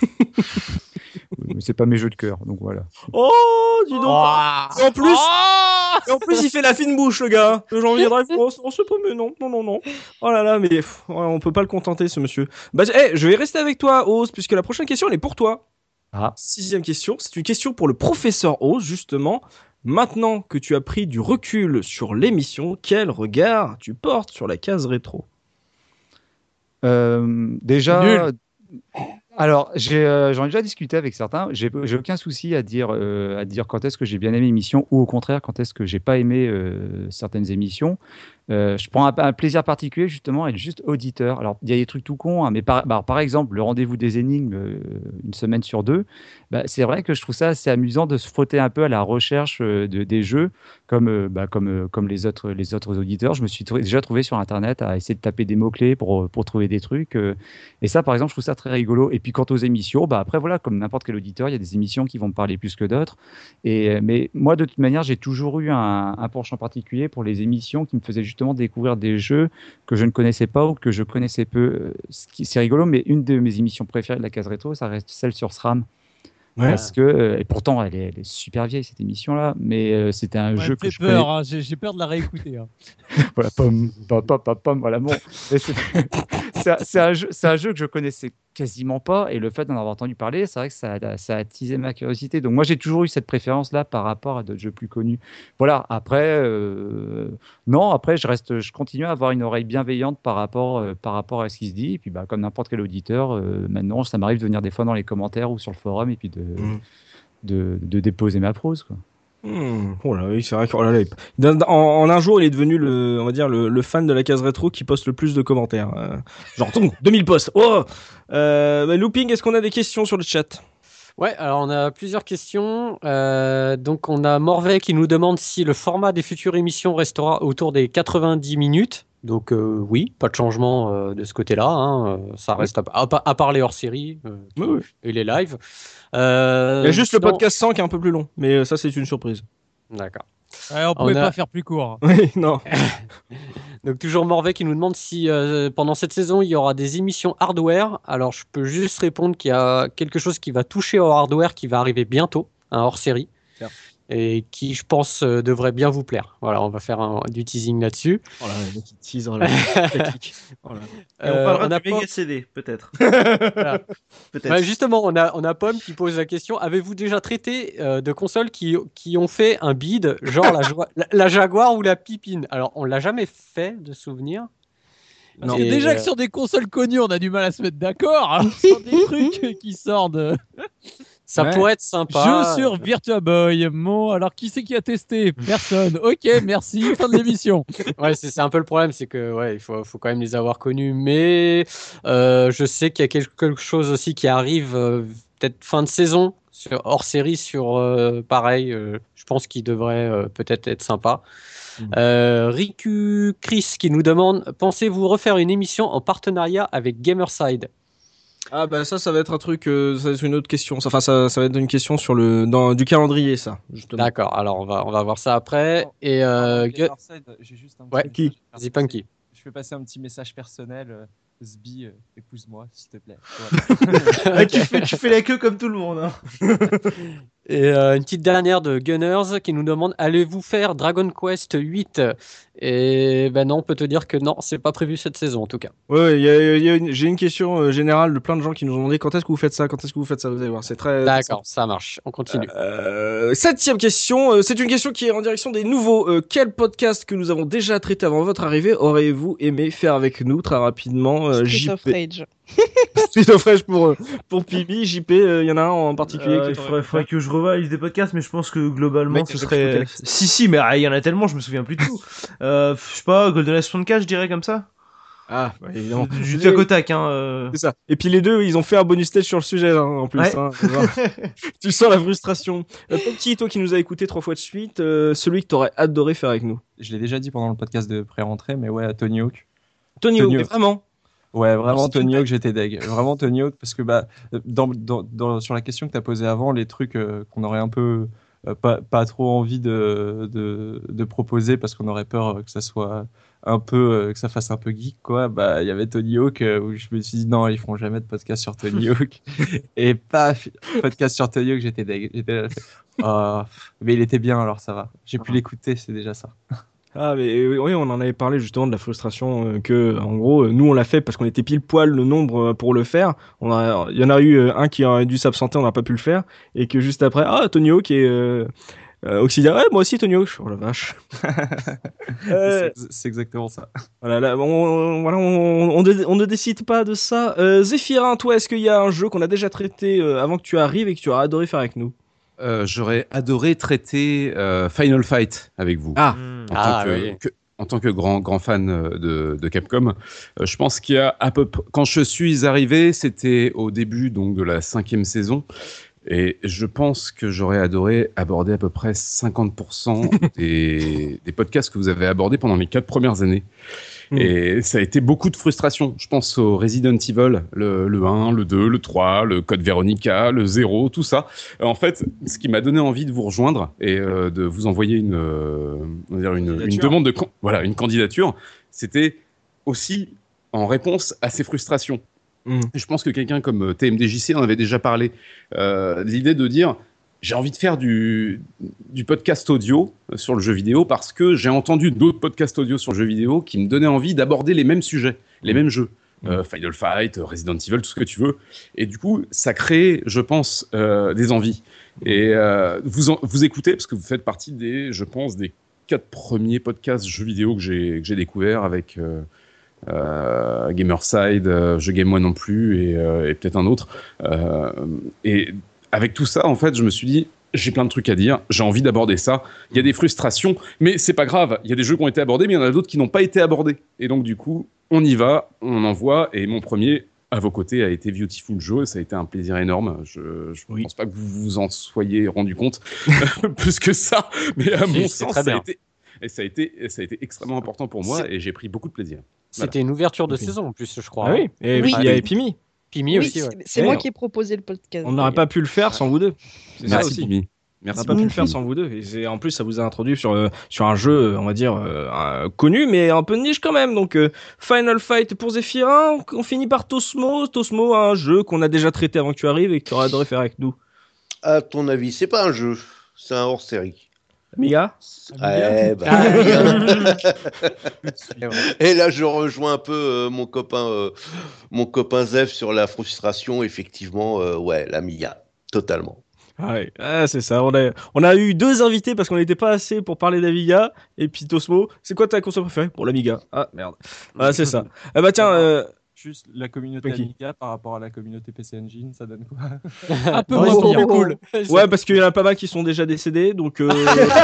Mais c'est pas mes jeux de cœur, donc voilà. Oh, dis donc. Et en plus, il fait la fine bouche, le gars. Le janvier Drive, on se peut, mais non. Oh là là, mais on peut pas le contenter, ce monsieur. Bah, je vais rester avec toi, Oz, puisque la prochaine question, elle est pour toi. 6e question, c'est une question pour le professeur Oz, justement. Maintenant que tu as pris du recul sur l'émission, quel regard tu portes sur la case rétro? Déjà. Nul. Alors, j'en ai déjà discuté avec certains. J'ai aucun souci à dire quand est-ce que j'ai bien aimé l'émission ou au contraire quand est-ce que j'ai pas aimé certaines émissions. Je prends un plaisir particulier justement à être juste auditeur. Alors, il y a des trucs tout cons, hein, mais par exemple, le rendez-vous des énigmes, une semaine sur 2, c'est vrai que je trouve ça assez amusant de se frotter un peu à la recherche des jeux, comme les autres auditeurs. Je me suis déjà trouvé sur Internet à essayer de taper des mots-clés pour trouver des trucs. Et ça, par exemple, je trouve ça très rigolo. Et puis, quant aux émissions, après, voilà, comme n'importe quel auditeur, il y a des émissions qui vont me parler plus que d'autres. Mais moi, de toute manière, j'ai toujours eu un penchant particulier pour les émissions qui me faisaient justement découvrir des jeux que je ne connaissais pas ou que je connaissais peu. C'est rigolo, mais une de mes émissions préférées de la case rétro, ça reste celle sur SRAM. Ouais. Parce que, et pourtant, elle est super vieille cette émission-là, mais c'était un jeu que je peur, connais... hein, j'ai peur de la réécouter. Hein. Voilà, voilà, bon. C'est un jeu que je connaissais quasiment pas, et le fait d'en avoir entendu parler, c'est vrai que ça a attisé ma curiosité. Donc moi, j'ai toujours eu cette préférence-là par rapport à d'autres jeux plus connus. Voilà. Après, je continue à avoir une oreille bienveillante par rapport à ce qui se dit. Et puis, comme n'importe quel auditeur, maintenant, ça m'arrive de venir des fois dans les commentaires ou sur le forum et puis de déposer ma prose, quoi. Oh là, oui, c'est vrai en un jour, il est devenu le fan de la case rétro qui poste le plus de commentaires. Genre 2000 posts. Oh Looping, est-ce qu'on a des questions sur le chat? Ouais, alors on a plusieurs questions. Donc on a Morvay qui nous demande si le format des futures émissions restera autour des 90 minutes. Donc oui, pas de changement de ce côté-là. Hein. Ça reste à part les hors-séries et les lives. Il y a juste le podcast 100 qui est un peu plus long, mais ça c'est une surprise. D'accord. Ouais, on pouvait pas faire plus court. Oui, non. Donc toujours Morvay qui nous demande si pendant cette saison il y aura des émissions hardware. Alors je peux juste répondre qu'il y a quelque chose qui va toucher au hardware qui va arriver bientôt, un hors-série. et qui, je pense, devrait bien vous plaire. Voilà, on va faire du teasing là-dessus. Oh là, le mec, il tease, oh là, Et on parlera du méga CD, peut-être. Voilà. Peut-être. Ouais, justement, on a Pomme qui pose la question, avez-vous déjà traité de consoles qui ont fait un bid, genre la Jaguar ou la Pipine? Alors, on l'a jamais fait, de souvenir. Parce que déjà que sur des consoles connues, on a du mal à se mettre d'accord. Alors sur des trucs qui sortent. Ça pourrait être sympa. Jeu sur Virtua Boy. Bon, alors qui c'est qui a testé? Personne. Ok, merci. Fin de l'émission. Ouais, c'est un peu le problème, c'est que il faut quand même les avoir connus. Mais je sais qu'il y a quelque chose aussi qui arrive peut-être fin de saison hors série sur pareil. Je pense qu'il devrait peut-être être sympa. Riku Chris qui nous demande, pensez-vous refaire une émission en partenariat avec Gamerside? Ah bah ça va être un truc, ça va être une autre question. Enfin ça va être une question sur du calendrier, ça. Justement. D'accord, alors on va voir ça après. Et Gamerside, j'ai juste un petit qui Vas-y, Punky. Je fais passer un petit message personnel. Sbi, épouse-moi, s'il te plaît. Tu fais la queue comme tout le monde. Hein. Et une petite dernière de Gunners qui nous demande, allez-vous faire Dragon Quest 8? Et ben non, on peut te dire que non, c'est pas prévu cette saison en tout cas. Ouais, j'ai une question générale de plein de gens qui nous ont demandé quand est-ce que vous faites ça, vous allez voir, c'est très... D'accord, ça marche, on continue. 7e question, c'est une question qui est en direction des nouveaux. Quel podcast que nous avons déjà traité avant votre arrivée auriez-vous aimé faire avec nous très rapidement? Street of Rage. Street of Rage pour Pibi, JP, il y en a un en particulier Il faudrait que je revoie la liste des podcasts, mais je pense que globalement ce serait... Si, mais il y en a tellement, je me souviens plus de tout. Je sais pas, GoldenEye 64, je dirais comme ça. Ah, bah, évidemment. Du tac au tac, hein. C'est ça. Et puis les deux, ils ont fait un bonus stage sur le sujet, hein, en plus. Ouais. Hein, tu sens la frustration. Petit, toi qui nous as écouté 3 fois de suite, celui que t'aurais adoré faire avec nous. Je l'ai déjà dit pendant le podcast de pré-rentrée, mais ouais, Tony Hawk. Tony Hawk, vraiment. Ouais, vraiment Tony Hawk, j'étais deg. Vraiment Tony Hawk, parce que sur la question que t'as posée avant, les trucs qu'on aurait un peu pas trop envie de proposer parce qu'on aurait peur que ça soit un peu que ça fasse un peu geek, quoi. Bah, il y avait Tony Hawk où je me suis dit non, ils feront jamais de podcast sur Tony Hawk. Et paf, podcast sur Tony Hawk, j'étais deg. Mais il était bien, alors ça va. J'ai pu l'écouter, c'est déjà ça. Ah mais oui, on en avait parlé justement de la frustration que en gros nous on l'a fait parce qu'on était pile poil le nombre pour le faire. Il y en a eu un qui aurait dû s'absenter, on n'a pas pu le faire, et que juste après Tony Hawk et Auxilia, ouais, moi aussi Tony Hawk. Oh la vache. C'est exactement ça. Voilà, on ne décide pas de ça. Zéphirin, toi, est-ce qu'il y a un jeu qu'on a déjà traité avant que tu arrives et que tu aurais adoré faire avec nous? J'aurais adoré traiter Final Fight avec vous. En tant que grand fan de Capcom, je pense qu'il y a quand je suis arrivé, c'était au début donc de la 5e saison, et je pense que j'aurais adoré aborder à peu près 50% des podcasts que vous avez abordés pendant les 4 premières années. Et ça a été beaucoup de frustration. Je pense au Resident Evil, le 1, le 2, le 3, le Code Veronica, le 0, tout ça. En fait, ce qui m'a donné envie de vous rejoindre et de vous envoyer une demande une candidature, c'était aussi en réponse à ces frustrations. Je pense que quelqu'un comme TMDJC en avait déjà parlé. L'idée de dire... J'ai envie de faire du podcast audio sur le jeu vidéo parce que j'ai entendu d'autres podcasts audio sur le jeu vidéo qui me donnaient envie d'aborder les mêmes sujets, les mêmes jeux. Final Fight, Resident Evil, tout ce que tu veux. Et du coup, ça crée, je pense, des envies. Et vous écoutez, parce que vous faites partie des 4 premiers podcasts jeux vidéo que j'ai découverts avec... Gamerside, Je Game Moi non plus, et peut-être un autre. Et avec tout ça, en fait, je me suis dit, j'ai plein de trucs à dire, j'ai envie d'aborder ça. Il y a des frustrations, mais c'est pas grave. Il y a des jeux qui ont été abordés, mais il y en a d'autres qui n'ont pas été abordés. Et donc, du coup, on y va, on envoie. Et mon premier, à vos côtés, a été Beautiful Joe. Ça a été un plaisir énorme. Je ne pense pas que vous vous en soyez rendu compte plus que ça. Mais à mon sens, ça a été extrêmement important pour moi et j'ai pris beaucoup de plaisir. C'était une ouverture de saison en plus, je crois. Ah oui, et puis il y avait Pimi. Pimi aussi, ouais. C'est moi qui ai proposé le podcast. On n'aurait pas pu le faire sans vous deux. Merci Pimi. Merci. On n'a pas pu le faire sans vous deux. Et en plus, ça vous a introduit sur un jeu, on va dire, connu, mais un peu niche quand même. Donc, Final Fight pour Zéphirin. On finit par Tosmo. Tosmo, un jeu qu'on a déjà traité avant que tu arrives et que tu aurais adoré faire avec nous. À ton avis, c'est pas un jeu, c'est un hors-série. Amiga. Ouais, Et là, je rejoins un peu mon copain Zef sur la frustration. Effectivement, ouais, l'Amiga, totalement. Ouais, c'est ça. On a eu 2 invités parce qu'on n'était pas assez pour parler d'Amiga. Et puis Tosmo, c'est quoi ta console préférée? Pour l'Amiga. Ah merde. Ah, c'est ça. Ah bah tiens. Juste la communauté Funky. Amiga par rapport à la communauté PC Engine, ça donne quoi? Un peu moins bien. Cool. Ouais, parce qu'il y en a pas mal qui sont déjà décédés, donc donc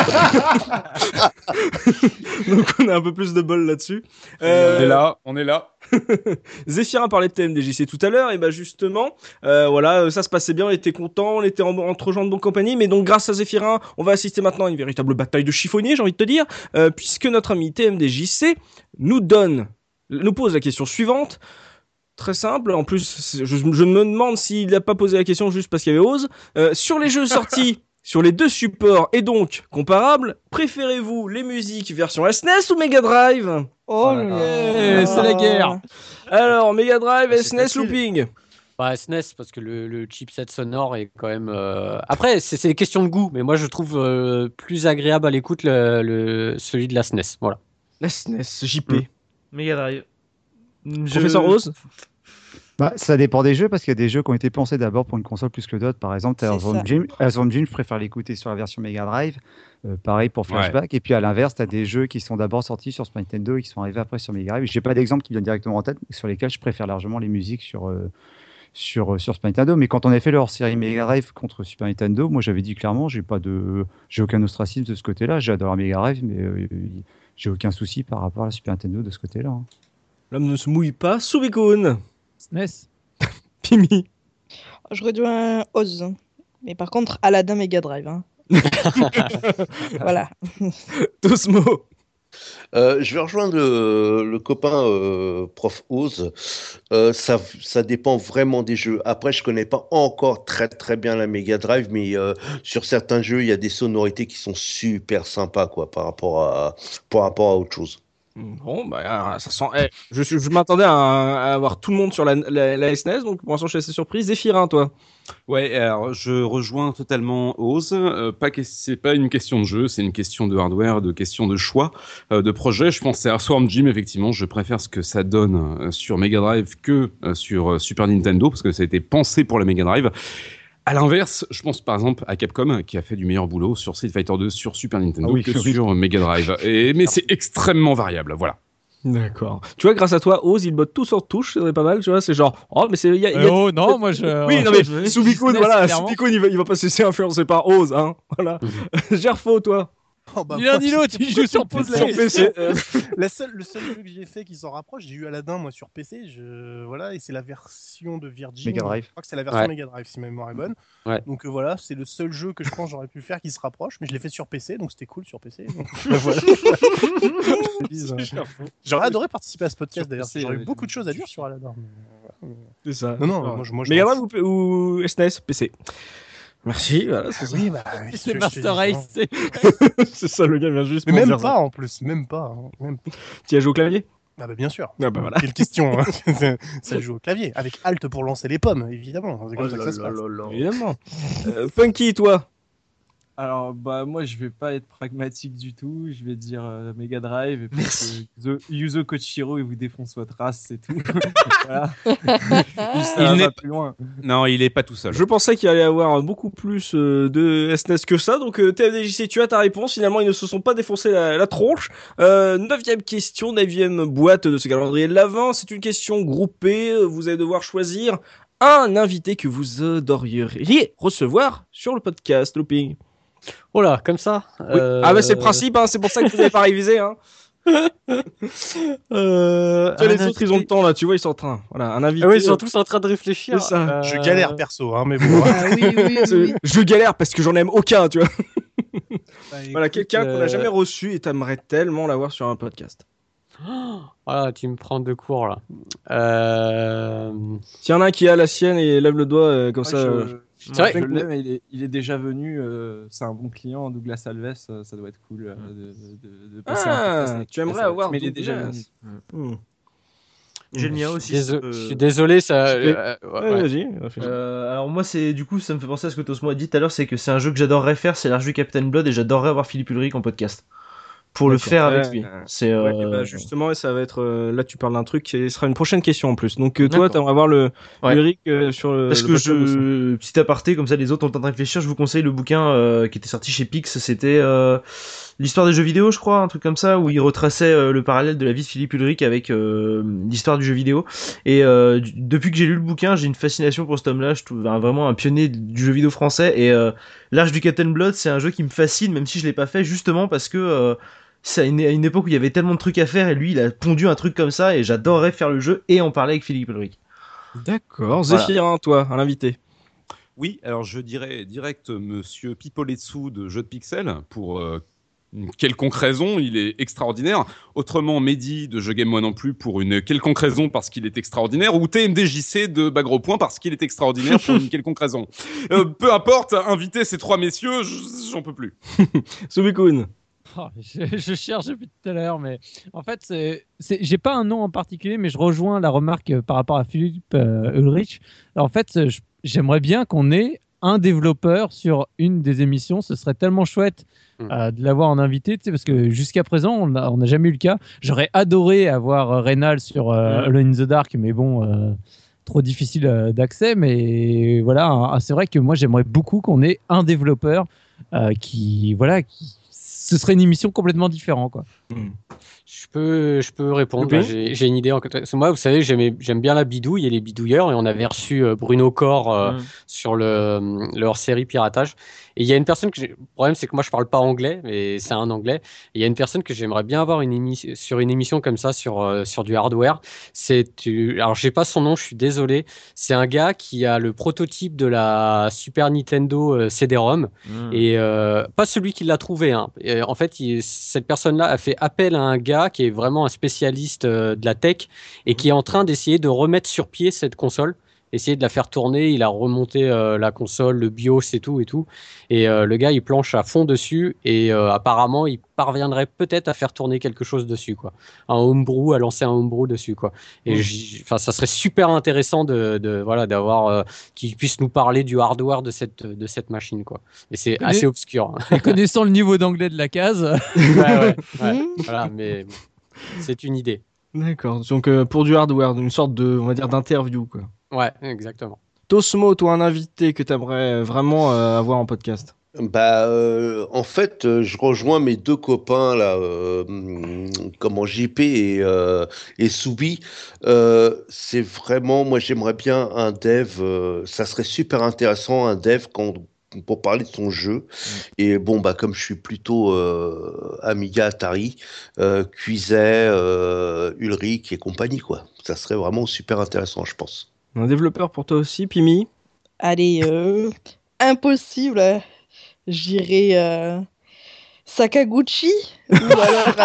on a un peu plus de bol là-dessus. On est là. Zéphirin parlait de TMDJC tout à l'heure, et bah justement, voilà, ça se passait bien, on était contents, on était entre gens de bonne compagnie, mais donc grâce à Zéphirin, on va assister maintenant à une véritable bataille de chiffonniers, j'ai envie de te dire, puisque notre ami TMDJC nous pose la question suivante. Très simple, en plus, je me demande s'il n'a pas posé la question juste parce qu'il y avait Oz. Sur les jeux sortis sur les 2 supports et donc comparables, préférez-vous les musiques version SNES ou Mega Drive? Oh là là. C'est la guerre. Alors, Mega Drive, C'est SNES, facile. looping. Bah, SNES, parce que le chipset sonore est quand même. Après, c'est une question de goût, mais moi je trouve plus agréable à l'écoute celui de la SNES. Voilà. La SNES, JP. Mega Drive. Professeur Oz. Bah, ça dépend des jeux, parce qu'il y a des jeux qui ont été pensés d'abord pour une console plus que d'autres. Par exemple, C'est Earthworm Jim, je préfère l'écouter sur la version Mega Drive. Pareil pour Flashback. Et puis à l'inverse, tu as des jeux qui sont d'abord sortis sur Super Nintendo et qui sont arrivés après sur Mega Drive. Je n'ai pas d'exemple qui me viennent directement en tête, sur lesquels je préfère largement les musiques sur Super Nintendo. Mais quand on a fait leur série Mega Drive contre Super Nintendo, moi j'avais dit clairement, j'ai aucun ostracisme de ce côté-là. J'adore la Mega Drive, mais j'ai aucun souci par rapport à la Super Nintendo de ce côté-là. Hein. L'homme ne se mouille pas. Subikun. SNES. Pimi. Je rejoins Oz. Mais par contre, Aladdin Mega Drive. Hein. Voilà. Tosmo. Je vais rejoindre le copain Prof Oz. Ça dépend vraiment des jeux. Après, je connais pas encore très très bien la Mega Drive, mais sur certains jeux, il y a des sonorités qui sont super sympas quoi, par rapport à autre chose. Bon, bah, ça sent. Je m'attendais à avoir tout le monde sur la SNES, donc pour l'instant, je suis assez surpris. Zéphirin, toi. Ouais, alors je rejoins totalement Oz. C'est pas une question de jeu, c'est une question de hardware, de question de choix, de projet. Je pense à Earthworm Jim, effectivement. Je préfère ce que ça donne sur Mega Drive que sur Super Nintendo, parce que ça a été pensé pour la Mega Drive. À l'inverse, je pense par exemple à Capcom qui a fait du meilleur boulot sur Street Fighter 2 sur Super Nintendo que sur Mega Drive. Mais c'est extrêmement variable, voilà. D'accord. Tu vois, grâce à toi, Oz, il botte tout sur touche, c'est pas mal, tu vois, c'est genre, oh, mais c'est... Oh non, moi je... Oui, non mais, Subikun, voilà, clairement. Subikun, il va pas se laisser influencer par Oz, hein, voilà. Gerfo, toi. Oh, bah, Ni l'un ni l'autre, il joue sur PC. Sur PC. Le seul jeu que j'ai fait qui s'en rapproche, j'ai eu Aladdin moi sur PC, voilà, et c'est la version de Virgin. Mega Drive. Je crois que c'est la version Ouais. Mega Drive si ma mémoire est bonne. Ouais. Donc voilà, c'est le seul jeu que je pense j'aurais pu faire qui se rapproche, mais je l'ai fait sur PC, donc c'était cool sur PC. Donc, voilà. J'aurais adoré participer à ce podcast Sur d'ailleurs, PC, j'aurais eu avec beaucoup de une choses à dire sur Aladdin. Mais, voilà. C'est ça. Non, non, moi je Mega m'en Drive ou SNES, PC. Merci, voilà, c'est ça. Oui, bah, C'est Master Race. C'est ça, le gars vient juste mais pour même dire pas en plus, même pas. Hein, même... Tu as joué au clavier? Ah bah bien sûr. Ah bah voilà. Quelle question. Hein. Ça joue au clavier, avec Alt pour lancer les pommes, évidemment. C'est comme ça que ça se passe. Évidemment. Funky, toi. Alors, bah, moi, je vais pas être pragmatique du tout. Je vais dire Mega Drive. Et puis Yuzo Koshiro, il vous défonce votre race, c'est tout. Voilà. Il n'est pas plus loin. Non, il est pas tout seul. Je pensais qu'il allait y avoir beaucoup plus de SNES que ça, donc TMDJC, tu as ta réponse. Finalement, ils ne se sont pas défoncé la tronche. 9e question, 9e boîte de ce calendrier de l'Avent. C'est une question groupée. Vous allez devoir choisir un invité que vous adoreriez recevoir sur le podcast Looping. Oh là, comme ça. Oui. Ah bah c'est le principe, hein, c'est pour ça que vous n'avez pas révisé. Hein. Tu vois, les autres, ils ont le temps là, tu vois, ils sont en train. Voilà, un invité. Ah oui, ils sont tous en train de réfléchir. C'est ça. Je galère perso, hein, mais bon. Ah oui. Je galère parce que j'en aime aucun, tu vois. Bah, Voilà, écoute, quelqu'un qu'on n'a jamais reçu et t'aimerais tellement l'avoir sur un podcast. Ah, tu me prends de court là. S'il y en a un qui a la sienne et lève le doigt comme moi, ça. C'est vrai. je l'aime, il est déjà venu. C'est un bon client, Douglas Alves. Ça doit être cool de passer un podcast Ah, avec tu aimerais Douglas avoir Alves, mais il est déjà Douglas. venu. J'ai le mien aussi. Je suis désolé, ça. Vas-y. Alors moi, du coup, ça me fait penser à ce que Tosmo a dit tout à l'heure, c'est que c'est un jeu que j'adorerais faire, c'est l'Arche du Captain Blood, et j'adorerais avoir Philippe Ulrich en podcast. Pour le faire avec lui. C'est justement, et ça va être là tu parles d'un truc qui sera une prochaine question en plus. Donc toi, tu aimerais voir le Ulrich sur le. Parce que petit aparté comme ça, les autres ont le temps de réfléchir. Je vous conseille le bouquin qui était sorti chez Pix. C'était l'histoire des jeux vidéo, je crois, un truc comme ça, où il retraçait le parallèle de la vie de Philippe Ulrich avec l'histoire du jeu vidéo. Et depuis que j'ai lu le bouquin, j'ai une fascination pour cet homme-là. Je trouve vraiment un pionnier du jeu vidéo français. Et l'Arche du Captain Blood, c'est un jeu qui me fascine, même si je l'ai pas fait, justement parce que c'est à une époque où il y avait tellement de trucs à faire, et lui, il a pondu un truc comme ça, et j'adorerais faire le jeu et en parler avec Philippe Ulrich. D'accord. Zéphirin, toi, à l'invité. Oui, alors je dirais direct Monsieur Pipoletsu de Jeux de Pixel pour une quelconque raison, il est extraordinaire. Autrement, Mehdi de Je Game Moi non plus pour une quelconque raison parce qu'il est extraordinaire, ou TMDJC de Bagro Point parce qu'il est extraordinaire pour une quelconque raison. Peu importe, inviter ces trois messieurs, j'en peux plus. Subikun. Je cherche depuis tout à l'heure, mais en fait, j'ai pas un nom en particulier, mais je rejoins la remarque par rapport à Philippe Ulrich. En fait, j'aimerais bien qu'on ait un développeur sur une des émissions. Ce serait tellement chouette de l'avoir en invité, parce que jusqu'à présent, on n'a jamais eu le cas. J'aurais adoré avoir Reynal sur Alone in the Dark, mais bon, trop difficile d'accès. Mais voilà, c'est vrai que moi, j'aimerais beaucoup qu'on ait un développeur ce serait une émission complètement différente, quoi. Je peux répondre. Là, j'ai une idée. Moi, vous savez, j'aime bien la bidouille et les bidouilleurs, et on avait reçu Bruno Cor sur le hors-série piratage. Et il y a une personne le problème, c'est que moi, je parle pas anglais, mais c'est un anglais. Et il y a une personne que j'aimerais bien avoir sur une émission comme ça, sur du hardware. Alors, j'ai pas son nom, je suis désolé. C'est un gars qui a le prototype de la Super Nintendo CD-ROM, et pas celui qui l'a trouvé, hein. Et, en fait, cette personne-là a fait appel à un gars qui est vraiment un spécialiste de la tech et qui est en train d'essayer de remettre sur pied cette console, essayer de la faire tourner. Il a remonté la console, le BIOS et tout. Et le gars, il planche à fond dessus, et apparemment, il parviendrait peut-être à faire tourner quelque chose dessus, quoi. À lancer un homebrew dessus, quoi. Et ça serait super intéressant d'avoir qu'il puisse nous parler du hardware de cette machine, quoi. Et c'est assez obscur. Et connaissant le niveau d'anglais de la case. Ouais. Voilà, mais c'est une idée. D'accord. Donc pour du hardware, une sorte on va dire, d'interview, quoi. Ouais, exactement. Tosmo, toi, un invité que tu aimerais vraiment avoir en podcast? En fait, je rejoins mes deux copains là, JP et Soubi. C'est vraiment, moi, j'aimerais bien un dev. Ça serait super intéressant, un dev pour parler de son jeu. Et bon, comme je suis plutôt Amiga, Atari, Cuiset, Ulrich et compagnie, quoi. Ça serait vraiment super intéressant, je pense. Un développeur pour toi aussi, Pimi? Allez, impossible. J'irai Sakaguchi ou alors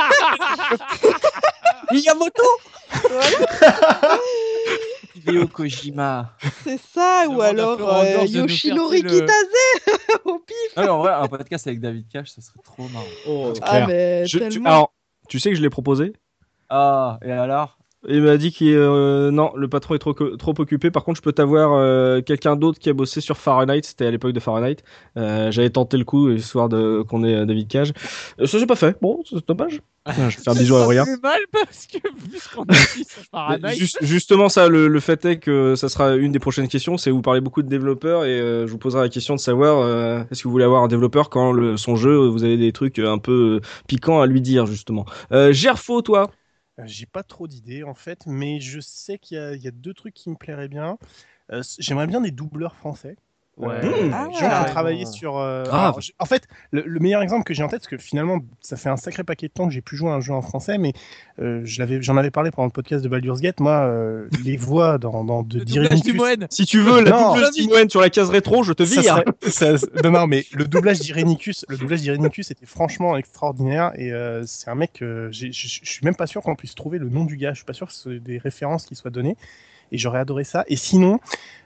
Miyamoto. Voilà. Hideo Kojima. C'est ça, ou alors Yoshinori Kitase au pif. Non, en vrai, un podcast avec David Cage, ça serait trop marrant. Mais tellement. Alors, tu sais que je l'ai proposé. Ah, et alors? Il m'a dit que non, le patron est trop occupé. Par contre, je peux t'avoir quelqu'un d'autre qui a bossé sur Fahrenheit. C'était à l'époque de Fahrenheit. J'avais tenté le coup, histoire qu'on ait David Cage. Ça, j'ai pas fait. Bon, c'est dommage. Je vais faire un bisou à Aurélien. C'est mal parce que vu ce qu'on a dit sur Fahrenheit. Justement, ça, le fait est que ça sera une des prochaines questions. C'est vous parlez beaucoup de développeurs, et je vous poserai la question de savoir est-ce que vous voulez avoir un développeur quand son jeu, vous avez des trucs un peu piquants à lui dire, justement. Gerfo, toi? J'ai pas trop d'idées en fait, mais je sais qu'il y a deux trucs qui me plairaient bien. J'aimerais bien des doubleurs français. Ouais. Gens qui ont travaillé sur. En fait, le meilleur exemple que j'ai en tête, parce que finalement, ça fait un sacré paquet de temps que j'ai pu jouer à un jeu en français, mais j'en avais parlé pendant le podcast de Baldur's Gate. Moi, les voix de Direnicus. Si tu veux, la doublage d'Imoen sur la case rétro, je te vire. Non, mais le doublage d'Irenicus était franchement extraordinaire, et c'est un mec. Je suis même pas sûr qu'on puisse trouver le nom du gars. Je suis pas sûr que ce soit des références qui soient données, et j'aurais adoré ça. Et sinon.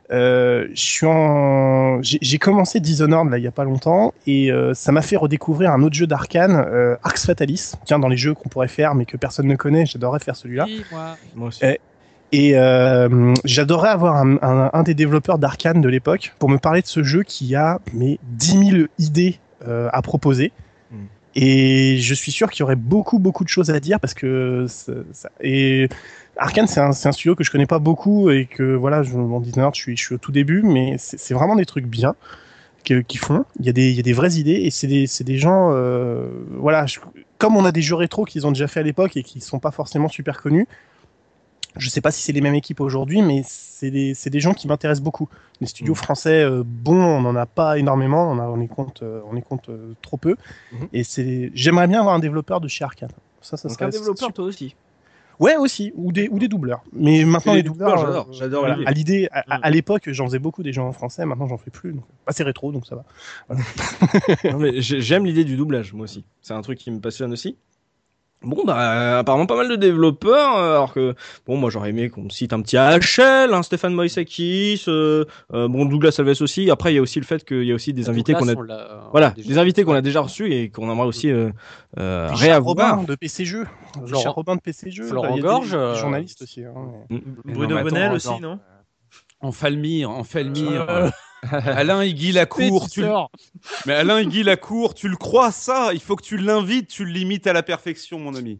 J'ai commencé Dishonored là, il y a pas longtemps, et ça m'a fait redécouvrir un autre jeu d'Arkane, Arx Fatalis. Tiens, dans les jeux qu'on pourrait faire mais que personne ne connaît, j'adorerais faire celui-là. Oui, moi aussi. Et j'adorerais avoir un des développeurs d'Arkane de l'époque pour me parler de ce jeu qui a 10 000 idées à proposer. Et je suis sûr qu'il y aurait beaucoup de choses à dire parce que et Arcane c'est un studio que je connais pas beaucoup et que voilà, en Dishonored je suis au tout début, mais c'est vraiment des trucs bien qu'ils font. Il y a des vraies idées et c'est des gens voilà, comme on a des jeux rétro qu'ils ont déjà fait à l'époque et qui sont pas forcément super connus. Je sais pas si c'est les mêmes équipes aujourd'hui, mais c'est des gens qui m'intéressent beaucoup. Les studios français bons, on n'en a pas énormément, on y compte trop peu. Et j'aimerais bien avoir un développeur de chez Arcane. Ça serait un développeur toi aussi. Ouais, aussi, ou des doubleurs. Mais maintenant les doubleurs, j'adore voilà, à l'époque, j'en faisais beaucoup des gens en français, maintenant j'en fais plus. Donc, c'est rétro, donc ça va. Voilà. Non, mais j'aime l'idée du doublage, moi aussi. C'est un truc qui me passionne aussi. Bon, apparemment pas mal de développeurs, alors que, bon, moi j'aurais aimé qu'on me cite un petit AHL, hein, Stéphane Moïsakis, bon, Douglas Alves aussi. Après, il y a aussi le fait qu'il y a aussi des invités qu'on a, voilà, des invités qu'on a déjà reçus et qu'on aimerait aussi, Richard Robin de PC Jeux. Richard Robin de PC Jeux. Florent Gorge. Journaliste aussi. Hein, Bruno Bonnel aussi, non? En Falmire. Alain Higuy Lacour, mais Alain Higuy Lacour, tu le crois ça? Il faut que tu l'invites, tu le limites à la perfection, mon ami.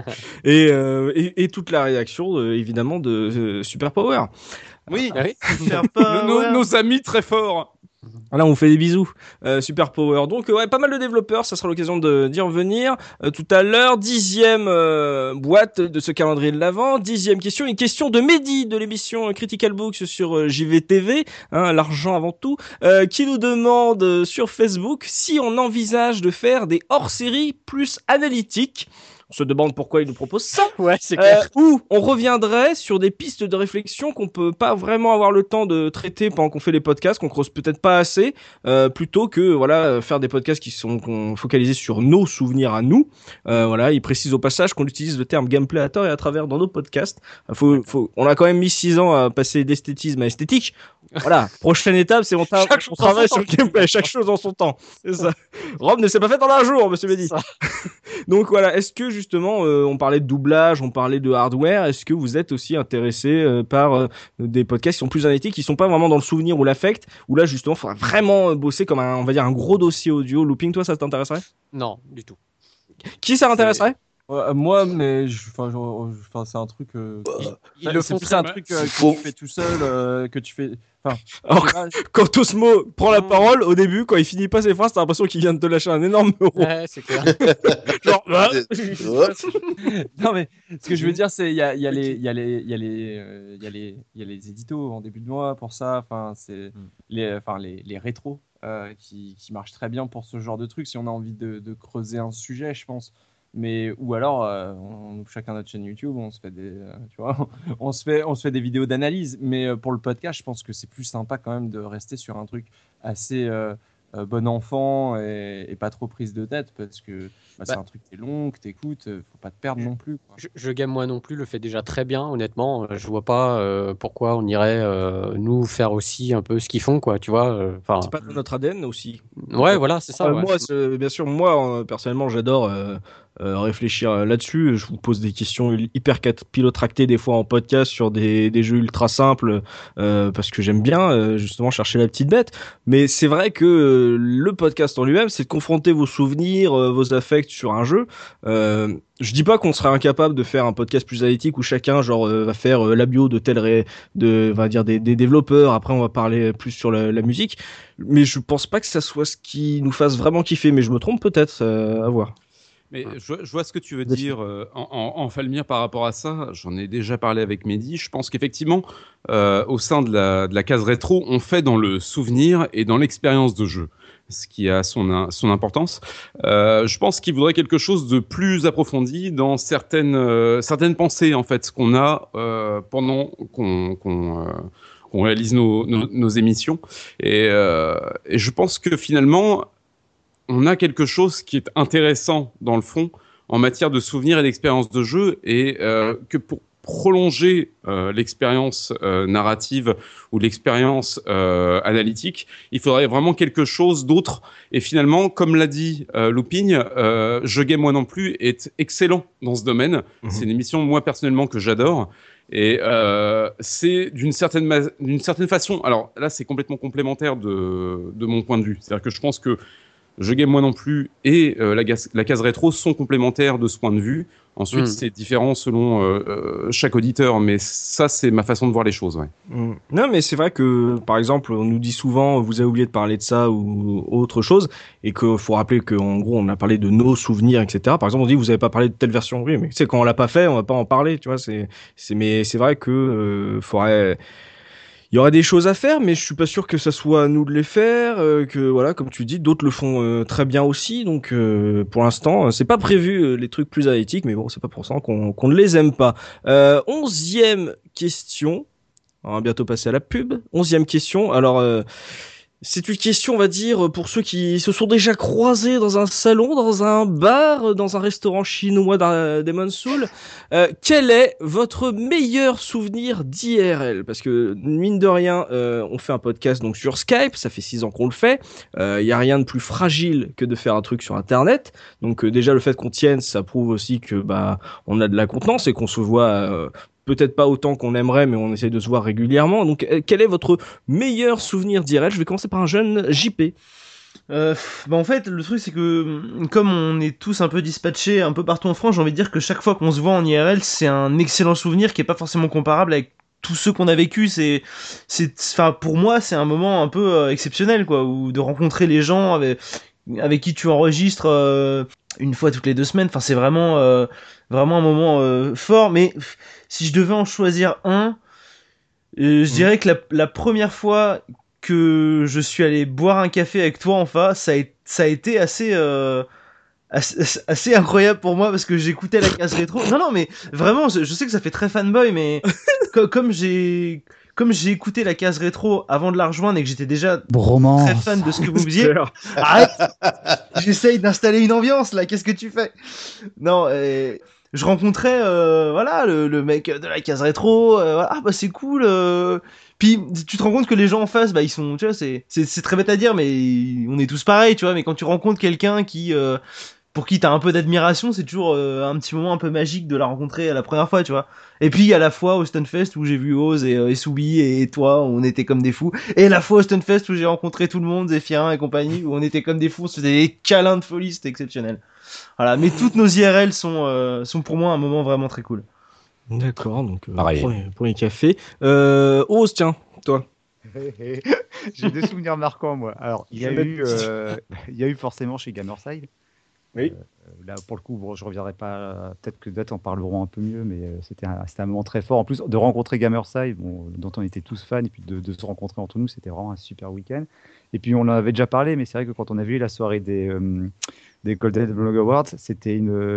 et toute la réaction, évidemment, de Super Power. Oui, Super Power. Nos amis très forts. Là, on fait des bisous. Super Power. Donc, ouais, pas mal de développeurs. Ça sera l'occasion d'y revenir tout à l'heure. 10e boîte de ce calendrier de l'Avent. 10e question. Une question de Mehdi de l'émission Critical Books sur JVTV. Hein, l'argent avant tout. Qui nous demande sur Facebook si on envisage de faire des hors-séries plus analytiques. On se demande pourquoi il nous propose ça. Ouais, c'est clair. Ou on reviendrait sur des pistes de réflexion qu'on peut pas vraiment avoir le temps de traiter pendant qu'on fait les podcasts, qu'on creuse peut-être pas assez, plutôt que voilà faire des podcasts qui sont focalisés sur nos souvenirs à nous. Voilà, il précise au passage qu'on utilise le terme gameplay à tort et à travers dans nos podcasts. On a quand même mis 6 ans à passer d'esthétisme à esthétique. Voilà, prochaine étape, c'est on travaille sur le gameplay, chaque chose en son temps. C'est ça. Rome ne s'est pas fait en un jour, monsieur Mehdi. Donc voilà, est-ce que justement, on parlait de doublage, on parlait de hardware, est-ce que vous êtes aussi intéressé par des podcasts qui sont plus analytiques, qui sont pas vraiment dans le souvenir ou l'affect, où là justement, il faudra vraiment bosser comme on va dire un gros dossier audio. Looping, toi, ça t'intéresserait? Non, du tout. Qui ça intéresserait? Moi, mais c'est un truc. Ils le font, c'est un truc que tu fais tout seul, que tu fais. Alors, quand Osmo prend la parole au début, quand il finit pas ses phrases, t'as l'impression qu'il vient de te lâcher un énorme euro. Ouais, c'est clair. Genre, non mais ce que je veux dire, c'est il y a les éditos en début de mois pour ça. Enfin, c'est les rétros qui marchent très bien pour ce genre de truc. Si on a envie de creuser un sujet, je pense. Mais ou alors on ouvre chacun notre chaîne YouTube, on se fait des on se fait des vidéos d'analyse, mais pour le podcast je pense que c'est plus sympa quand même de rester sur un truc assez bon enfant et pas trop prise de tête parce que c'est un truc qui est long, que t'écoutes, faut pas te perdre non plus, quoi. Je game moi non plus, le fait déjà très bien, honnêtement. Je vois pas pourquoi on irait nous faire aussi un peu ce qu'ils font, quoi, tu vois. C'est pas notre ADN aussi. Ouais, voilà, c'est ça. Ouais. Moi, bien sûr, moi personnellement, j'adore réfléchir là-dessus. Je vous pose des questions hyper capillotractées des fois en podcast sur des jeux ultra simples parce que j'aime bien justement chercher la petite bête. Mais c'est vrai que le podcast en lui-même, c'est de confronter vos souvenirs, vos affects sur un jeu. Je dis pas qu'on serait incapable de faire un podcast plus analytique où chacun va faire la bio de des développeurs. Après, on va parler plus sur la musique. Mais je pense pas que ça soit ce qui nous fasse vraiment kiffer. Mais je me trompe peut-être, à voir. Mais je vois ce que tu veux dire en Falmire par rapport à ça. J'en ai déjà parlé avec Mehdi. Je pense qu'effectivement, au sein de la case rétro, on fait dans le souvenir et dans l'expérience de jeu, ce qui a son importance. Je pense qu'il voudrait quelque chose de plus approfondi dans certaines pensées en fait qu'on a pendant qu'on réalise nos émissions. Et je pense que finalement on a quelque chose qui est intéressant dans le fond en matière de souvenirs et d'expérience de jeu et que pour prolonger l'expérience narrative ou l'expérience analytique, il faudrait vraiment quelque chose d'autre. Et finalement, comme l'a dit Looping, Je Game Moi Non Plus est excellent dans ce domaine. C'est une émission, moi, personnellement, que j'adore. Et c'est d'une certaine façon. Alors là, c'est complètement complémentaire de mon point de vue. C'est-à-dire que je pense que Je Game Moi Non Plus et la case rétro sont complémentaires de ce point de vue. Ensuite, c'est différent selon chaque auditeur, mais ça, c'est ma façon de voir les choses. Ouais. Non, mais c'est vrai que, par exemple, on nous dit souvent, vous avez oublié de parler de ça ou autre chose, et qu'il faut rappeler qu'en gros, on a parlé de nos souvenirs, etc. Par exemple, on dit, vous n'avez pas parlé de telle version. Oui, mais tu sais, quand on l'a pas fait, on va pas en parler, tu vois. Mais c'est vrai que il y aurait des choses à faire, mais je suis pas sûr que ça soit à nous de les faire. Que voilà, comme tu dis, d'autres le font très bien aussi. Donc, pour l'instant, c'est pas prévu les trucs plus analytiques, mais bon, c'est pas pour ça qu'on ne les aime pas. 11e question. On va bientôt passer à la pub. 11e question. Alors, c'est une question, on va dire, pour ceux qui se sont déjà croisés dans un salon, dans un bar, dans un restaurant chinois Demon's Soul. Quel est votre meilleur souvenir d'IRL? Parce que, mine de rien, on fait un podcast donc sur Skype, ça fait 6 ans qu'on le fait. Il y a rien de plus fragile que de faire un truc sur Internet. Donc déjà, le fait qu'on tienne, ça prouve aussi que on a de la contenance et qu'on se voit... peut-être pas autant qu'on aimerait, mais on essaie de se voir régulièrement. Donc, quel est votre meilleur souvenir d'IRL? Je vais commencer par un jeune JP. En fait, le truc, c'est que comme on est tous un peu dispatchés un peu partout en France, j'ai envie de dire que chaque fois qu'on se voit en IRL, c'est un excellent souvenir qui est pas forcément comparable avec tous ceux qu'on a vécu. Enfin, pour moi, c'est un moment un peu exceptionnel, quoi, ou de rencontrer les gens avec qui tu enregistres une fois toutes les 2 semaines. Enfin, c'est vraiment un moment fort. Mais si je devais en choisir un, je dirais que la première fois que je suis allé boire un café avec toi, enfin, ça a été assez incroyable pour moi parce que j'écoutais la case rétro. Non, mais vraiment, je sais que ça fait très fanboy, mais comme j'ai écouté la case rétro avant de la rejoindre et que j'étais déjà très fan de ce que vous faisiez, arrête, j'essaye d'installer une ambiance là, qu'est-ce que tu fais? Non, je rencontrais le mec de la case rétro, c'est cool. Puis tu te rends compte que les gens en face, ils sont, tu vois, c'est très bête à dire, mais on est tous pareils, tu vois. Mais quand tu rencontres quelqu'un pour qui t'as un peu d'admiration, c'est toujours un petit moment un peu magique de la rencontrer à la première fois, tu vois. Et puis il y a la fois au Stunfest où j'ai vu Oz et Soubi et toi, on était comme des fous. Et la fois au Stunfest où j'ai rencontré tout le monde, Zéphirin et compagnie, où on était comme des fous, on se faisait des câlins de folie, c'était exceptionnel. Voilà, mais toutes nos IRL sont pour moi un moment vraiment très cool. D'accord, donc premier café. Oz, tiens, toi. J'ai 2 souvenirs marquants, moi. Alors, il y a eu forcément chez Gamerside. Oui. Là, pour le coup, bon, je ne reviendrai pas. Peut-être que d'autres en parleront un peu mieux, mais c'était un moment très fort. En plus, de rencontrer Gamerside, dont on était tous fans, et puis de se rencontrer entre nous, c'était vraiment un super week-end. Et puis, on en avait déjà parlé, mais c'est vrai que quand on a vu la soirée des Golden Blog Awards, c'était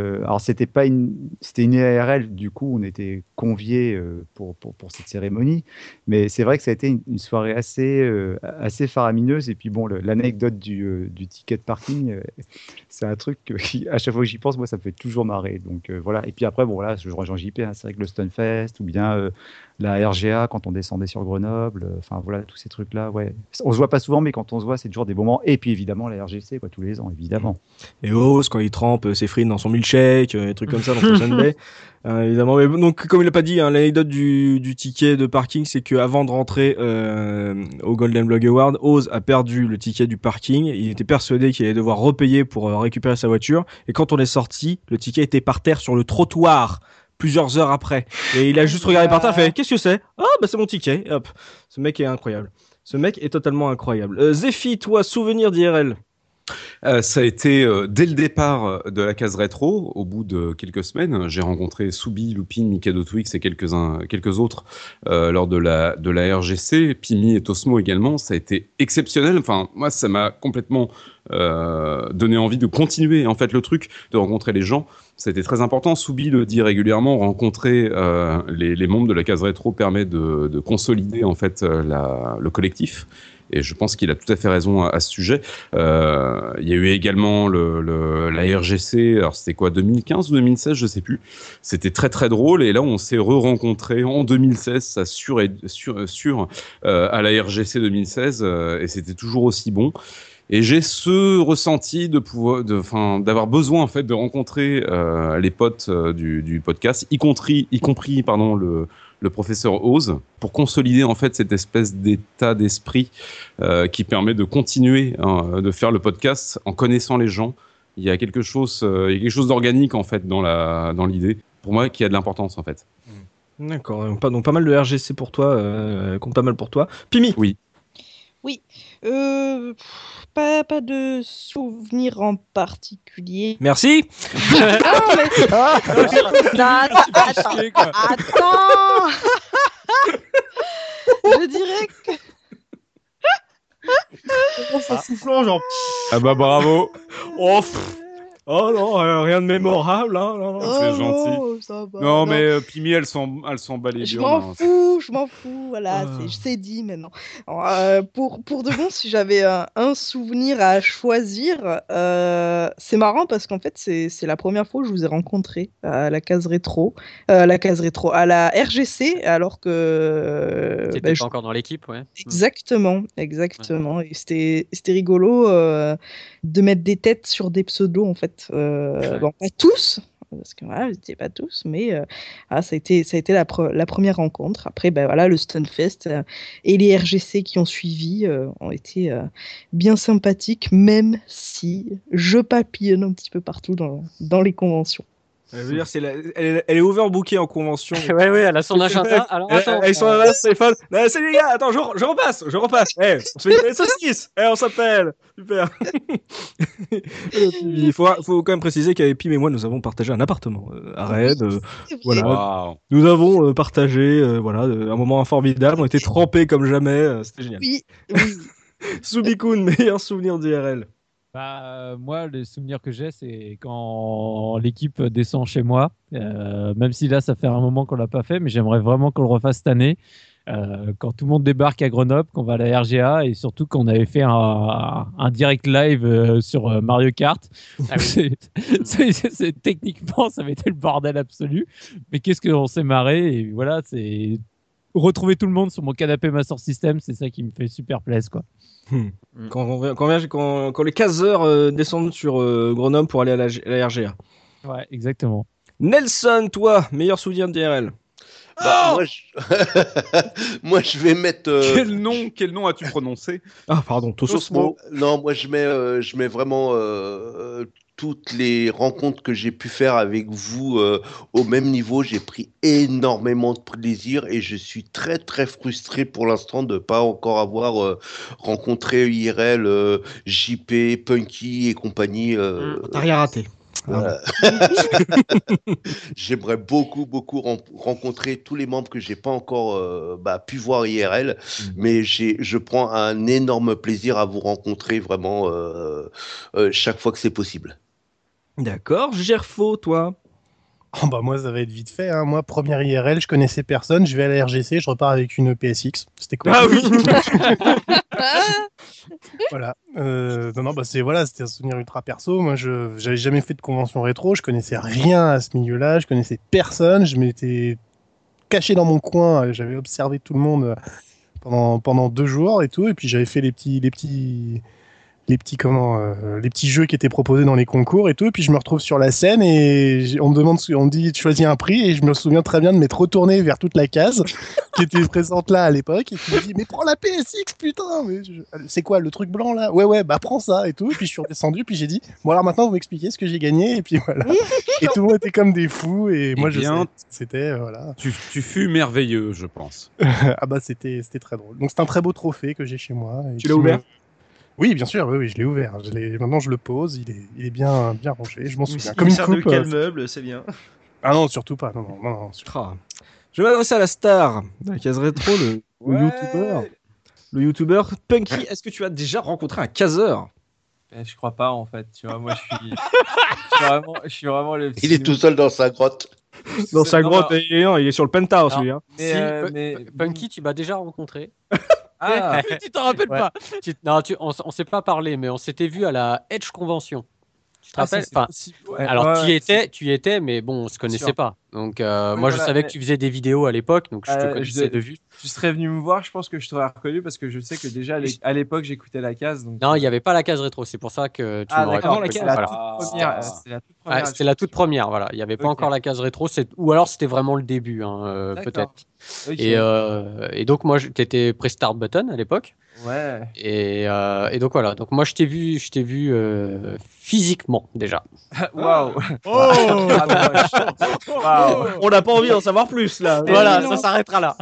une IRL, du coup, on était conviés pour cette cérémonie, mais c'est vrai que ça a été une soirée assez faramineuse. Et puis bon, l'anecdote du ticket de parking, c'est un truc qui, à chaque fois que j'y pense, moi, ça me fait toujours marrer. Donc voilà. Et puis après, bon, là, je rejoins JP, hein, c'est vrai que le Stunfest ou bien la RGA quand on descendait sur Grenoble, enfin voilà, tous ces trucs-là, ouais. On se voit pas souvent, mais quand on se voit, c'est toujours des moments. Et puis évidemment, la RGC, tous les ans, évidemment. Et Oz, quand il trempe ses frites dans son milkshake, des trucs comme ça dans son sundae. Évidemment. Mais donc, comme il l'a pas dit, l'anecdote du ticket de parking, c'est qu'avant de rentrer au Golden Blog Award, Oz a perdu le ticket du parking. Il était persuadé qu'il allait devoir repayer pour récupérer sa voiture. Et quand on est sorti, le ticket était par terre sur le trottoir plusieurs heures après. Et il a juste regardé par terre et fait « Qu'est-ce que c'est ?»« Ah, c'est mon ticket. » Hop. Ce mec est incroyable. Ce mec est totalement incroyable. Zéphi, toi, souvenir d'IRL? Ça a été dès le départ de la case rétro. Au bout de quelques semaines, j'ai rencontré Soubi, Lupin, Mikado Twix et quelques autres lors de la RGC, Pimi et Tosmo également. Ça a été exceptionnel. Enfin, moi, ça m'a complètement donné envie de continuer en fait le truc, de rencontrer les gens. Ça a été très important. Soubi le dit régulièrement, rencontrer les membres de la case rétro permet de consolider en fait le collectif. Et je pense qu'il a tout à fait raison à ce sujet. Il y a eu également la RGC, alors c'était quoi, 2015 ou 2016, je sais plus. C'était très très drôle. Et là, on s'est re-rencontrés en 2016, ça sûr à la RGC 2016, et c'était toujours aussi bon. Et j'ai ce ressenti d'avoir besoin en fait de rencontrer les potes du podcast, y compris le professeur Oz, pour consolider en fait cette espèce d'état d'esprit qui permet de continuer de faire le podcast en connaissant les gens. Il y a quelque chose d'organique en fait dans l'idée, pour moi, qui a de l'importance en fait. D'accord, donc pas mal de RGC pour toi, compte pas mal pour toi. Pimi. Oui. Oui, pas de souvenir en particulier. Merci. Attends. Je dirais que... soufflant, genre. Ah bah bravo. Oh non, rien de mémorable, hein. Non. C'est gentil. Ça va, non, mais Pimi, elle s'en bat les je burnes. Je m'en fous, voilà, c'est dit maintenant. Alors, pour de bon, si j'avais un souvenir à choisir, c'est marrant parce qu'en fait, c'est la première fois que je vous ai rencontré à la case rétro, à la RGC, alors que... T'étais pas encore dans l'équipe, ouais. Exactement. Et c'était rigolo de mettre des têtes sur des pseudos, en fait. Bon, pas tous, parce que voilà, c'était pas tous, mais ça a été la première rencontre. Après, voilà, le Stunfest et les RGC qui ont suivi ont été bien sympathiques, même si je papillonne un petit peu partout dans les conventions. Je veux dire, elle est overbookée en convention. Ouais, elle a son agenda. Alors, attends. Ils sont là, téléphone. Salut les gars, attends, je repasse. On se fait des saucisses. On s'appelle. Super. Il faut quand même préciser qu'avec Pim et moi, nous avons partagé un appartement à Rennes. Voilà. Wow. Nous avons partagé un moment formidable. On était trempés comme jamais. C'était génial. Oui. Soubikoun, meilleur souvenir d'IRL. Moi, les souvenirs que j'ai, c'est quand l'équipe descend chez moi. Même si là, ça fait un moment qu'on l'a pas fait, mais j'aimerais vraiment qu'on le refasse cette année. Quand tout le monde débarque à Grenoble, qu'on va à la RGA et surtout qu'on avait fait un direct live sur Mario Kart. Techniquement, ça avait été le bordel absolu. Mais qu'est-ce qu'on s'est marré. Et voilà, c'est retrouver tout le monde sur mon canapé Master System, c'est ça qui me fait super plaisir, quoi. Quand les caseurs descendent sur Grenoble pour aller à la RGA. Ouais, exactement. Nelson, toi, meilleur souvenir d'IRL. Moi, je vais mettre. Quel nom as-tu prononcé? Ah, pardon, Tososmo. Non, moi, je mets vraiment toutes les rencontres que j'ai pu faire avec vous au même niveau. J'ai pris énormément de plaisir et je suis très, très frustré pour l'instant de ne pas encore avoir rencontré IRL, JP, Punky et compagnie. T'as rien raté. Voilà. J'aimerais beaucoup rencontrer tous les membres que j'ai pas encore pu voir IRL, mais je prends un énorme plaisir à vous rencontrer vraiment chaque fois que c'est possible. D'accord, Gerfo, toi. Moi, ça va être vite fait. Hein. Moi, première IRL, je connaissais personne. Je vais à la RGC, je repars avec une PSX. C'était cool. Ah oui. Voilà. C'était un souvenir ultra perso. Moi, j'avais jamais fait de convention rétro. Je connaissais rien à ce milieu-là. Je connaissais personne. Je m'étais caché dans mon coin. J'avais observé tout le monde pendant 2 jours et tout. Et puis j'avais fait les petits jeux qui étaient proposés dans les concours et tout, et puis je me retrouve sur la scène et on me dit choisis un prix, et je me souviens très bien de m'être retourné vers toute la case qui était présente là à l'époque, et qui me dit mais prends la PSX putain, c'est quoi le truc blanc là, ouais bah prends ça et tout, et puis je suis redescendu, puis j'ai dit bon alors maintenant vous m'expliquez ce que j'ai gagné, et puis voilà. Et tout le monde était comme des fous, et moi c'était voilà. Tu fus merveilleux, je pense. Ah bah c'était très drôle, donc c'est un très beau trophée que j'ai chez moi. Tu l'as ouvert? Oui, bien sûr, oui, je l'ai ouvert. Maintenant, je le pose, il est bien rangé, je m'en souviens. Comme une coupe. De quel meuble, c'est bien. Ah non, surtout pas. Non. Je vais m'adresser à la star de la case rétro, le youtubeur Punky. Est-ce que tu as déjà rencontré un caseur? Je crois pas, en fait. Tu vois, moi, je suis vraiment le petit... Il est tout seul dans sa grotte. Dans sa grotte, il est sur le penthouse, lui. Hein. Mais Punky, tu m'as déjà rencontré. Tu t'en rappelles pas? On s'est pas parlé, mais on s'était vu à la Edge Convention. Tu te rappelles? Enfin, alors tu y étais, mais bon, on se connaissait pas. Donc moi, je savais que tu faisais des vidéos à l'époque, donc je te connaissais de vue. Tu serais venu me voir, je pense que je t'aurais reconnu parce que je sais que déjà à l'époque j'écoutais la case. Donc... Non, il n'y avait pas la case rétro, c'est pour ça que tu m'aurais d'accord, compris. C'était la toute première, voilà. Il n'y avait pas encore la case rétro, ou alors c'était vraiment le début, peut-être. Okay. Et donc moi, tu étais pré-start button à l'époque. Ouais. Et donc voilà. Donc moi, je t'ai vu physiquement déjà. Waouh. On n'a pas envie d'en savoir plus là. Voilà, ça s'arrêtera là.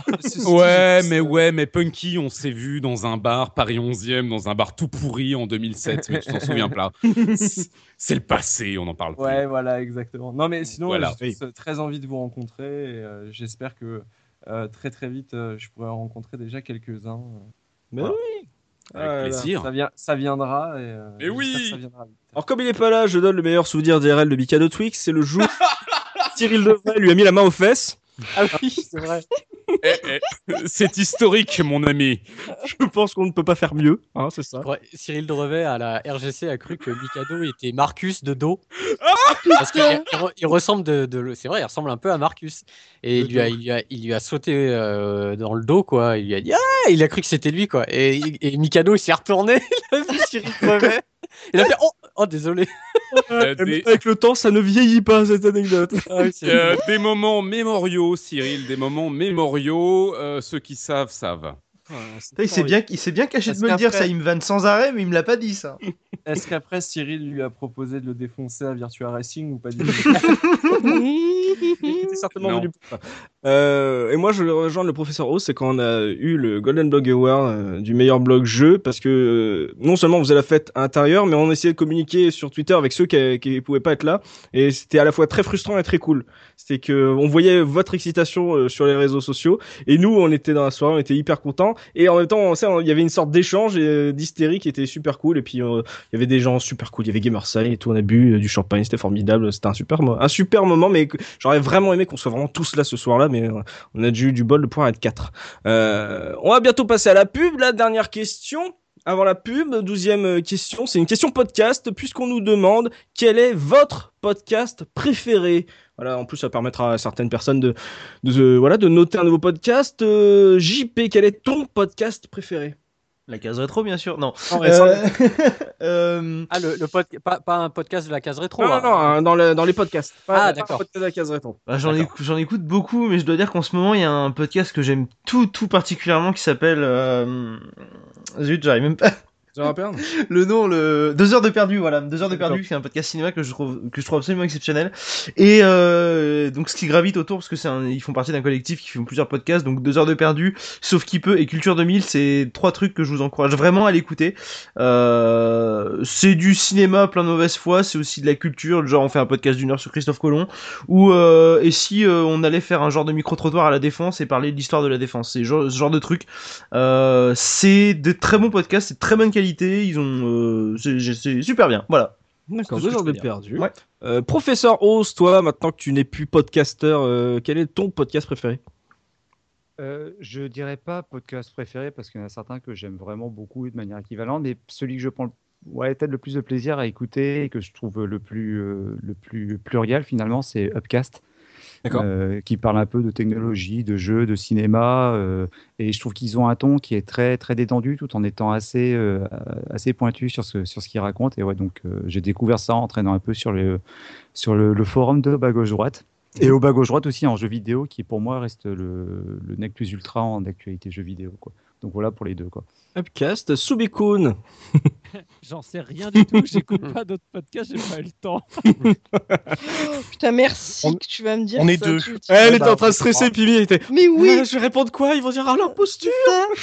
mais Punky, on s'est vu dans un bar Paris 11e, dans un bar tout pourri en 2007. Mais tu t'en souviens pas. C'est le passé, on en parle plus. Ouais, voilà, exactement. Non, mais sinon, j'ai très envie de vous rencontrer. Et, j'espère que très très vite, je pourrai rencontrer déjà quelques-uns. Mais voilà. Oui. Avec plaisir. Ça viendra. Mais oui. Ça viendra vite. Alors comme il est pas là, je donne le meilleur souvenir d'IRL de Mikado Twix. C'est le jour Cyril Devray lui a mis la main aux fesses. Ah oui, c'est vrai. C'est historique, mon ami. Je pense qu'on ne peut pas faire mieux, hein, c'est ça. Ouais, Cyril Drevet à la RGC a cru que Mikado était Marcus de dos. Parce qu'il ressemble c'est vrai, il ressemble un peu à Marcus. Et il lui a sauté dans le dos, quoi. Il lui a dit il a cru que c'était lui, quoi. Et Mikado, il s'est retourné, il a vu Cyril Drevet. Il a fait oh désolé. Avec le temps, ça ne vieillit pas cette anecdote. Des moments mémoriaux, Cyril, des moments mémoriaux. Ceux qui savent. Il s'est bien caché de me le dire, ça il me vanne sans arrêt, mais il me l'a pas dit ça. Est-ce qu'après Cyril lui a proposé de le défoncer à Virtua Racing ou pas du tout? C'était certainement venu pour ça. Et moi je rejoins le professeur Rose, c'est quand on a eu le Golden Blog Award du meilleur blog jeu, parce que non seulement on faisait la fête à l'intérieur, mais on essayait de communiquer sur Twitter avec ceux qui pouvaient pas être là, et c'était à la fois très frustrant et très cool. C'était que on voyait votre excitation sur les réseaux sociaux, et nous on était dans la soirée, on était hyper contents, et en même temps il y avait une sorte d'échange et d'hystérie qui était super cool, et puis il y avait des gens super cool, il y avait Gamerside et tout, on a bu du champagne, c'était formidable, c'était un super moment, mais j'aurais vraiment aimé qu'on soit vraiment tous là ce soir-là, mais on a eu du bol de pouvoir être 4. On va bientôt passer à la pub, la dernière question. Avant la pub, 12e question, c'est une question podcast, puisqu'on nous demande quel est votre podcast préféré. Voilà, en plus ça permettra à certaines personnes de noter un nouveau podcast. JP, quel est ton podcast préféré? La case rétro, bien sûr. Non. Pas un podcast de la case rétro. Non, dans les podcasts. D'accord. Pas un podcast de la case rétro. J'en écoute beaucoup, mais je dois dire qu'en ce moment, il y a un podcast que j'aime tout particulièrement qui s'appelle... Zut, j'arrive même pas... Le nom, 2 heures de perdu, voilà. 2 heures de perdu, c'est un podcast cinéma que je trouve absolument exceptionnel. Et donc ce qui gravite autour, parce que ils font partie d'un collectif qui font plusieurs podcasts, donc 2 heures de perdu, Sauf qui peut et Culture 2000, c'est 3 trucs que je vous encourage vraiment à l'écouter. C'est du cinéma plein de mauvaise foi, c'est aussi de la culture, genre on fait un podcast d'1 heure sur Christophe Colomb, et si on allait faire un genre de micro-trottoir à la Défense et parler de l'histoire de la Défense, c'est ce genre de truc. C'est de très bons podcasts, c'est de très bonne qualité, c'est super bien, voilà. D'accord, 2 heures de perdu. Ouais. Professeur Oz, toi, maintenant que tu n'es plus podcasteur, quel est ton podcast préféré? Je dirais pas podcast préféré parce qu'il y en a certains que j'aime vraiment beaucoup de manière équivalente, mais celui que je prends peut-être le plus de plaisir à écouter et que je trouve le plus pluriel finalement, c'est Upcast. Qui parle un peu de technologie, de jeux, de cinéma, et je trouve qu'ils ont un ton qui est très très détendu tout en étant assez pointu sur ce qu'ils racontent. Et ouais, donc j'ai découvert ça en traînant un peu sur le forum de bas gauche droite. Et au bas gauche droite aussi en jeux vidéo, qui pour moi reste le nec plus ultra en actualité jeux vidéo, quoi. Donc voilà pour les deux, quoi. Upcast, Subikun. J'en sais rien du tout, j'écoute pas d'autres podcasts, j'ai pas eu le temps. Putain, merci que tu vas me dire. On est ça, deux. Elle était en train de stresser, puis il était. Mais oui. Je vais répondre quoi? Ils vont dire l'imposture.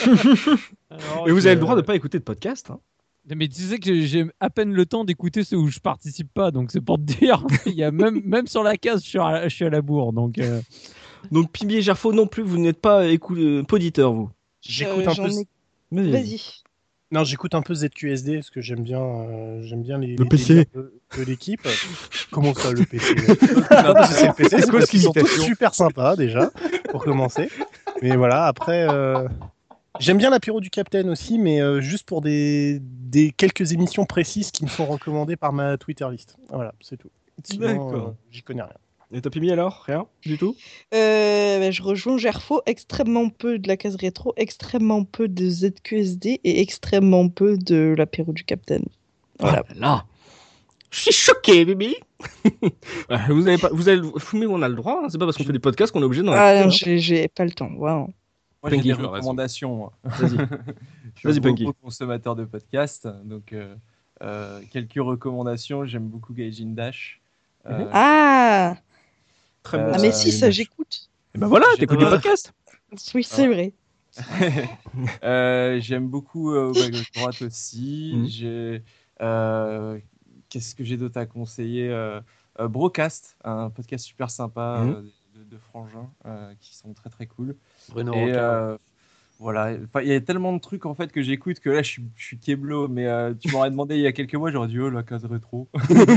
Mais vous avez le droit de pas écouter de podcast. Hein. Mais tu sais que j'ai à peine le temps d'écouter ceux où je participe pas, donc c'est pour te dire. Il y a même sur la case, je suis à la bourre, donc. Donc Pimi et Gerfo non plus, vous n'êtes pas poditeur, vous. J'écoute un peu. Vas-y. Non, j'écoute un peu ZQSD parce que j'aime bien le PC de l'équipe. Comment ça, le PC? Non, parce que c'est le PC, c'est qu'ils sont tous super sympas déjà pour commencer. Mais voilà, après. J'aime bien l'apéro du Capitaine aussi, mais juste pour des quelques émissions précises qui me sont recommandées par ma Twitter list. Voilà, c'est tout. Sinon, D'accord. j'y connais rien. Et t'as Pimi alors? Rien du tout? Je rejoins Gerfo, extrêmement peu de la case rétro, extrêmement peu de ZQSD et extrêmement peu de l'apéro du Capitaine. Voilà. Oh là là. Je suis choqué, Bibi. Vous avez pas, mais on a le droit. Hein. C'est pas parce qu'on fait des podcasts qu'on est obligé d'en. Ah non, j'ai pas le temps. Wow. Moi, j'ai Punky, des je me recommandations. Moi. Vas-y. Je suis Vas-y, un Punky. gros consommateur de podcasts, donc quelques recommandations. J'aime beaucoup Gaijin Dash. Ah Très bon. Ah mais si, ça j'écoute. Et ben voilà, t'écoutes des podcasts. Oui, c'est vrai. J'aime beaucoup Au bas gauche droite aussi. J'ai qu'est-ce que j'ai d'autre à conseiller Brocast, un podcast super sympa de frangins qui sont très très cool. Bruno Et Roca. voilà, il y a tellement de trucs en fait que j'écoute que là je suis keblo, mais tu m'aurais demandé il y a quelques mois, j'aurais dit oh la case rétro.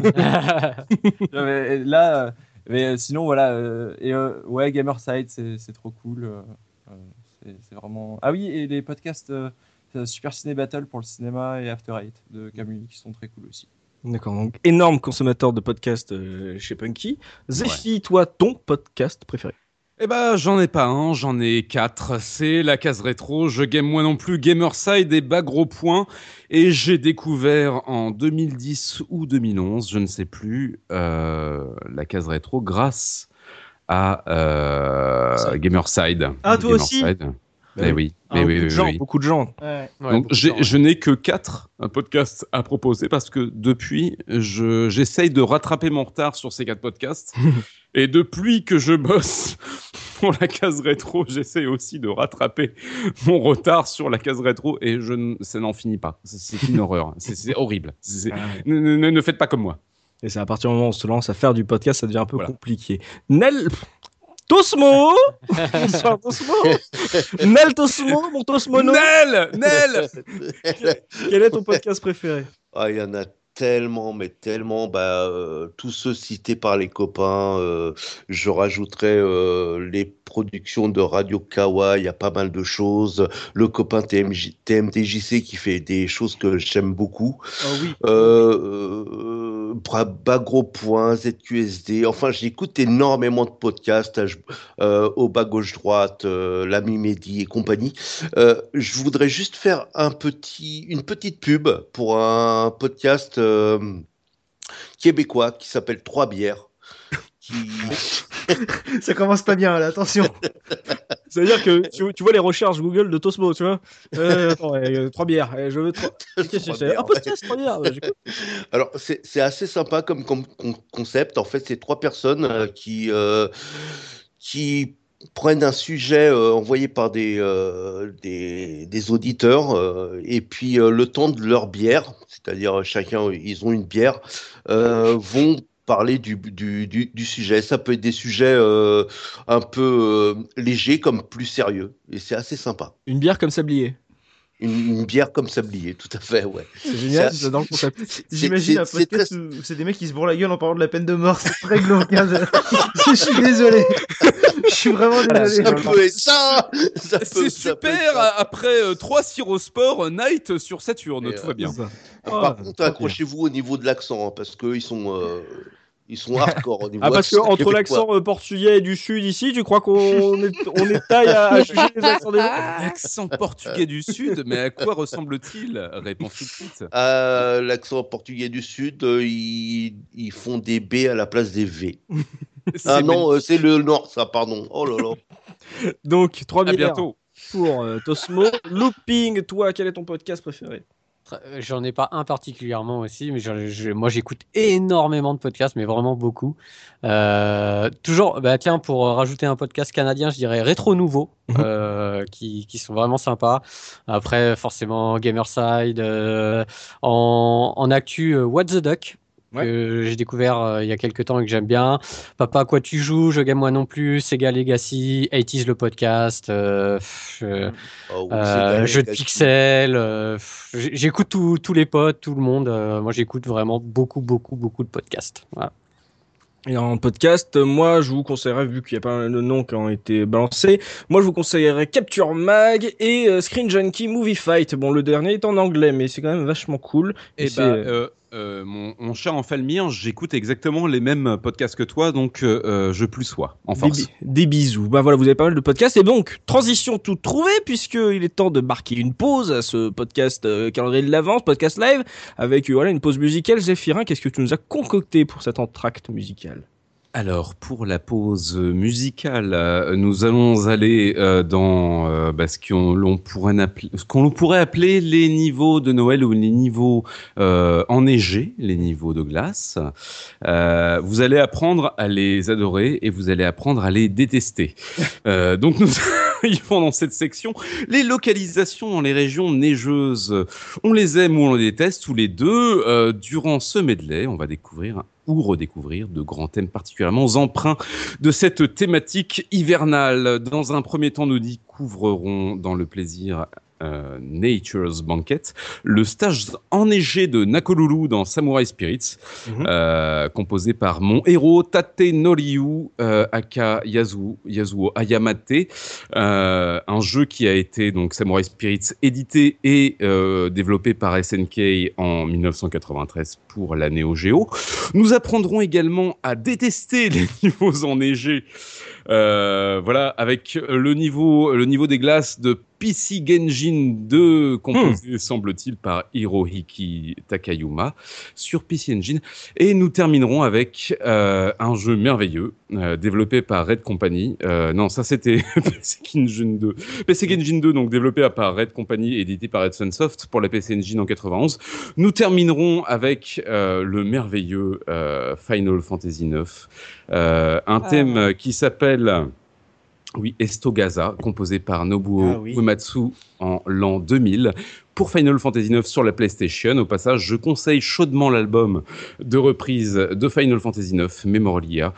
Mais sinon voilà, ouais, Gamerside c'est trop cool. C'est vraiment. Ah oui, et les podcasts Super Ciné Battle pour le cinéma et After Eight de Camus qui sont très cool aussi. D'accord, donc énorme consommateur de podcasts chez Punky. Zephy, toi, ton podcast préféré? Eh ben, j'en ai pas un, j'en ai 4. C'est la case rétro, je game moi non plus, Gamerside et bas gros point. Et j'ai découvert en 2010 ou 2011, je ne sais plus, la case rétro grâce à Gamerside. Ah, toi aussi? Mais oui, mais oui. Beaucoup de gens. Ouais. Donc, je n'ai que 4 podcasts à proposer parce que depuis, j'essaye de rattraper mon retard sur ces 4 podcasts. Et depuis que je bosse pour la case rétro, j'essaie aussi de rattraper mon retard sur la case rétro et ça n'en finit pas. C'est une horreur. C'est horrible. Ne faites pas comme moi. Et c'est à partir du moment où on se lance à faire du podcast, ça devient un peu compliqué. Nel Tosmo Bonsoir Tosmo Nel Tosmo, mon Tosmono Nel Quel est ton podcast préféré? Ah, il y en a tellement, mais tellement. Tous ceux cités par les copains. Je rajouterais les productions de Radio Kawa. Il y a pas mal de choses. Le copain TMDJC qui fait des choses que j'aime beaucoup. Oh oui. Bas gros point, ZQSD. Enfin, j'écoute énormément de podcasts. Au bas gauche droite, l'ami Mehdi et compagnie. Je voudrais juste faire une petite pub pour un podcast québécois qui s'appelle 3 bières. Ça commence pas bien là, attention. C'est-à-dire que tu vois les recherches Google de Tosmo, tu vois. Attends, 3 bières. Je veux 3. Qu'est-ce que c'est? Un podcast, 3 bières. J'écoute. Alors, c'est assez sympa comme concept. En fait, c'est 3 personnes qui prennent un sujet envoyé par des auditeurs et puis le temps de leur bière, c'est-à-dire chacun, ils ont une bière, vont parler du sujet. Ça peut être des sujets un peu légers comme plus sérieux et c'est assez sympa. Une bière comme sablier. Une bière comme sablier, tout à fait, ouais. C'est génial, j'adore le concept. J'imagine un podcast où c'est des mecs qui se bourrent la gueule en parlant de la peine de mort. C'est très glauque. Hein. Je suis désolé. Je suis vraiment désolé. Ça peut être ça. C'est super. Après 3 Sirosport, Night sur Saturne, tout va bien. Par contre, accrochez-vous au niveau de l'accent, hein, parce qu'ils sont... Ils sont hardcore au niveau. Ah, parce qu'entre l'accent portugais et du sud ici, tu crois qu'on est taille à juger les accents des gens? L'accent portugais du sud, mais à quoi ressemble-t-il? Réponse tout de suite. L'accent portugais du sud, ils font des B à la place des V. Ah non, c'est le nord, ça, pardon. Oh là là. Donc, 3 bières bientôt pour Tosmo. Looping, toi, quel est ton podcast préféré? J'en ai pas un particulièrement aussi, mais moi j'écoute énormément de podcasts, mais vraiment beaucoup. Toujours, tiens, pour rajouter un podcast canadien, je dirais Rétro Nouveau, qui sont vraiment sympas. Après, forcément, Gamerside, en actu, What the Duck. Que j'ai découvert il y a quelques temps et que j'aime bien. Papa, à quoi tu joues? Je game moi non plus. Sega Legacy, 80's le podcast, jeu de pixels. J'écoute tous les potes, tout le monde. Moi, j'écoute vraiment beaucoup de podcasts. Voilà. Et en podcast, moi, je vous conseillerais, vu qu'il y a pas mal de noms qui ont été balancés, moi, je vous conseillerais Capture Mag et Screen Junkie Movie Fight. Bon, le dernier est en anglais, mais c'est quand même vachement cool. Mon cher Enfalmir, j'écoute exactement les mêmes podcasts que toi, donc je plus sois en force. Des bisous. Bah voilà, vous avez pas mal de podcasts. Et donc, transition toute trouvée, puisqu'il est temps de marquer une pause à ce podcast calendrier de l'Avent, podcast live, avec voilà, une pause musicale. Zéphirin, qu'est-ce que tu nous as concocté pour cet entracte musical ? Alors, pour la pause musicale, nous allons aller dans ce qu'on pourrait appeler les niveaux de Noël ou les niveaux enneigés, les niveaux de glace. Vous allez apprendre à les adorer et vous allez apprendre à les détester. Donc, nous arrivons dans cette section. Les localisations dans les régions neigeuses, on les aime ou on les déteste, tous les deux. Durant ce medley, on va découvrir ou redécouvrir de grands thèmes particulièrement empreints de cette thématique hivernale. Dans un premier temps, nous découvrerons dans le plaisir Nature's Banquet, le stage enneigé de Nakolulu dans Samurai Spirits, composé par mon héros Tatenoriu aka Yasuo Ayamate, un jeu qui a été donc Samurai Spirits édité et développé par SNK en 1993 pour la Neo Geo. Nous apprendrons également à détester les niveaux enneigés. Voilà, avec le niveau des glaces de PC Genjin 2, composé, semble-t-il, par Hirohiki Takayama sur PC Engine. Et nous terminerons avec un jeu merveilleux, développé par Red Company. Non, ça c'était PC Genjin 2. PC Genjin 2, donc développé par Red Company, édité par Red Sunsoft pour la PC Engine en 91. Nous terminerons avec le merveilleux Final Fantasy 9. Un thème qui s'appelle Estogaza, composé par Nobuo Uematsu en l'an 2000 pour Final Fantasy 9 sur la PlayStation. Au passage, je conseille chaudement l'album de reprise de Final Fantasy 9, Memoria,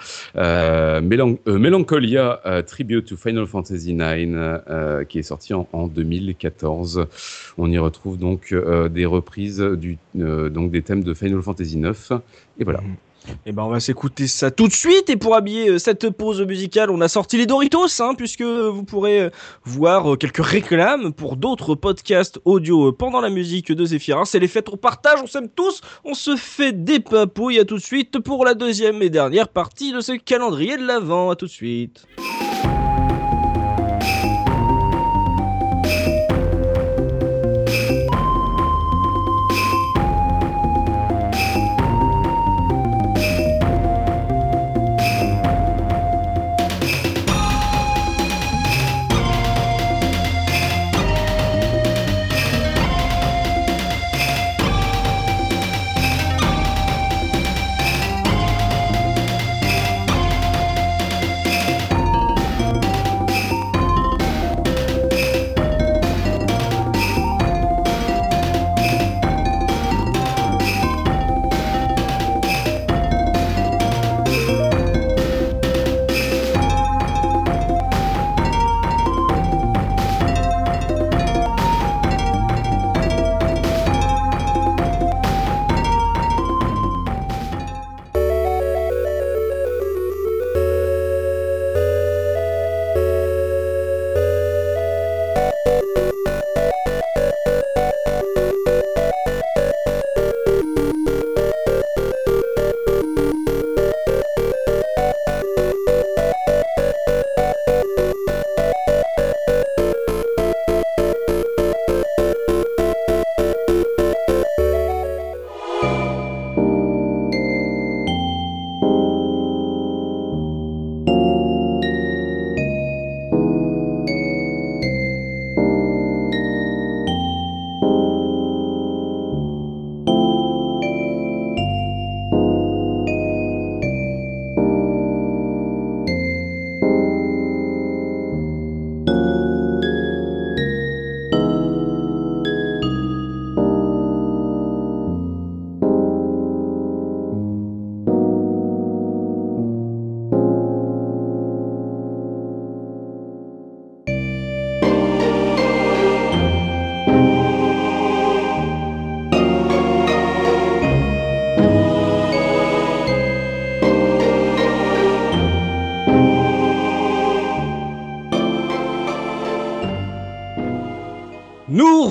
Melancholia Tribute to Final Fantasy 9, qui est sorti en 2014. On y retrouve donc des reprises donc des thèmes de Final Fantasy 9. Et voilà. Et ben on va s'écouter ça tout de suite. Et pour habiller cette pause musicale, on a sorti les Doritos, puisque vous pourrez voir quelques réclames pour d'autres podcasts audio pendant la musique de Zéphirin. C'est les fêtes, on partage, on s'aime tous, on se fait des papouilles. À tout de suite pour la deuxième et dernière partie de ce calendrier de l'Avent. À tout de suite.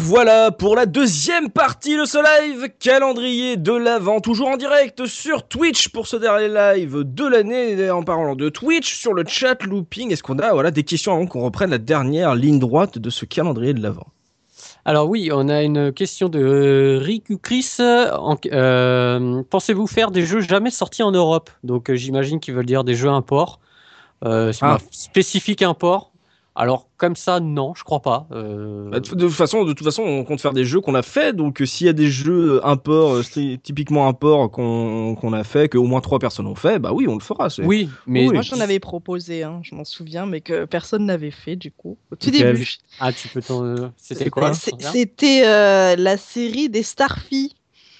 revoilà pour la deuxième partie de ce live calendrier de l'Avent, toujours en direct sur Twitch pour ce dernier live de l'année. En parlant de Twitch, sur le chat looping, est-ce qu'on a des questions avant qu'on reprenne la dernière ligne droite de ce calendrier de l'Avent? Alors oui, on a une question de Rick ou Chris. Pensez-vous faire des jeux jamais sortis en Europe? Donc j'imagine qu'ils veulent dire des jeux import, spécifiques import. Alors comme ça, non, je crois pas. De toute façon, on compte faire des jeux qu'on a fait. Donc s'il y a des jeux import, typiquement import qu'on a fait, que au moins 3 personnes ont fait, bah oui, on le fera. Oui, mais moi j'en avais proposé, je m'en souviens, mais que personne n'avait fait du coup au tout début. Ah, tu peux C'était quoi? C'était la série des Starfy.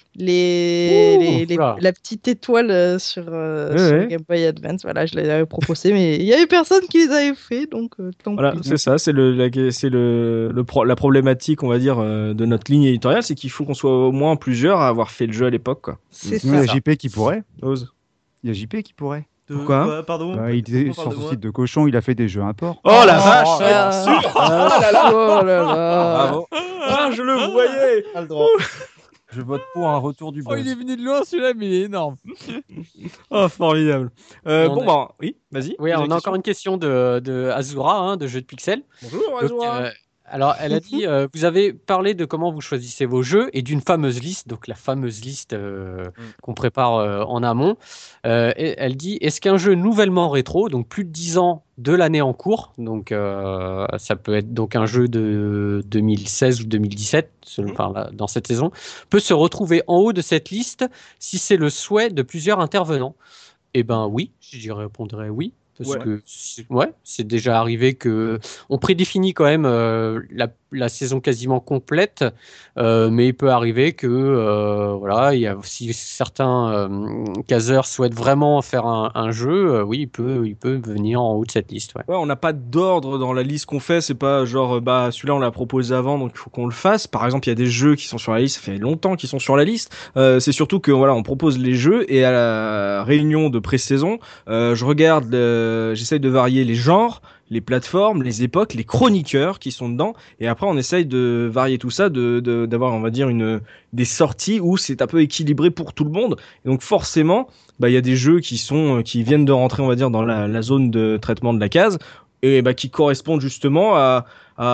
La petite étoile sur Game Boy Advance, voilà, je l'avais proposé, mais il y avait personne qui les avait fait, donc tant voilà, pis. c'est ça, c'est la problématique, on va dire, de notre ligne éditoriale, c'est qu'il faut qu'on soit au moins plusieurs à avoir fait le jeu à l'époque, quoi. C'est ça. Il y a JP qui pourrait. Ose. Il y a JP qui pourrait. Pourquoi? Pardon. Il était sur son site de cochon, il a fait des jeux import. Oh la vache! Oh là là! Oh là là! Bravo. Ah, je le voyais! Pas le droit. Je vote pour un retour du buzz. Oh, il est venu de loin celui-là, mais il est énorme. Oh, formidable. Oui, vas-y. Oui, on a encore une question de Azura, de Jeux de Pixels. Bonjour, Azura. Alors, elle a dit, vous avez parlé de comment vous choisissez vos jeux et d'une fameuse liste, donc la fameuse liste qu'on prépare en amont. Et elle dit, est-ce qu'un jeu nouvellement rétro, donc plus de 10 ans de l'année en cours, donc ça peut être donc un jeu de 2016 ou 2017, dans cette saison, peut se retrouver en haut de cette liste si c'est le souhait de plusieurs intervenants? Eh ben oui, je répondrais oui. Parce que c'est déjà arrivé que on prédéfinit quand même la saison quasiment complète, mais il peut arriver que si certains caseurs souhaitent vraiment faire un jeu, oui, il peut venir en haut de cette liste. Ouais. On n'a pas d'ordre dans la liste qu'on fait, c'est pas genre celui-là on l'a proposé avant donc il faut qu'on le fasse. Par exemple, il y a des jeux qui sont sur la liste, ça fait longtemps qu'ils sont sur la liste. C'est surtout que on propose les jeux et à la réunion de pré-saison, je regarde j'essaye de varier les genres, les plateformes, les époques, les chroniqueurs qui sont dedans, et après on essaye de varier tout ça, d'avoir on va dire des sorties où c'est un peu équilibré pour tout le monde. Et donc forcément, il y a des jeux qui viennent de rentrer on va dire dans la zone de traitement de la case et qui correspondent justement à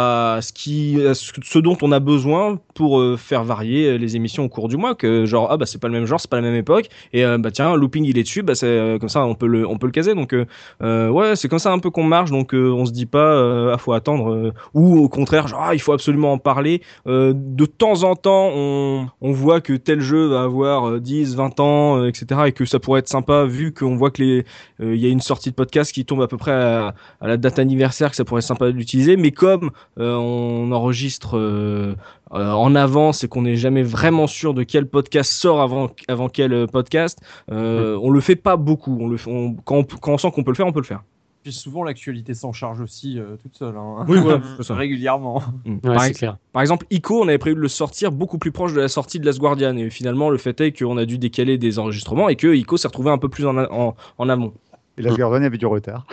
ce dont on a besoin pour faire varier les émissions au cours du mois, que genre c'est pas le même genre, c'est pas la même époque, et tiens, Looping il est dessus, c'est comme ça on peut le caser, donc c'est comme ça un peu qu'on marche, donc on se dit pas faut attendre, ou au contraire genre il faut absolument en parler. De temps en temps on voit que tel jeu va avoir 10 20 ans etc, et que ça pourrait être sympa vu qu'on voit que il y a une sortie de podcast qui tombe à peu près à la date anniversaire, que ça pourrait être sympa d'utiliser, mais comme on enregistre en avance et qu'on n'est jamais vraiment sûr de quel podcast sort avant quel podcast, on le fait pas beaucoup. Quand on sent qu'on peut le faire, on peut le faire. Puis souvent l'actualité s'en charge aussi toute seule. Oui, voilà, ça. Régulièrement. Ouais, clair. Par exemple, Ico, on avait prévu de le sortir beaucoup plus proche de la sortie de Last Guardian, et finalement le fait est qu'on a dû décaler des enregistrements et que Ico s'est retrouvé un peu plus en amont. Et Last Guardian avait du retard.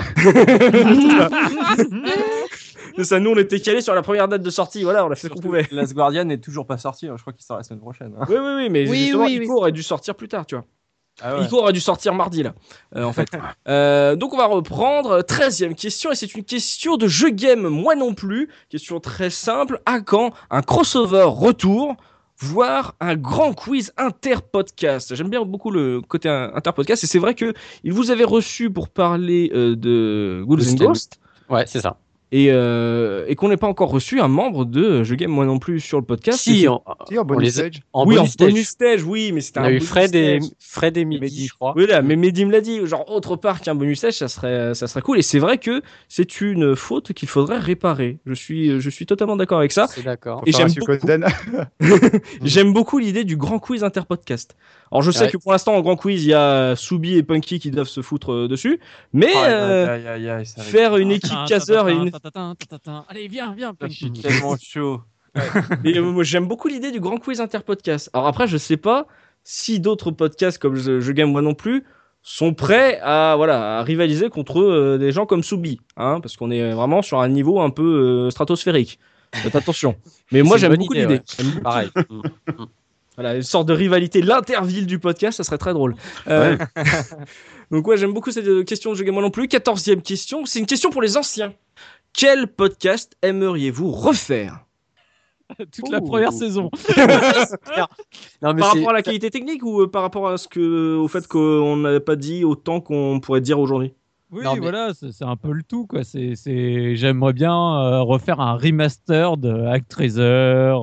C'est ça, nous on était calés sur la première date de sortie, voilà, on a fait ce qu'on pouvait. Last Guardian n'est toujours pas sorti, je crois qu'il sort la semaine prochaine. Oui, mais justement, Ico aurait dû sortir plus tard, tu vois. Ah ouais. Ico aurait dû sortir mardi, là, en fait. Donc on va reprendre, 13e question, et c'est une question de jeu game, moi non plus. Question très simple, à quand un crossover retour, voire un grand quiz inter-podcast? J'aime bien beaucoup le côté inter-podcast, et c'est vrai que il vous avait reçu pour parler de Ghouls and Ghosts. Ouais, c'est ça. Et qu'on n'ait pas encore reçu un membre de Jeux Game moi non plus sur le podcast. Si, en bonus stage. En bonus stage, oui, mais c'était un bonus stage. On a eu Fred et Mehdi, je crois. Oui, là, mais Mehdi me l'a dit, genre autre part qu'un bonus stage, ça serait cool. Et c'est vrai que c'est une faute qu'il faudrait réparer. Je suis totalement d'accord avec ça. C'est d'accord. Et j'aime beaucoup l'idée du grand quiz interpodcast. Alors je sais que pour l'instant en grand quiz il y a Soubi et Punky qui doivent se foutre dessus, mais faire une équipe casseur et une... Allez viens. Je suis tellement chaud. Et moi j'aime beaucoup l'idée du grand quiz interpodcast. Alors après je sais pas si d'autres podcasts comme Je Game moi non plus sont prêts à rivaliser contre des gens comme Soubi, parce qu'on est vraiment sur un niveau un peu stratosphérique. Faites attention. Mais moi, j'aime beaucoup l'idée. Ouais. Pareil. Voilà, une sorte de rivalité, l'interville du podcast, ça serait très drôle. Donc ouais, j'aime beaucoup cette question de Jeu Game Moi non plus. 14e question, c'est une question pour les anciens. Quel podcast aimeriez-vous refaire ? Toute la première saison. Non, mais par rapport à la qualité technique ou par rapport au fait qu'on n'avait pas dit autant qu'on pourrait dire aujourd'hui ? Oui, voilà, c'est un peu le tout, quoi. J'aimerais bien refaire un remaster de Actraiser,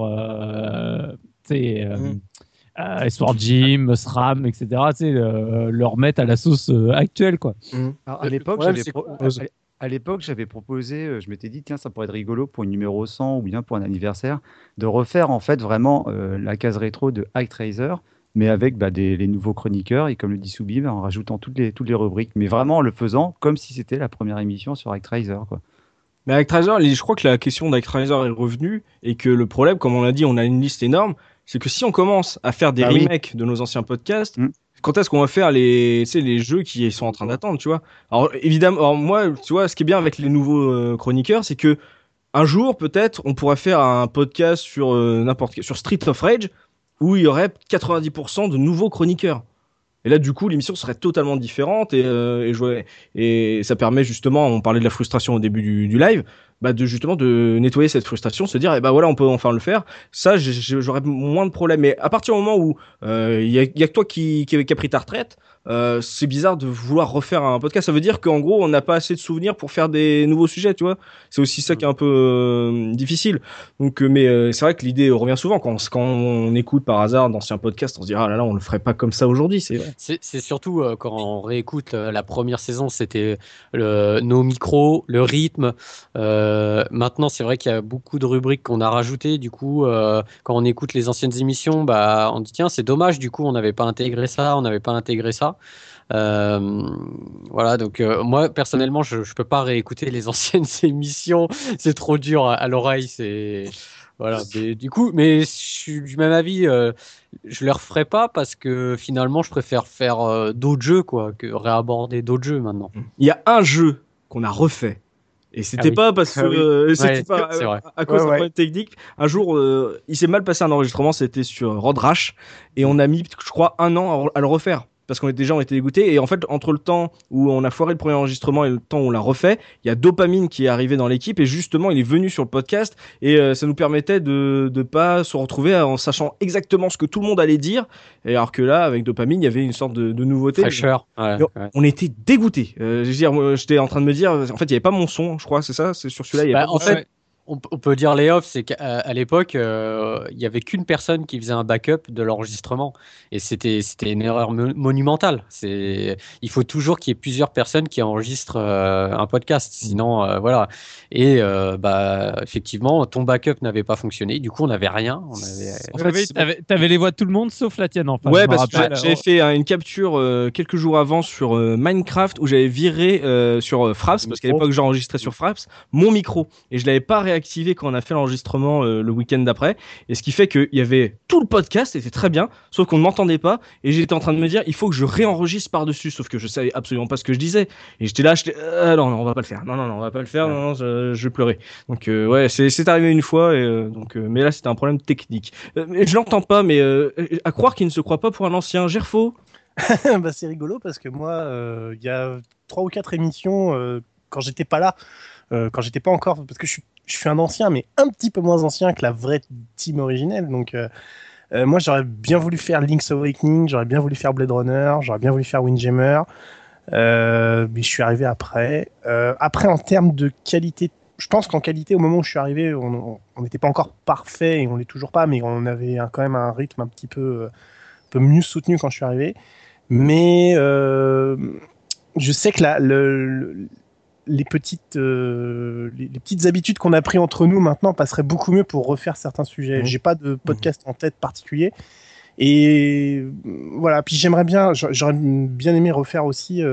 Sword Gym, SRAM, etc. Le remettre à la sauce actuelle, quoi. Alors, à l'époque, j'avais proposé, je m'étais dit, tiens, ça pourrait être rigolo pour une numéro 100 ou bien pour un anniversaire, de refaire en fait vraiment la case rétro de Actraiser, mais avec les nouveaux chroniqueurs et comme le dit Soubi, en rajoutant toutes les rubriques, mais vraiment en le faisant comme si c'était la première émission sur Actraiser, quoi. Mais Actraiser, je crois que la question d'Actraiser est revenue et que le problème, comme on l'a dit, on a une liste énorme, c'est que si on commence à faire des remakes de nos anciens podcasts, quand est-ce qu'on va faire les jeux qui sont en train d'attendre, tu vois ? Alors évidemment, moi, tu vois, ce qui est bien avec les nouveaux chroniqueurs, c'est que un jour, peut-être, on pourrait faire un podcast sur sur Street of Rage où il y aurait 90% de nouveaux chroniqueurs. Et là, du coup, l'émission serait totalement différente et ça permet justement, on parlait de la frustration au début du live, de nettoyer cette frustration, se dire, voilà, on peut enfin le faire. Ça, j'aurais moins de problèmes. Mais à partir du moment où il y a que toi qui a pris ta retraite, c'est bizarre de vouloir refaire un podcast. Ça veut dire qu'en gros, on n'a pas assez de souvenirs pour faire des nouveaux sujets, tu vois. C'est aussi ça qui est un peu difficile. Donc, mais c'est vrai que l'idée revient souvent quand on écoute par hasard d'anciens podcasts, on se dit, ah là là, on le ferait pas comme ça aujourd'hui, c'est vrai. C'est surtout quand on réécoute la première saison, c'était nos micros, le rythme. Maintenant, c'est vrai qu'il y a beaucoup de rubriques qu'on a rajoutées. Du coup, quand on écoute les anciennes émissions, on dit tiens, c'est dommage. Du coup, on n'avait pas intégré ça, on n'avait pas intégré ça. Voilà, donc moi personnellement, je peux pas réécouter les anciennes émissions. C'est trop dur à l'oreille. Voilà. Mais, du coup, je suis du même avis. Je les referai pas parce que finalement, je préfère faire d'autres jeux, quoi, que réaborder d'autres jeux maintenant. Il y a un jeu qu'on a refait. Et c'était pas parce que c'était pas à cause d'un problème technique. Un jour, il s'est mal passé un enregistrement, c'était sur Road Rash, et on a mis, je crois, 1 an à le refaire. Parce qu'on était dégoûtés. Et en fait, entre le temps où on a foiré le premier enregistrement et le temps où on l'a refait, il y a Dopamine qui est arrivé dans l'équipe et justement, il est venu sur le podcast et ça nous permettait de pas se retrouver en sachant exactement ce que tout le monde allait dire. Et alors que là, avec Dopamine, il y avait une sorte de nouveauté. Fraîcheur. On était dégoûtés. J'étais en train de me dire, en fait, il n'y avait pas mon son, je crois, c'est ça. C'est sur celui-là. Il y avait pas en fait, on peut dire les off, c'est qu'à l'époque, il n'y avait qu'une personne qui faisait un backup de l'enregistrement. Et c'était une erreur monumentale. Il faut toujours qu'il y ait plusieurs personnes qui enregistrent un podcast. Sinon, voilà. Et effectivement, ton backup n'avait pas fonctionné. Du coup, on n'avait rien. T'avais les voix de tout le monde sauf la tienne en fait. Ouais, parce que j'avais fait une capture quelques jours avant sur Minecraft où j'avais viré sur Fraps, parce qu'à l'époque j'enregistrais sur Fraps, mon micro. Et je l'avais pas réactivé quand on a fait l'enregistrement le week-end d'après. Et ce qui fait qu'il y avait tout le podcast, c'était très bien, sauf qu'on ne m'entendait pas. Et j'étais en train de me dire, il faut que je réenregistre par-dessus, sauf que je savais absolument pas ce que je disais. Et j'étais là, non, on va pas le faire. Non, on va pas le faire. Non, je pleurais. Donc ouais, c'est arrivé une fois. Et mais là, c'était un problème technique. Je l'entends pas, mais à croire qu'il ne se croit pas pour un ancien. Gerfo. C'est rigolo parce que moi, il y a 3 ou 4 émissions quand j'étais pas là. Quand j'étais pas encore, parce que je suis un ancien, mais un petit peu moins ancien que la vraie team originelle. Donc, moi, j'aurais bien voulu faire Link's Awakening, j'aurais bien voulu faire Blade Runner, j'aurais bien voulu faire Windjammer, mais je suis arrivé après. Après, en termes de qualité, je pense qu'en qualité, au moment où je suis arrivé, on n'était pas encore parfait et on l'est toujours pas, mais on avait quand même un rythme un peu mieux soutenu quand je suis arrivé. Mais je sais que les petites habitudes qu'on a pris entre nous maintenant passeraient beaucoup mieux pour refaire certains sujets. J'ai pas de podcast en tête particulier. Et voilà. Puis j'aurais bien aimé refaire aussi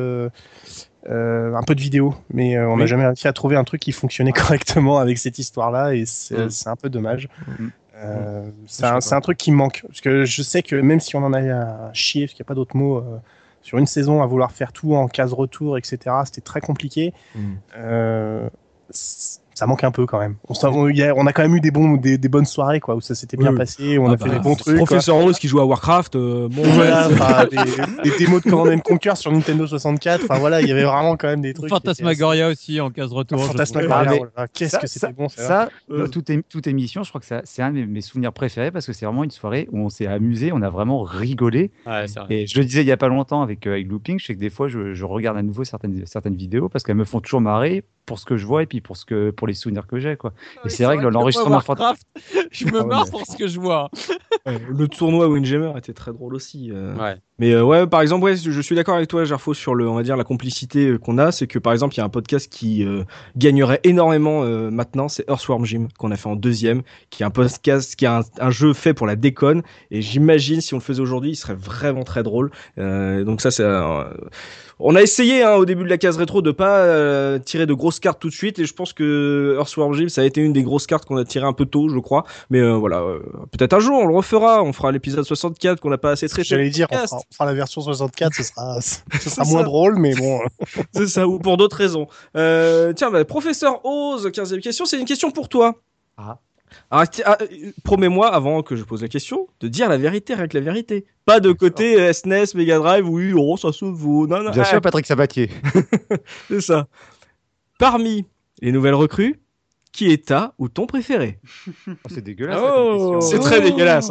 un peu de vidéo, mais on n'a jamais réussi à trouver un truc qui fonctionnait correctement avec cette histoire-là, et c'est un peu dommage. C'est un truc qui me manque, parce que je sais que même si on en a à chier, parce qu'il n'y a pas d'autre mot, sur une saison à vouloir faire tout en case retour, etc., c'était très compliqué. ça manque un peu quand même. On a quand même eu des bonnes soirées quoi, où ça s'était bien passé, on a fait des bons trucs. Professeur Rose qui joue à Warcraft, bon voilà, des démos de Command & Conquer sur Nintendo 64, enfin voilà, il y avait vraiment quand même des trucs. Fantasmagoria aussi en case retour. Fantasmagoria, qu'est-ce que c'était bon ça. Toute émission, je crois que c'est un de mes souvenirs préférés parce que c'est vraiment une soirée où on s'est amusé, on a vraiment rigolé. Ouais, c'est vrai. Et je le disais il y a pas longtemps avec Looping, je sais que des fois je regarde à nouveau certaines vidéos parce qu'elles me font toujours marrer pour ce que je vois et puis pour les souvenirs que j'ai quoi. Et c'est vrai que l'enregistrement Warcraft, je me marre pour ce que je vois. Le tournoi Windjammer était très drôle aussi. Ouais. Mais par exemple, je suis d'accord avec toi, Gerfo, sur on va dire la complicité qu'on a. C'est que par exemple, il y a un podcast qui gagnerait énormément maintenant, c'est Earthworm Jim qu'on a fait en 2e, qui est un podcast, qui est un jeu fait pour la déconne. Et j'imagine si on le faisait aujourd'hui, il serait vraiment très drôle. Donc ça, c'est on a essayé au début de la case rétro de pas tirer de grosses cartes tout de suite, et je pense que Earthworm Jim, ça a été une des grosses cartes qu'on a tiré un peu tôt, je crois. Mais voilà, peut-être un jour on le refera, on fera l'épisode 64 qu'on n'a pas assez traité. J'allais dire, on fera la version 64, ce sera moins drôle, mais bon. C'est ça, ou pour d'autres raisons. Tiens, Professeur Oz, 15e question, c'est une question pour toi. Alors, promets-moi, avant que je pose la question, de dire la vérité, rien que la vérité. Pas de côté SNES, Mega Drive, oui, ça se vaut. Non, bien sûr, Patrick Sabatier. C'est ça. Parmi les nouvelles recrues, qui est ta ou ton préféré? C'est dégueulasse. Question. C'est très dégueulasse.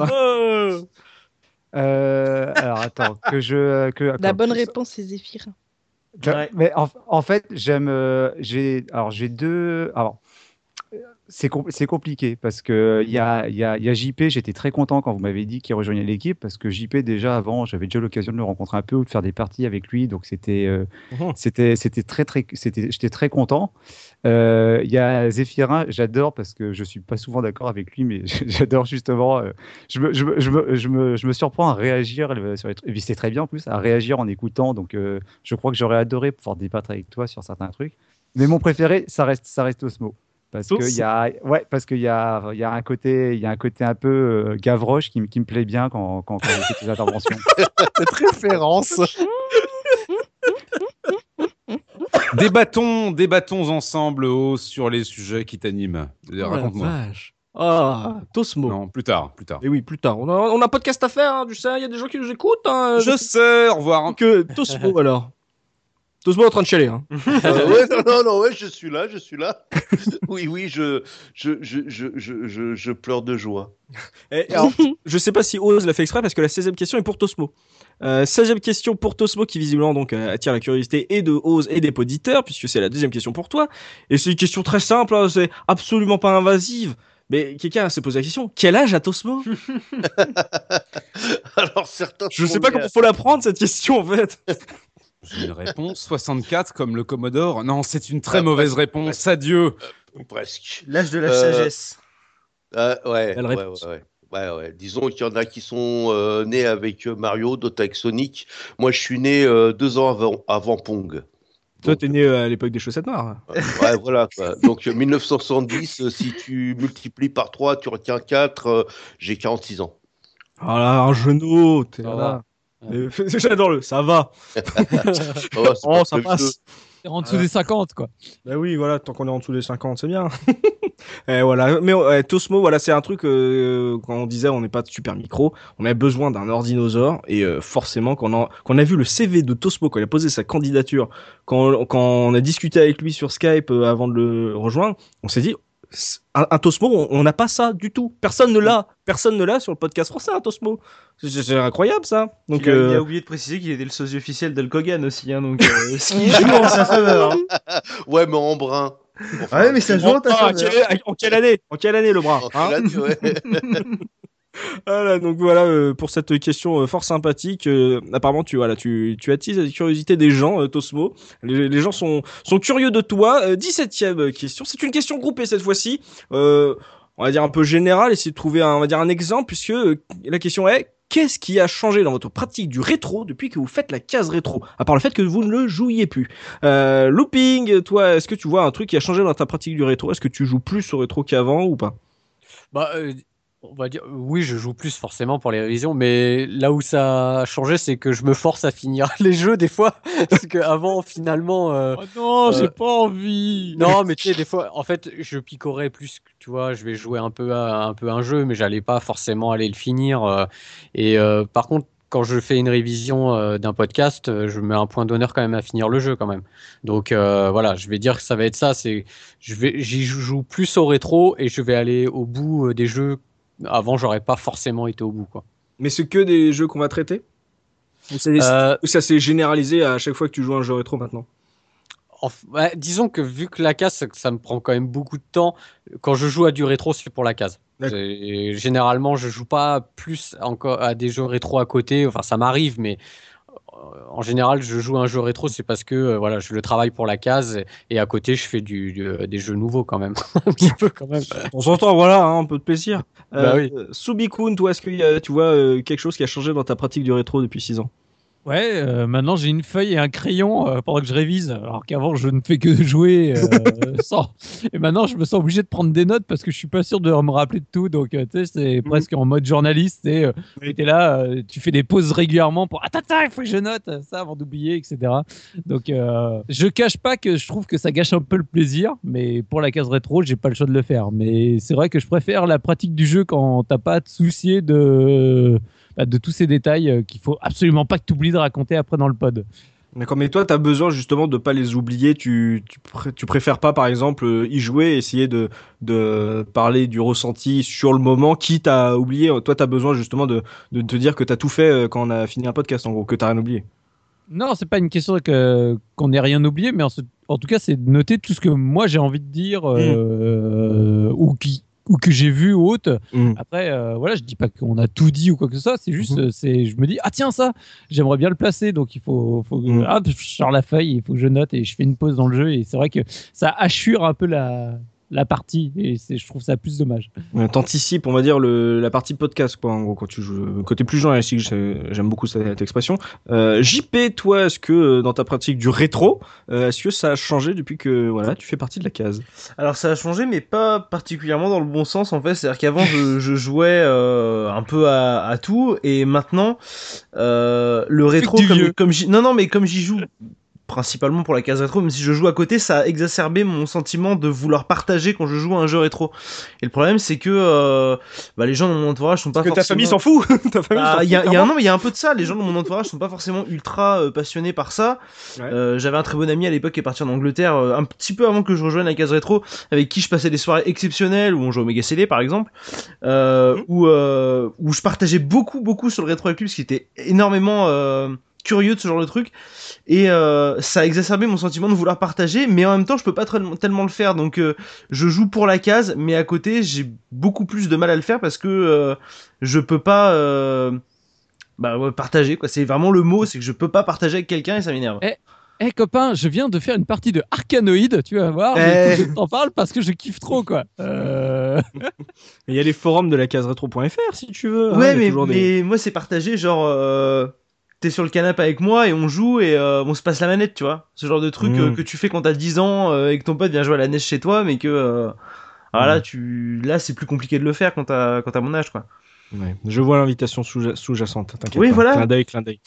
Alors attends, la bonne réponse, c'est Zephyr. Ouais. Mais en fait, j'ai deux. Alors, c'est compliqué parce que il y a JP. J'étais très content quand vous m'avez dit qu'il rejoignait l'équipe parce que JP déjà avant, j'avais déjà l'occasion de le rencontrer un peu ou de faire des parties avec lui, donc c'était j'étais très content. Il y a Zéphirin, j'adore parce que je suis pas souvent d'accord avec lui, mais j'adore justement. Je me surprends à réagir sur les trucs. Et puis c'est très bien en plus à réagir en écoutant, donc je crois que j'aurais adoré pouvoir débattre avec toi sur certains trucs. Mais mon préféré, ça reste Osmo. Parce qu'il y a un côté un peu Gavroche qui me plaît bien quand j'écoute tes interventions. Cette référence. Débattons ensemble sur les sujets qui t'animent. Raconte-moi. Tosmo. Non, plus tard. Et oui, plus tard. On a un podcast à faire, tu sais, il y a des gens qui nous écoutent. Je sais, au revoir. Que Tosmo alors. Tosmo est en train de chialer. Ouais, je suis là. Oui, je pleure de joie. Alors, je sais pas si Oz l'a fait exprès parce que la 16e question est pour Tosmo. 16e question pour Tosmo qui visiblement donc attire la curiosité et de Oz et des auditeurs puisque c'est la 2e question pour toi. Et c'est une question très simple, c'est absolument pas invasive. Mais quelqu'un s'est posé la question, quel âge a Tosmo? Alors certains. Je sais pas comment faut la prendre cette question en fait. J'ai une réponse, 64 comme le Commodore. Non, c'est une très mauvaise réponse, adieu. Presque. L'âge de la sagesse. Ouais. Disons qu'il y en a qui sont nés avec Mario, d'autres avec Sonic. Moi, je suis né 2 ans avant Pong. Toi, t'es né à l'époque des chaussettes noires. Ouais, voilà. Quoi. Donc, 1970, si tu multiplies par 3, tu retiens 4, j'ai 46 ans. Ah là, un genou, t'es là. J'adore ça va. Ça passe. C'est en dessous des 50, quoi. Bah oui, voilà, tant qu'on est en dessous des 50, c'est bien. Et voilà. Mais Tosmo, voilà, c'est un truc, quand on disait on n'est pas de super micro, on avait besoin d'un ordinosaure, et forcément, quand on a vu le CV de Tosmo, quand il a posé sa candidature, quand on a discuté avec lui sur Skype avant de le rejoindre, on s'est dit, un Tosmo, on n'a pas ça du tout. Personne ne l'a sur le podcast français, un Tosmo. C'est incroyable ça. Donc, il a oublié de préciser qu'il était le sosie officiel d'Hulk Hogan aussi, donc ce qui joue en sa faveur. Ouais, mais en brun. Enfin, ouais, mais ça joue en ta faveur. En quelle année le bras Voilà, donc voilà pour cette question fort sympathique. Apparemment, tu attises la curiosité des gens, Tosmo. Les gens sont curieux de toi. 17e question. C'est une question groupée cette fois-ci. On va dire un peu générale. Essayer de trouver un exemple, puisque la question est: qu'est-ce qui a changé dans votre pratique du rétro depuis que vous faites la case rétro, à part le fait que vous ne le jouiez plus? Looping, toi, est-ce que tu vois un truc qui a changé dans ta pratique du rétro? Est-ce que tu joues plus au rétro qu'avant ou pas? On va dire, oui, je joue plus forcément pour les révisions, mais là où ça a changé, c'est que je me force à finir les jeux des fois. Parce qu'avant, finalement. Oh non, j'ai pas envie. Non, mais tu sais, des fois, en fait, je picorais plus, tu vois, je vais jouer un peu un jeu, mais j'allais pas forcément aller le finir. Par contre, quand je fais une révision d'un podcast, je mets un point d'honneur quand même à finir le jeu quand même. Donc voilà, je vais dire que ça va être ça. J'y joue plus au rétro et je vais aller au bout des jeux. Avant, j'aurais pas forcément été au bout, quoi. Mais c'est que des jeux qu'on va traiter? Ou ça s'est généralisé à chaque fois que tu joues à un jeu rétro maintenant? Disons que vu que la case, ça me prend quand même beaucoup de temps. Quand je joue à du rétro, c'est pour la case. Généralement, je joue pas plus encore à des jeux rétro à côté. Enfin, ça m'arrive, mais en général, je joue à un jeu rétro, c'est parce que voilà, je le travaille pour la case et à côté, je fais des jeux nouveaux quand même. Un petit peu quand même. On s'entend, voilà, hein, un peu de plaisir. Oui. Subikun, toi, est-ce qu'il y a, tu vois, quelque chose qui a changé dans ta pratique du rétro depuis 6 ans? Ouais, maintenant j'ai une feuille et un crayon pendant que je révise, alors qu'avant je ne fais que jouer sans. Et maintenant je me sens obligé de prendre des notes parce que je suis pas sûr de me rappeler de tout. Donc tu sais, c'est presque en mode journaliste. Et t'es là, tu fais des pauses régulièrement pour attends, il faut que je note ça avant d'oublier, etc. Donc je cache pas que je trouve que ça gâche un peu le plaisir, mais pour la case rétro, j'ai pas le choix de le faire. Mais c'est vrai que je préfère la pratique du jeu quand t'as pas à te soucier de tous ces détails qu'il faut absolument pas que tu oublies de raconter après dans le pod. D'accord, mais toi, tu as besoin justement de pas les oublier. Tu préfères pas, par exemple, y jouer, essayer de parler du ressenti sur le moment, quitte à oublier. Toi, tu as besoin justement de te dire que tu as tout fait quand on a fini un podcast, en gros, que tu n'as rien oublié. Non, c'est pas une question qu'on n'ait rien oublié, mais en tout cas, c'est de noter tout ce que moi j'ai envie de dire ou que j'ai vu ou autre. Après, voilà, je dis pas qu'on a tout dit ou quoi que ce soit, c'est juste, je me dis, ah tiens, ça, j'aimerais bien le placer, donc il faut je sors la feuille, il faut que je note et je fais une pause dans le jeu, et c'est vrai que ça assure un peu la partie, et je trouve ça plus dommage. T'anticipes, on va dire, la partie podcast, quoi, en gros, quand tu joues. Côté plus journalistique, j'aime beaucoup cette expression. JP, toi, est-ce que dans ta pratique du rétro, est-ce que ça a changé depuis que voilà, tu fais partie de la case? Alors ça a changé, mais pas particulièrement dans le bon sens, en fait. C'est-à-dire qu'avant, je jouais un peu à tout, et maintenant, le rétro, comme j'y joue principalement pour la case rétro, même si je joue à côté, ça a exacerbé mon sentiment de vouloir partager quand je joue à un jeu rétro. Et le problème, c'est que les gens dans mon entourage sont pas forcément... ta famille s'en fout. Il y a un peu de ça. Les gens dans mon entourage sont pas forcément ultra passionnés par ça. Ouais. J'avais un très bon ami à l'époque qui est parti en Angleterre un petit peu avant que je rejoigne la case rétro, avec qui je passais des soirées exceptionnelles où on jouait au Mega CD par exemple, où je partageais beaucoup sur le rétro avec lui parce qu'il était énormément curieux de ce genre de truc, et ça a exacerbé mon sentiment de vouloir partager, mais en même temps je peux pas tellement le faire, donc je joue pour la case, mais à côté j'ai beaucoup plus de mal à le faire parce que je peux pas partager, quoi. C'est vraiment le mot, c'est que je peux pas partager avec quelqu'un et ça m'énerve. Copain, je viens de faire une partie de Arkanoid, tu vas voir, je t'en parle parce que je kiffe trop, quoi. Il y a les forums de la case rétro.fr si tu veux. Ouais, mais moi c'est partagé, genre t'es sur le canapé avec moi et on joue et on se passe la manette, tu vois. Ce genre de truc que tu fais quand t'as 10 ans et que ton pote vient jouer à la NES chez toi, mais que là c'est plus compliqué de le faire quand t'as mon âge, quoi. Ouais, je vois l'invitation sous-jacente, t'inquiète oui, pas. Voilà. Clin d'œil.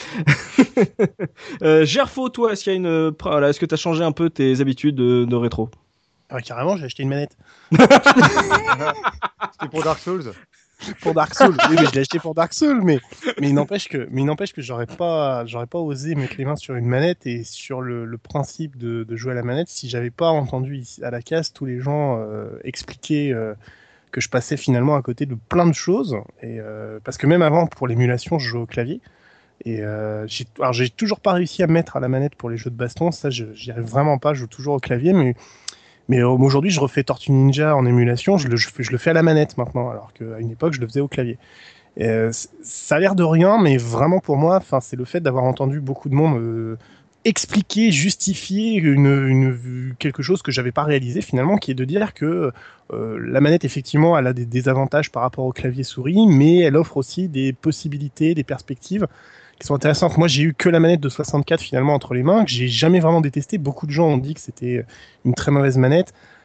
Gerfo, toi, est-ce que t'as changé un peu tes habitudes de rétro? Carrément, j'ai acheté une manette. C'était pour Dark Souls. Pour Dark Souls, oui, mais je l'ai acheté pour Dark Souls, mais il n'empêche que j'aurais pas osé mettre les mains sur une manette et sur le principe de jouer à la manette si j'avais pas entendu ici, à la case, tous les gens expliquer que je passais finalement à côté de plein de choses, et parce que même avant, pour l'émulation, je jouais au clavier, et j'ai toujours pas réussi à me mettre à la manette pour les jeux de baston, ça j'y arrive vraiment pas, je joue toujours au clavier, mais aujourd'hui, je refais Tortue Ninja en émulation, je le fais à la manette maintenant, alors qu'à une époque, je le faisais au clavier. Ça a l'air de rien, mais vraiment pour moi, c'est le fait d'avoir entendu beaucoup de monde expliquer, justifier quelque chose que j'avais pas réalisé finalement, qui est de dire que la manette, effectivement, elle a des désavantages par rapport au clavier souris, mais elle offre aussi des possibilités, des perspectives qui sont intéressantes. Moi, j'ai eu que la manette de 64 finalement entre les mains, que j'ai jamais vraiment détesté. Beaucoup de gens ont dit que c'était une très mauvaise manette.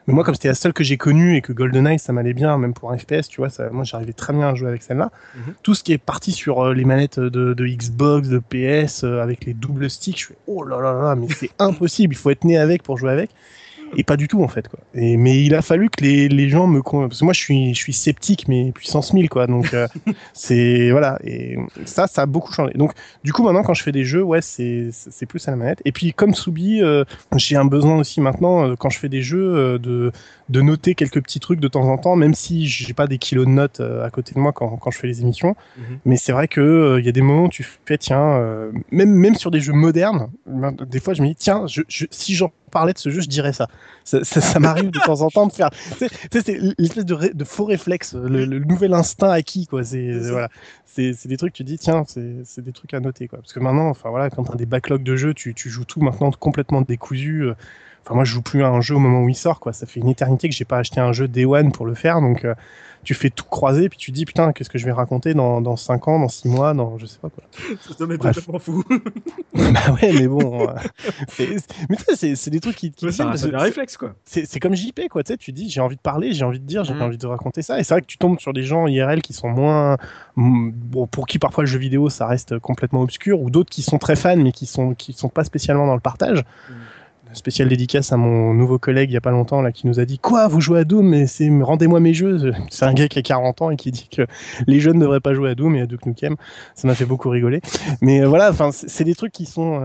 Mais moi, comme c'était la seule que j'ai connue et que GoldenEye, ça m'allait bien, même pour un FPS, tu vois, moi j'arrivais très bien à jouer avec celle-là. Tout ce qui est parti sur les manettes de Xbox, de PS, avec les doubles sticks, je fais oh là là là, mais c'est impossible, il faut être né avec pour jouer avec. Et pas du tout en fait quoi. Mais il a fallu que les gens parce que moi je suis sceptique mais puissance 1000 quoi. Donc c'est voilà, et ça a beaucoup changé. Donc du coup maintenant quand je fais des jeux, ouais, c'est plus à la manette. Et puis comme Soubi, j'ai un besoin aussi maintenant quand je fais des jeux de noter quelques petits trucs de temps en temps, même si j'ai pas des kilos de notes à côté de moi quand je fais les émissions. Mais c'est vrai que il y a des moments où tu fais tiens, même sur des jeux modernes, des fois je me dis tiens, si j'en parlais de ce jeu, je dirais ça. Ça m'arrive de temps en temps de faire. C'est l'espèce de faux réflexe, le nouvel instinct acquis, quoi. Voilà. C'est des trucs, tu dis, tiens, c'est des trucs à noter, quoi. Parce que maintenant, enfin voilà, quand t'as des backlogs de jeux, tu joues tout maintenant complètement décousu. Enfin, moi, je joue plus à un jeu au moment où il sort, quoi. Ça fait une éternité que j'ai pas acheté un jeu Day One pour le faire, donc tu fais tout croiser, puis tu te dis, putain, qu'est-ce que je vais raconter dans 5 ans, dans 6 mois, dans je sais pas quoi. Ça m'est totalement fou. Bah ouais, mais bon. Mais tu sais, c'est des trucs qui c'est un réflexe, quoi. C'est comme JP, quoi. Tu sais, tu dis, j'ai envie de parler, j'ai envie de dire, j'ai envie de raconter ça. Et c'est vrai que tu tombes sur des gens IRL qui sont moins. Bon, pour qui parfois le jeu vidéo, ça reste complètement obscur, ou d'autres qui sont très fans, mais qui sont pas spécialement dans le partage. Spéciale dédicace à mon nouveau collègue il y a pas longtemps là qui nous a dit quoi, vous jouez à Doom, mais rendez-moi mes jeux. C'est un gars qui a 40 ans et qui dit que les jeunes ne devraient pas jouer à Doom et à Duke Nukem. Ça m'a fait beaucoup rigoler. Mais voilà, enfin c'est des trucs qui sont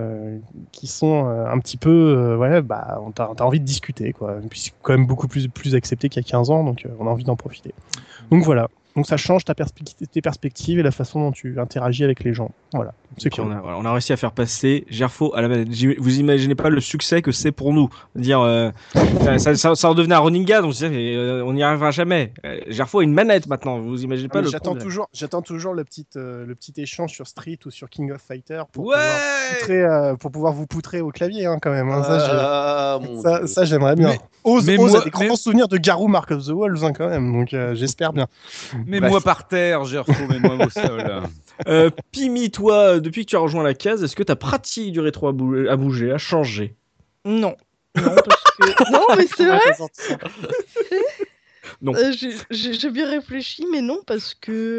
un petit peu bah t'as envie de discuter quoi. Et puis c'est quand même beaucoup plus accepté qu'il y a 15 ans, donc on a envie d'en profiter. Donc voilà. Donc ça change tes perspectives et la façon dont tu interagis avec les gens. Voilà. C'est cool. On a réussi à faire passer Gerfo à la manette. Vous imaginez pas le succès que c'est pour nous. Dire, ça en devenait un running gag, donc on n'y arrivera jamais. Gerfo a une manette maintenant. Vous imaginez pas le. J'attends toujours le petit échange sur Street ou sur King of Fighter pour pouvoir vous poutrer au clavier quand même. Ça j'aimerais bien. Ose a des grands souvenirs de Garou Mark of the Wolves quand même. Donc j'espère bien. Mets-moi par terre, Gerfo, mets-moi au sol. Pimi, toi, depuis que tu as rejoint la case, est-ce que ta pratique du rétro a bougé, a changé? Non. Non, parce que... non, mais c'est vrai. Non. J'ai bien réfléchi, mais non, parce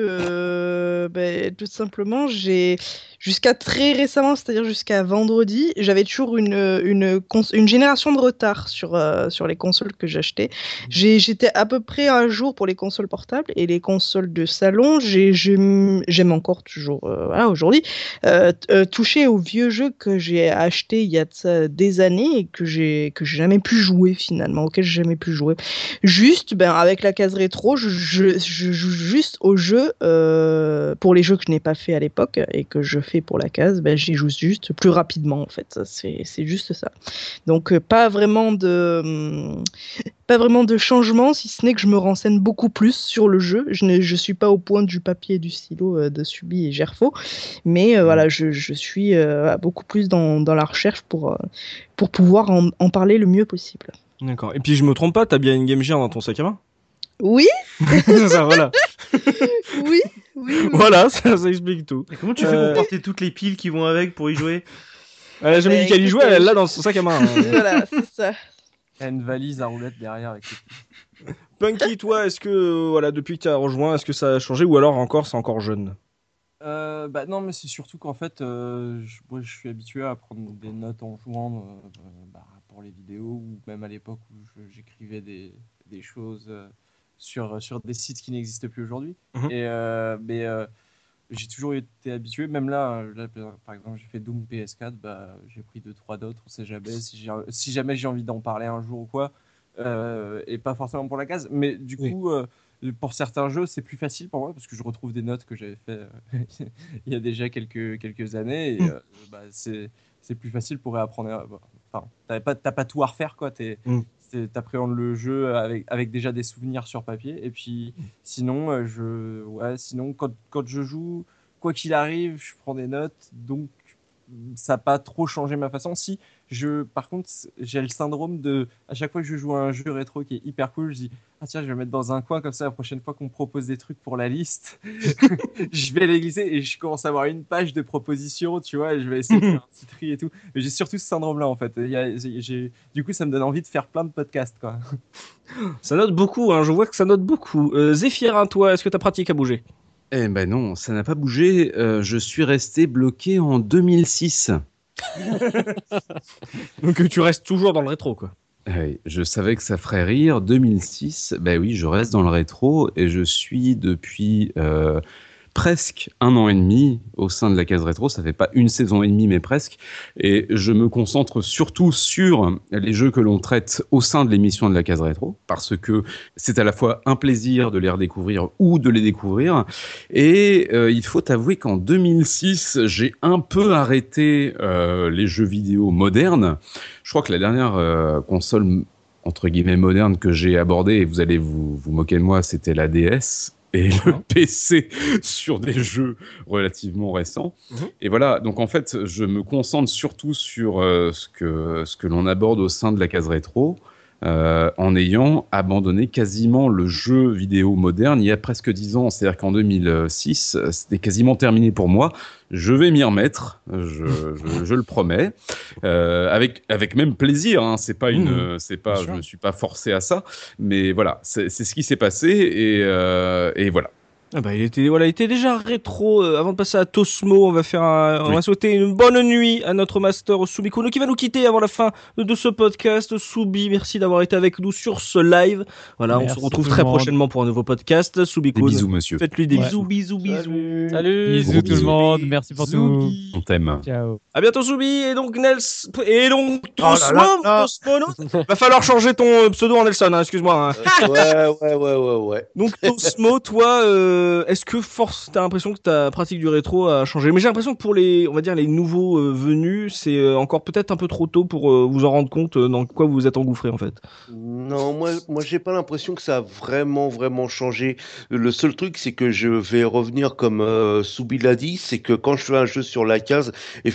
que tout simplement, jusqu'à très récemment, c'est-à-dire jusqu'à vendredi, j'avais toujours une génération de retard sur les consoles que j'achetais. J'étais à peu près à jour pour les consoles portables et les consoles de salon. J'aime encore toujours, aujourd'hui, toucher aux vieux jeux que j'ai achetés il y a des années et que j'ai jamais pu jouer finalement, auxquels j'ai jamais pu jouer. Juste, avec la case rétro, je joue juste aux jeux, pour les jeux que je n'ai pas fait à l'époque et que je fais pour la case, j'y joue juste plus rapidement en fait. C'est juste ça. Donc pas vraiment de changement, si ce n'est que je me renseigne beaucoup plus sur le jeu. Je suis pas au point du papier et du stylo de Subi et Gerfo, mais voilà, je suis beaucoup plus dans la recherche pour pouvoir en parler le mieux possible. D'accord. Et puis je me trompe pas, t'as bien une Game Gear dans ton sac à main? Oui. Ça, voilà. Oui. Voilà, ça explique tout. Et comment tu fais pour porter toutes les piles qui vont avec pour y jouer? Elle a jamais dit qu'elle y jouait, elle l'a dans son sac à main. Voilà, c'est ça. Il y a une valise à roulettes derrière avec les piles. Punky, toi, est-ce que depuis que tu as rejoint, est-ce que ça a changé ou alors encore c'est encore jeune? Non, mais c'est surtout qu'en fait, je suis habitué à prendre des notes en jouant pour les vidéos ou même à l'époque où j'écrivais des choses sur des sites qui n'existent plus aujourd'hui. Mais j'ai toujours été habitué, même là par exemple, j'ai fait Doom PS4, j'ai pris 2-3 d'autres, on sait jamais si jamais j'ai envie d'en parler un jour ou quoi, et pas forcément pour la case, mais du coup, pour certains jeux, c'est plus facile pour moi parce que je retrouve des notes que j'avais fait il y a déjà quelques années, et c'est plus facile pour réapprendre. Enfin, t'as pas tout à refaire, quoi. T'appréhendes le jeu avec déjà des souvenirs sur papier, et puis sinon quand je joue, quoi qu'il arrive, je prends des notes, donc ça n'a pas trop changé ma façon. Si, par contre, j'ai le syndrome de, à chaque fois que je joue à un jeu rétro qui est hyper cool, je dis, ah tiens, je vais le mettre dans un coin, comme ça, la prochaine fois qu'on me propose des trucs pour la liste, je vais les glisser et je commence à avoir une page de propositions, tu vois, et je vais essayer de faire un petit tri et tout. Mais j'ai surtout ce syndrome-là, en fait. Du coup, ça me donne envie de faire plein de podcasts, quoi. Ça note beaucoup, hein, je vois que ça note beaucoup. Zéphirin, toi, est-ce que ta pratique a bougé? Eh ben non, ça n'a pas bougé. Je suis resté bloqué en 2006. Donc tu restes toujours dans le rétro, quoi. Oui, je savais que ça ferait rire. 2006, ben oui, je reste dans le rétro et je suis depuis presque 1 an et demi au sein de la case rétro. Ça fait pas 1 saison et demie, mais presque. Et je me concentre surtout sur les jeux que l'on traite au sein de l'émission de la case rétro, parce que c'est à la fois un plaisir de les redécouvrir ou de les découvrir. Et il faut avouer qu'en 2006, j'ai un peu arrêté les jeux vidéo modernes. Je crois que la dernière console entre guillemets moderne que j'ai abordée, et vous allez vous moquer de moi, c'était la DS. Et le PC sur des jeux relativement récents. Et voilà, donc en fait, je me concentre surtout sur ce que l'on aborde au sein de la case rétro, en ayant abandonné quasiment le jeu vidéo moderne il y a presque 10 ans. C'est-à-dire qu'en 2006, c'était quasiment terminé pour moi. Je vais m'y remettre, je le promets, avec même plaisir. Hein. C'est pas je me suis pas forcé à ça, mais voilà, c'est ce qui s'est passé et voilà. Ah bah, il était déjà rétro. Avant de passer à Tosmo, on va souhaiter une bonne nuit à notre master Subikuno qui va nous quitter avant la fin de ce podcast. Subi, merci d'avoir été avec nous sur ce live. Voilà, merci, on se retrouve très prochainement pour un nouveau podcast. Subikuno, bisous, monsieur. Faites-lui des bisous. Salut. Bisous tout le monde. Merci pour tout. On t'aime. Ciao. À bientôt, Subi. Et donc, Tosmo. Va falloir changer ton pseudo en Nelson, hein, excuse-moi. Hein. Ouais. Donc, Tosmo, toi, est-ce que t'as l'impression que ta pratique du rétro a changé? Mais j'ai l'impression que pour les nouveaux venus, c'est encore peut-être un peu trop tôt pour vous en rendre compte dans quoi vous vous êtes engouffré en fait. Non, moi j'ai pas l'impression que ça a vraiment changé. Le seul truc, c'est que je vais revenir comme Soubi l'a dit, c'est que quand je fais un jeu sur la case, je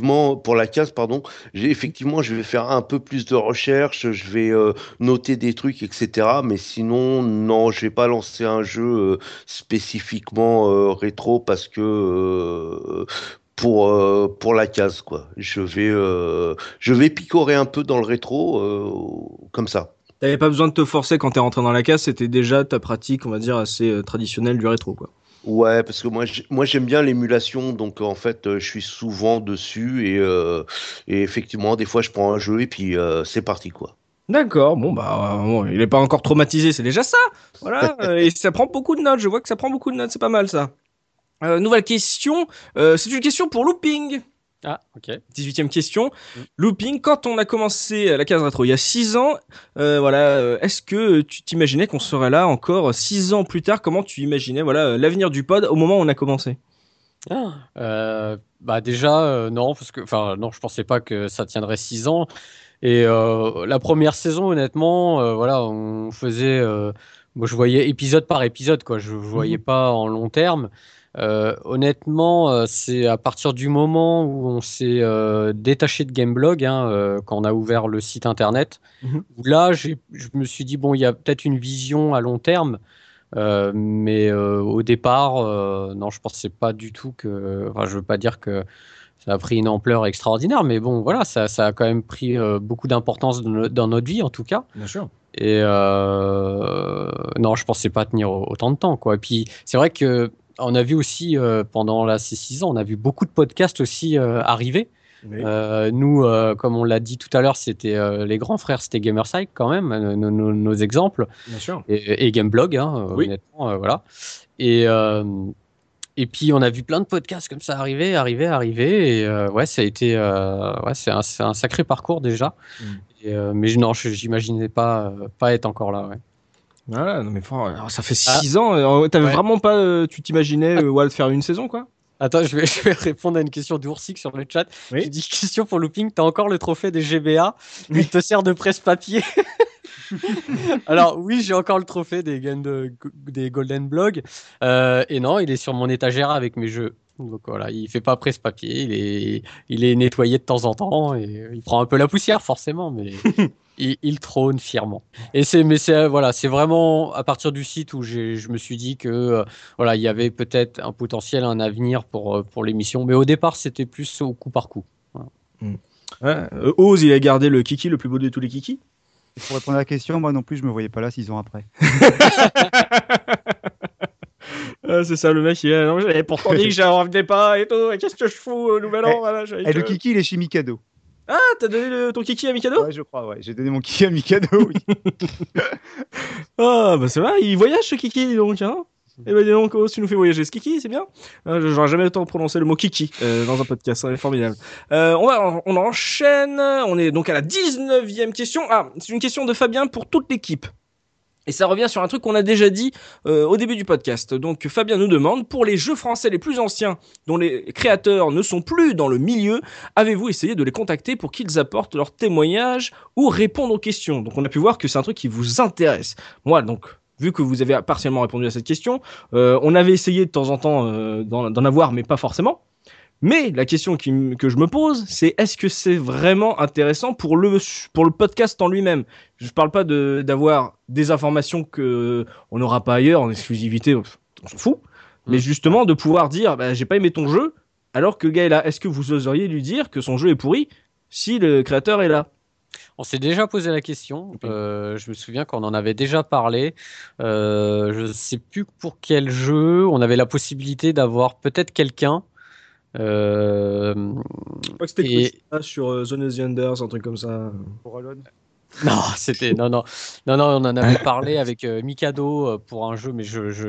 vais faire un peu plus de recherche, je vais noter des trucs, etc. Mais sinon, non, je vais pas lancer un jeu spécifiquement rétro parce que pour la case, quoi. Je vais picorer un peu dans le rétro comme ça. T'avais pas besoin de te forcer quand t'es rentré dans la case, c'était déjà ta pratique, on va dire, assez traditionnelle du rétro, quoi. Ouais, parce que moi j'aime bien l'émulation, donc en fait je suis souvent dessus et effectivement des fois je prends un jeu et puis c'est parti, quoi. D'accord, bon, il est pas encore traumatisé, c'est déjà ça. Voilà, et ça prend beaucoup de notes, je vois que ça prend beaucoup de notes, c'est pas mal ça. Nouvelle question, c'est une question pour Looping. Ah, ok. 18e question. Looping, quand on a commencé la case rétro il y a 6 ans, est-ce que tu t'imaginais qu'on serait là encore 6 ans plus tard? Comment tu imaginais l'avenir du pod au moment où on a commencé? Déjà, non, non, je pensais pas que ça tiendrait 6 ans. Et la première saison, honnêtement, on faisait. Moi, je voyais épisode par épisode, quoi. Je voyais pas en long terme. Honnêtement, c'est à partir du moment où on s'est détaché de Gameblog, quand on a ouvert le site internet, où là, je me suis dit, bon, il y a peut-être une vision à long terme, mais au départ, non, je pensais pas du tout que. Enfin, je veux pas dire que ça a pris une ampleur extraordinaire, mais bon, voilà, ça a quand même pris beaucoup d'importance dans notre vie, en tout cas. Bien sûr. Et non, je pensais pas tenir autant de temps, quoi. Et puis, c'est vrai que on a vu aussi, pendant ces 6 ans, on a vu beaucoup de podcasts aussi arriver. Oui. Nous, comme on l'a dit tout à l'heure, c'était les grands frères, c'était Gamerside quand même, nos exemples. Bien sûr. Et Gameblog, oui. Honnêtement, voilà. Et puis, on a vu plein de podcasts comme ça arriver. Et ça a été c'est un sacré parcours déjà. Mais non, j'imaginais pas être encore là. Ouais. Voilà, non mais ça fait 6 ans. T'avais vraiment pas. Tu t'imaginais faire une saison, quoi? Attends, je vais répondre à une question d'Oursik sur le chat. Oui. Je dis question pour Looping. T'as encore le trophée des GBA? Il te sert de presse-papier? Alors oui, j'ai encore le trophée des Golden Blog. Et non, il est sur mon étagère avec mes jeux. Donc voilà, il fait pas presse-papier, il est nettoyé de temps en temps et il prend un peu la poussière forcément, mais il trône fièrement. Et c'est vraiment à partir du site où je me suis dit que voilà, il y avait peut-être un potentiel, un avenir pour l'émission, mais au départ c'était plus au coup par coup. Voilà. Ouais, Oz, il a gardé le kiki le plus beau de tous les kikis. Pour répondre à la question, moi non plus, je me voyais pas là 6 ans après. C'est ça, le mec, non, j'avais pourtant dit que j'en revenais pas et tout. Qu'est-ce que je fous au nouvel an voilà, le kiki, il est chez Mikado. Ah, t'as donné ton kiki à Mikado? Ouais, je crois, ouais. J'ai donné mon kiki à Mikado, oui. Ah, bah c'est vrai, il voyage ce kiki, dis donc, hein. Eh ben dis donc, tu nous fais voyager ce kiki, c'est bien. J'aurais jamais le temps de prononcer le mot kiki dans un podcast, c'est formidable. On enchaîne, on est donc à la 19e question. Ah, c'est une question de Fabien pour toute l'équipe. Et ça revient sur un truc qu'on a déjà dit au début du podcast. Donc Fabien nous demande, pour les jeux français les plus anciens dont les créateurs ne sont plus dans le milieu, avez-vous essayé de les contacter pour qu'ils apportent leur témoignage ou répondent aux questions? Donc on a pu voir que c'est un truc qui vous intéresse. Moi, donc, vu que vous avez partiellement répondu à cette question, on avait essayé de temps en temps d'en avoir, mais pas forcément. Mais la question que je me pose, c'est est-ce que c'est vraiment intéressant pour le podcast en lui-même? Je ne parle pas d'avoir des informations qu'on n'aura pas ailleurs en exclusivité, on s'en fout. Mais justement de pouvoir dire, j'ai pas aimé ton jeu, alors que le gars est là. Est-ce que vous oseriez lui dire que son jeu est pourri si le créateur est là? On s'est déjà posé la question. Je me souviens qu'on en avait déjà parlé. Je ne sais plus pour quel jeu. On avait la possibilité d'avoir peut-être quelqu'un. Je crois que c'était sur Zone of the Enders, un truc comme ça. Pour Alon. Non, on en avait parlé avec Mikado pour un jeu, mais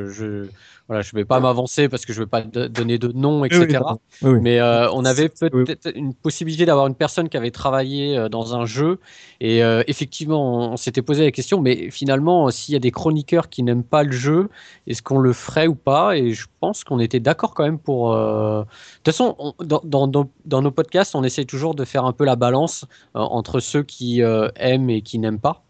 je vais pas m'avancer parce que je veux pas donner de nom, etc. Oui. Mais on avait peut-être une possibilité d'avoir une personne qui avait travaillé dans un jeu et effectivement, on s'était posé la question, mais finalement, s'il y a des chroniqueurs qui n'aiment pas le jeu, est-ce qu'on le ferait ou pas? Et je pense qu'on était d'accord quand même pour. De toute façon, dans nos podcasts, on essaie toujours de faire un peu la balance entre ceux qui aiment et qui n'aiment pas.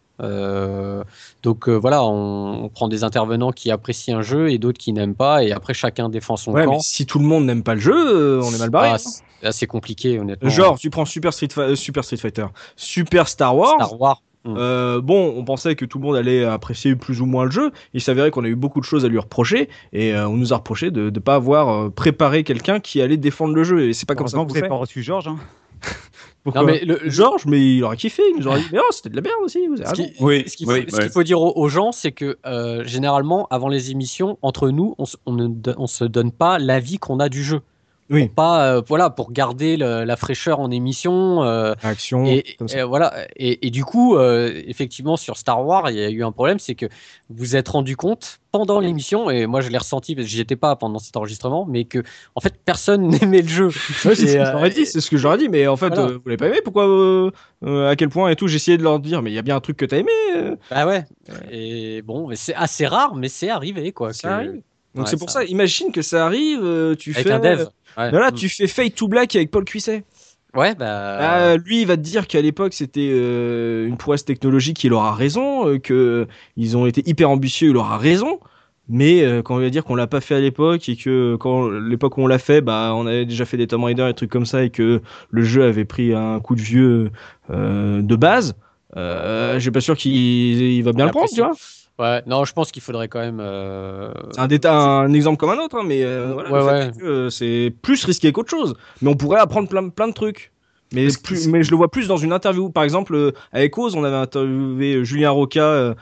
Voilà, on prend des intervenants qui apprécient un jeu et d'autres qui n'aiment pas, et après chacun défend son camp. Mais si tout le monde n'aime pas le jeu, on est mal barré. C'est compliqué, honnêtement. Genre, tu prends Super Street Fighter, Super Star Wars. Bon, on pensait que tout le monde allait apprécier plus ou moins le jeu. Il s'avérait qu'on a eu beaucoup de choses à lui reprocher, et on nous a reproché de ne pas avoir préparé quelqu'un qui allait défendre le jeu. Et c'est pas comme ça que vous n'avez pas reçu Georges. Hein. Non, mais Georges, mais il aurait kiffé, il nous aurait dit, mais c'était de la merde aussi. Ce qu'il faut dire aux gens, c'est que généralement, avant les émissions, entre nous, on se donne pas l'avis qu'on a du jeu. Oui. Pour garder la fraîcheur en émission. Action. Et du coup, effectivement, sur Star Wars, il y a eu un problème, c'est que vous vous êtes rendu compte pendant l'émission, et moi je l'ai ressenti parce que j'y étais pas pendant cet enregistrement, mais que en fait personne n'aimait le jeu. Ouais, c'est ce que j'aurais dit, mais en fait vous l'avez pas aimé, pourquoi à quel point et tout, j'ai essayé de leur dire, mais il y a bien un truc que t'as aimé. Bah ouais. Et bon, c'est assez rare, mais c'est arrivé quoi. Ça arrive. Donc c'est pour ça, imagine que ça arrive, tu avec fais un dev. Voilà, tu fais Fade to Black avec Paul Cuisset. Ouais, lui, il va te dire qu'à l'époque, c'était une prouesse technologique, il aura raison, que ils ont été hyper ambitieux, il aura raison. Mais quand on va dire qu'on l'a pas fait à l'époque et que quand l'époque où on l'a fait, on avait déjà fait des Tomb Raider et des trucs comme ça et que le jeu avait pris un coup de vieux de base, je suis pas sûr qu'il va bien le prendre, tu vois. Ouais, non, je pense qu'il faudrait quand même. C'est un exemple comme un autre, hein, mais c'est plus risqué qu'autre chose. Mais on pourrait apprendre plein de trucs. Mais je le vois plus dans une interview. Par exemple, avec Oz, on avait interviewé Julien Roca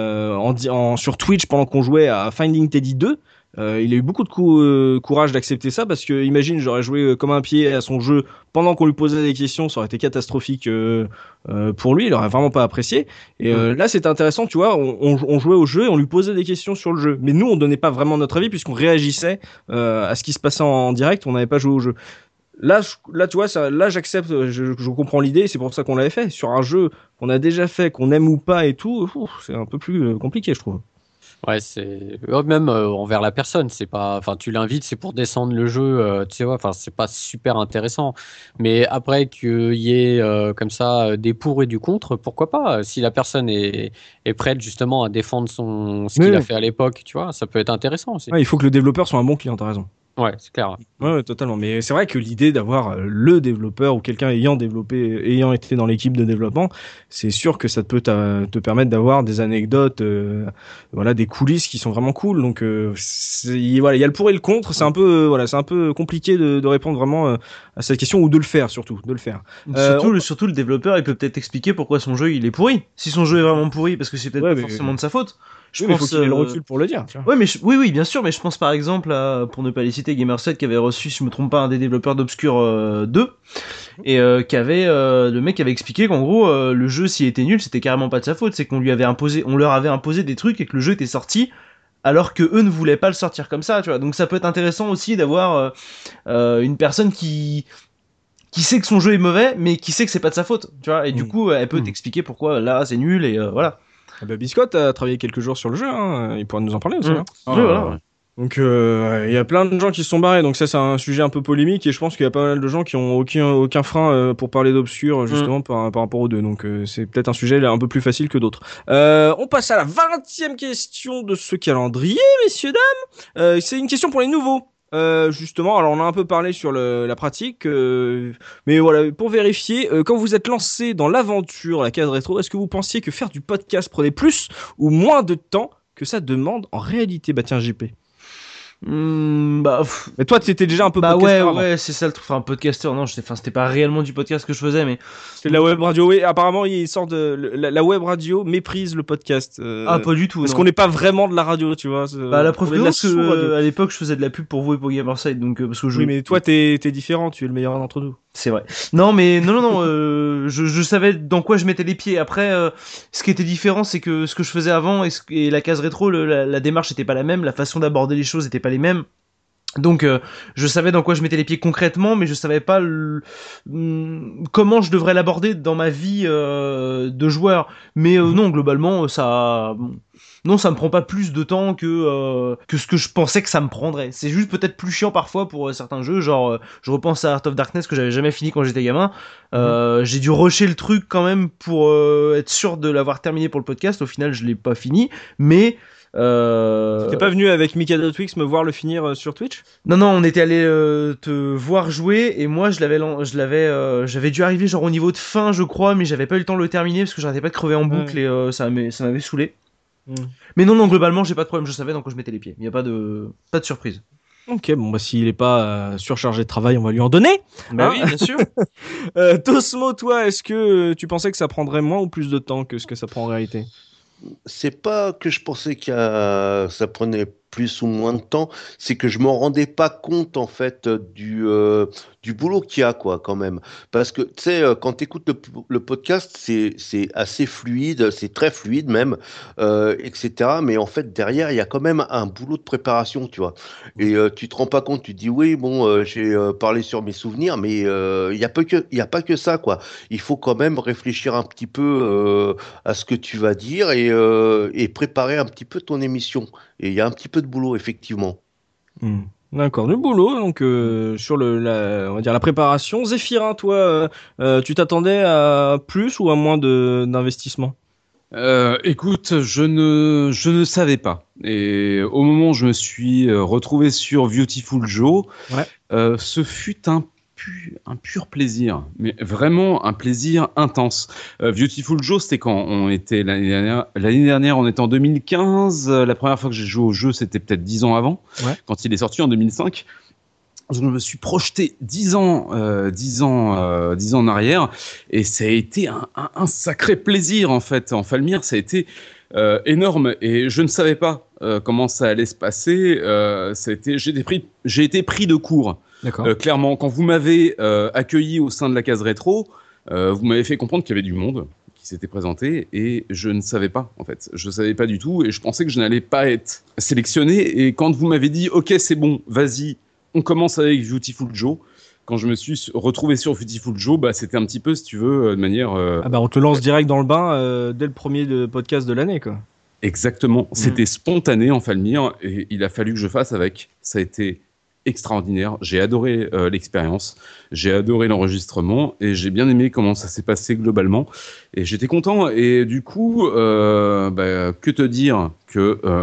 sur Twitch pendant qu'on jouait à Finding Teddy 2. Il a eu beaucoup de courage d'accepter ça, parce que imagine, j'aurais joué comme un pied à son jeu pendant qu'on lui posait des questions, ça aurait été catastrophique pour lui, il aurait vraiment pas apprécié. Et là c'était intéressant, tu vois, on jouait au jeu et on lui posait des questions sur le jeu, mais nous on donnait pas vraiment notre avis puisqu'on réagissait à ce qui se passait en direct, on n'avait pas joué au jeu. Là tu vois, là j'accepte, je comprends l'idée, c'est pour ça qu'on l'avait fait. Sur un jeu qu'on a déjà fait, qu'on aime ou pas et tout, c'est un peu plus compliqué, je trouve. Ouais, c'est même envers la personne, c'est pas, enfin tu l'invites, c'est pour descendre le jeu, tu sais, enfin c'est pas super intéressant. Mais après qu'il y ait comme ça des pour et du contre, pourquoi pas? Si la personne est prête justement à défendre ce qu'il a fait à l'époque, tu vois, ça peut être intéressant aussi. Ouais, il faut que le développeur soit un bon client, t'as raison. Ouais, c'est clair. Ouais, totalement. Mais c'est vrai que l'idée d'avoir le développeur ou quelqu'un ayant été dans l'équipe de développement, c'est sûr que ça peut te permettre d'avoir des anecdotes, voilà, des coulisses qui sont vraiment cool. Donc, voilà, il y a le pour et le contre. C'est un peu, voilà, c'est un peu compliqué de répondre vraiment à cette question ou de le faire surtout, de le faire. Surtout le développeur, il peut peut-être expliquer pourquoi son jeu il est pourri. Si son jeu est vraiment pourri, parce que c'est peut-être pas forcément de sa faute. Je pense qu'il ait le recul pour le dire. Ouais, mais oui, bien sûr, mais je pense par exemple à, pour ne pas les citer, Gamer7 qui avait reçu, si je me trompe pas, un des développeurs d'Obscure 2 et le mec avait expliqué qu'en gros le jeu s'il était nul, c'était carrément pas de sa faute, c'est qu'on leur avait imposé des trucs et que le jeu était sorti alors que eux ne voulaient pas le sortir comme ça, tu vois. Donc ça peut être intéressant aussi d'avoir une personne qui sait que son jeu est mauvais, mais qui sait que c'est pas de sa faute, tu vois. Et du coup, elle peut t'expliquer pourquoi là c'est nul et voilà. Biscotte a travaillé quelques jours sur le jeu, hein. Il pourra nous en parler aussi. Hein. Voilà. Donc il y a plein de gens qui se sont barrés, donc ça c'est un sujet un peu polémique et je pense qu'il y a pas mal de gens qui ont aucun frein pour parler d'Obscure justement par rapport aux deux, donc c'est peut-être un sujet un peu plus facile que d'autres. On passe à la 20e question de ce calendrier, messieurs dames. C'est une question pour les nouveaux. Justement, alors on a un peu parlé sur la pratique, mais voilà, pour vérifier, quand vous êtes lancé dans l'aventure, la case rétro, est-ce que vous pensiez que faire du podcast prenait plus ou moins de temps que ça demande en réalité? Bah tiens, JP. Mais toi, t'étais déjà un peu podcasteur. Ouais, c'est ça le truc. Enfin, un podcasteur, non, c'était pas réellement du podcast que je faisais, mais. C'est de la web radio, oui. Apparemment, il sort de. La web radio méprise le podcast. Pas du tout. Parce qu'on n'est pas vraiment de la radio, tu vois. La preuve que à l'époque, je faisais de la pub pour vous et pour Gamerside, donc parce que Oui, mais toi, t'es différent, tu es le meilleur d'entre nous. C'est vrai. Non, mais non, je savais dans quoi je mettais les pieds. Après, ce qui était différent, c'est que ce que je faisais avant et la case rétro, la démarche était pas la même, la façon d'aborder les choses était pas les mêmes. Donc, je savais dans quoi je mettais les pieds concrètement, mais je savais pas comment je devrais l'aborder dans ma vie de joueur. Mais non, globalement, ça me prend pas plus de temps que ce que je pensais que ça me prendrait. C'est juste peut-être plus chiant parfois pour certains jeux, genre je repense à Heart of Darkness que j'avais jamais fini quand j'étais gamin. J'ai dû rusher le truc quand même pour être sûr de l'avoir terminé pour le podcast. Au final, je l'ai pas fini, mais T'es pas venu avec Mikado Twix me voir le finir sur Twitch? Non, on était allé te voir jouer et moi j'avais dû arriver genre au niveau de fin je crois, mais j'avais pas eu le temps de le terminer parce que j'arrêtais pas de crever en boucle et ça m'avait saoulé. Mais non, globalement j'ai pas de problème, je savais dans quoi je mettais les pieds, il y a pas de surprise. Ok, bon s'il est pas surchargé de travail, on va lui en donner. Bah oui, bien sûr. Tosmo, toi, est-ce que tu pensais que ça prendrait moins ou plus de temps que ce que ça prend en réalité? C'est pas que je pensais que ça prenait plus ou moins de temps, c'est que je m'en rendais pas compte en fait du boulot qu'il y a quoi quand même. Parce que tu sais, quand tu écoutes le podcast, c'est assez fluide, c'est très fluide même, etc. Mais en fait derrière il y a quand même un boulot de préparation, tu vois. Et tu te rends pas compte, tu te dis oui bon j'ai parlé sur mes souvenirs, mais il y a pas que ça quoi. Il faut quand même réfléchir un petit peu à ce que tu vas dire et préparer un petit peu ton émission. Et il y a un petit peu de boulot, effectivement. D'accord, du boulot, donc sur on va dire la préparation. Zéphirin, toi, tu t'attendais à plus ou à moins d'investissement? Écoute, je ne savais pas. Et au moment où je me suis retrouvé sur Beautiful Joe, ce fut un pur plaisir, mais vraiment un plaisir intense. Beautiful Joe, c'était quand on était l'année dernière, on était en 2015. La première fois que j'ai joué au jeu, c'était peut-être 10 ans avant, quand il est sorti en 2005. Je me suis projeté 10 ans en arrière, et ça a été un sacré plaisir en fait. En Falmir, ça a été énorme, et je ne savais pas comment ça allait se passer. J'ai été pris de court. Clairement, quand vous m'avez accueilli au sein de la case rétro, vous m'avez fait comprendre qu'il y avait du monde qui s'était présenté, et je ne savais pas en fait. Je savais pas du tout, et je pensais que je n'allais pas être sélectionné. Et quand vous m'avez dit ok c'est bon, vas-y, on commence avec Beautiful Joe. Quand je me suis retrouvé sur Beautiful Joe, c'était un petit peu, si tu veux, de manière... on te lance direct dans le bain dès le premier podcast de l'année, quoi. Exactement. C'était spontané en Falmir, et il a fallu que je fasse avec. Ça a été extraordinaire. J'ai adoré l'expérience, j'ai adoré l'enregistrement, et j'ai bien aimé comment ça s'est passé globalement. Et j'étais content. Et du coup, que te dire que...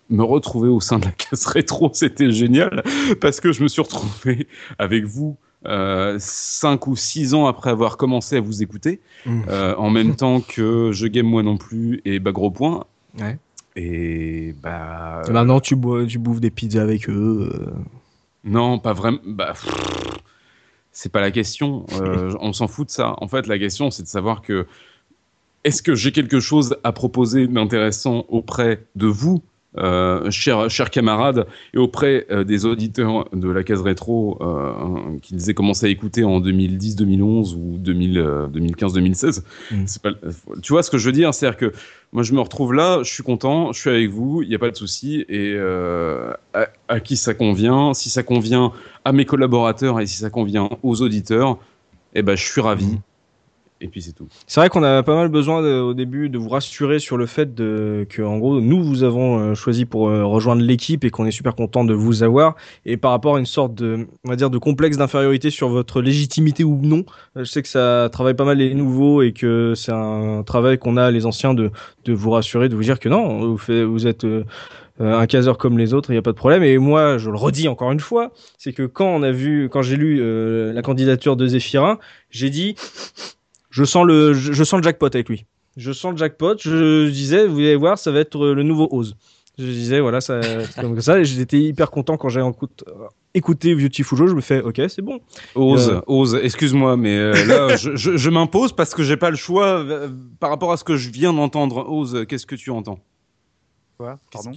me retrouver au sein de la case rétro, c'était génial parce que je me suis retrouvé avec vous 5 ou 6 ans après avoir commencé à vous écouter, en même temps que Je Game Moi Non Plus et Gros Point. Ouais. Et maintenant tu bouffes des pizzas avec eux. Non, pas vraiment. C'est pas la question. On s'en fout de ça. En fait, la question, c'est de savoir que est-ce que j'ai quelque chose à proposer d'intéressant auprès de vous, chers camarades, et auprès des auditeurs de la case rétro qu'ils aient commencé à écouter en 2010, 2011 ou 2015, 2016. C'est pas, tu vois ce que je veux dire? C'est-à-dire que moi, je me retrouve là, je suis content, je suis avec vous, il n'y a pas de souci, et à qui ça convient, si ça convient à mes collaborateurs et si ça convient aux auditeurs, eh ben, je suis ravi. Et puis c'est tout. C'est vrai qu'on a pas mal besoin au début de vous rassurer sur le fait que en gros nous vous avons choisi pour rejoindre l'équipe et qu'on est super content de vous avoir, et par rapport à une sorte de, on va dire, de complexe d'infériorité sur votre légitimité ou non. Je sais que ça travaille pas mal les nouveaux et que c'est un travail qu'on a les anciens de vous rassurer, de vous dire que non, vous êtes un caseur comme les autres, il n'y a pas de problème. Et moi, je le redis encore une fois, c'est que quand j'ai lu la candidature de Zéphirin, j'ai dit je sens le jackpot avec lui. Je sens le jackpot. Je disais, vous allez voir, ça va être le nouveau Oz. Je disais, voilà, ça, c'est comme ça. Et j'étais hyper content quand j'ai écouté Beautiful Joe. Je me fais, ok, c'est bon. Oz, excuse-moi, mais là, je m'impose parce que j'ai pas le choix par rapport à ce que je viens d'entendre. Oz, qu'est-ce que tu entends? Quoi? Pardon.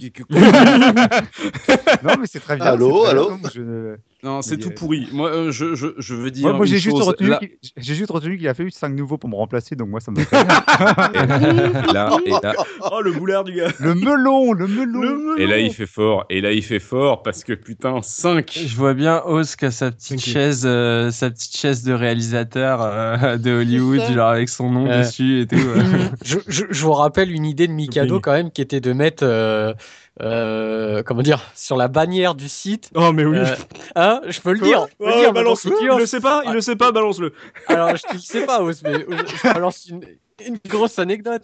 Non, mais c'est très bien. Allô. Non, c'est tout pourri. Moi, je veux dire. Moi, j'ai juste retenu qu'il a fait 5 nouveaux pour me remplacer, donc moi, ça me fait et là. Oh, le boulard du gars. Le melon. Et là, il fait fort parce que putain, 5. Je vois bien Oz qui a sa petite chaise de réalisateur de Hollywood, genre avec son nom dessus et tout. Je vous rappelle une idée de Mikado quand même, qui était de mettre comment dire, sur la bannière du site. Oh mais oui. Je peux le dire. Balance-le. Il le sait pas, balance-le. Alors je ne sais pas, Oz, mais je balance une grosse anecdote.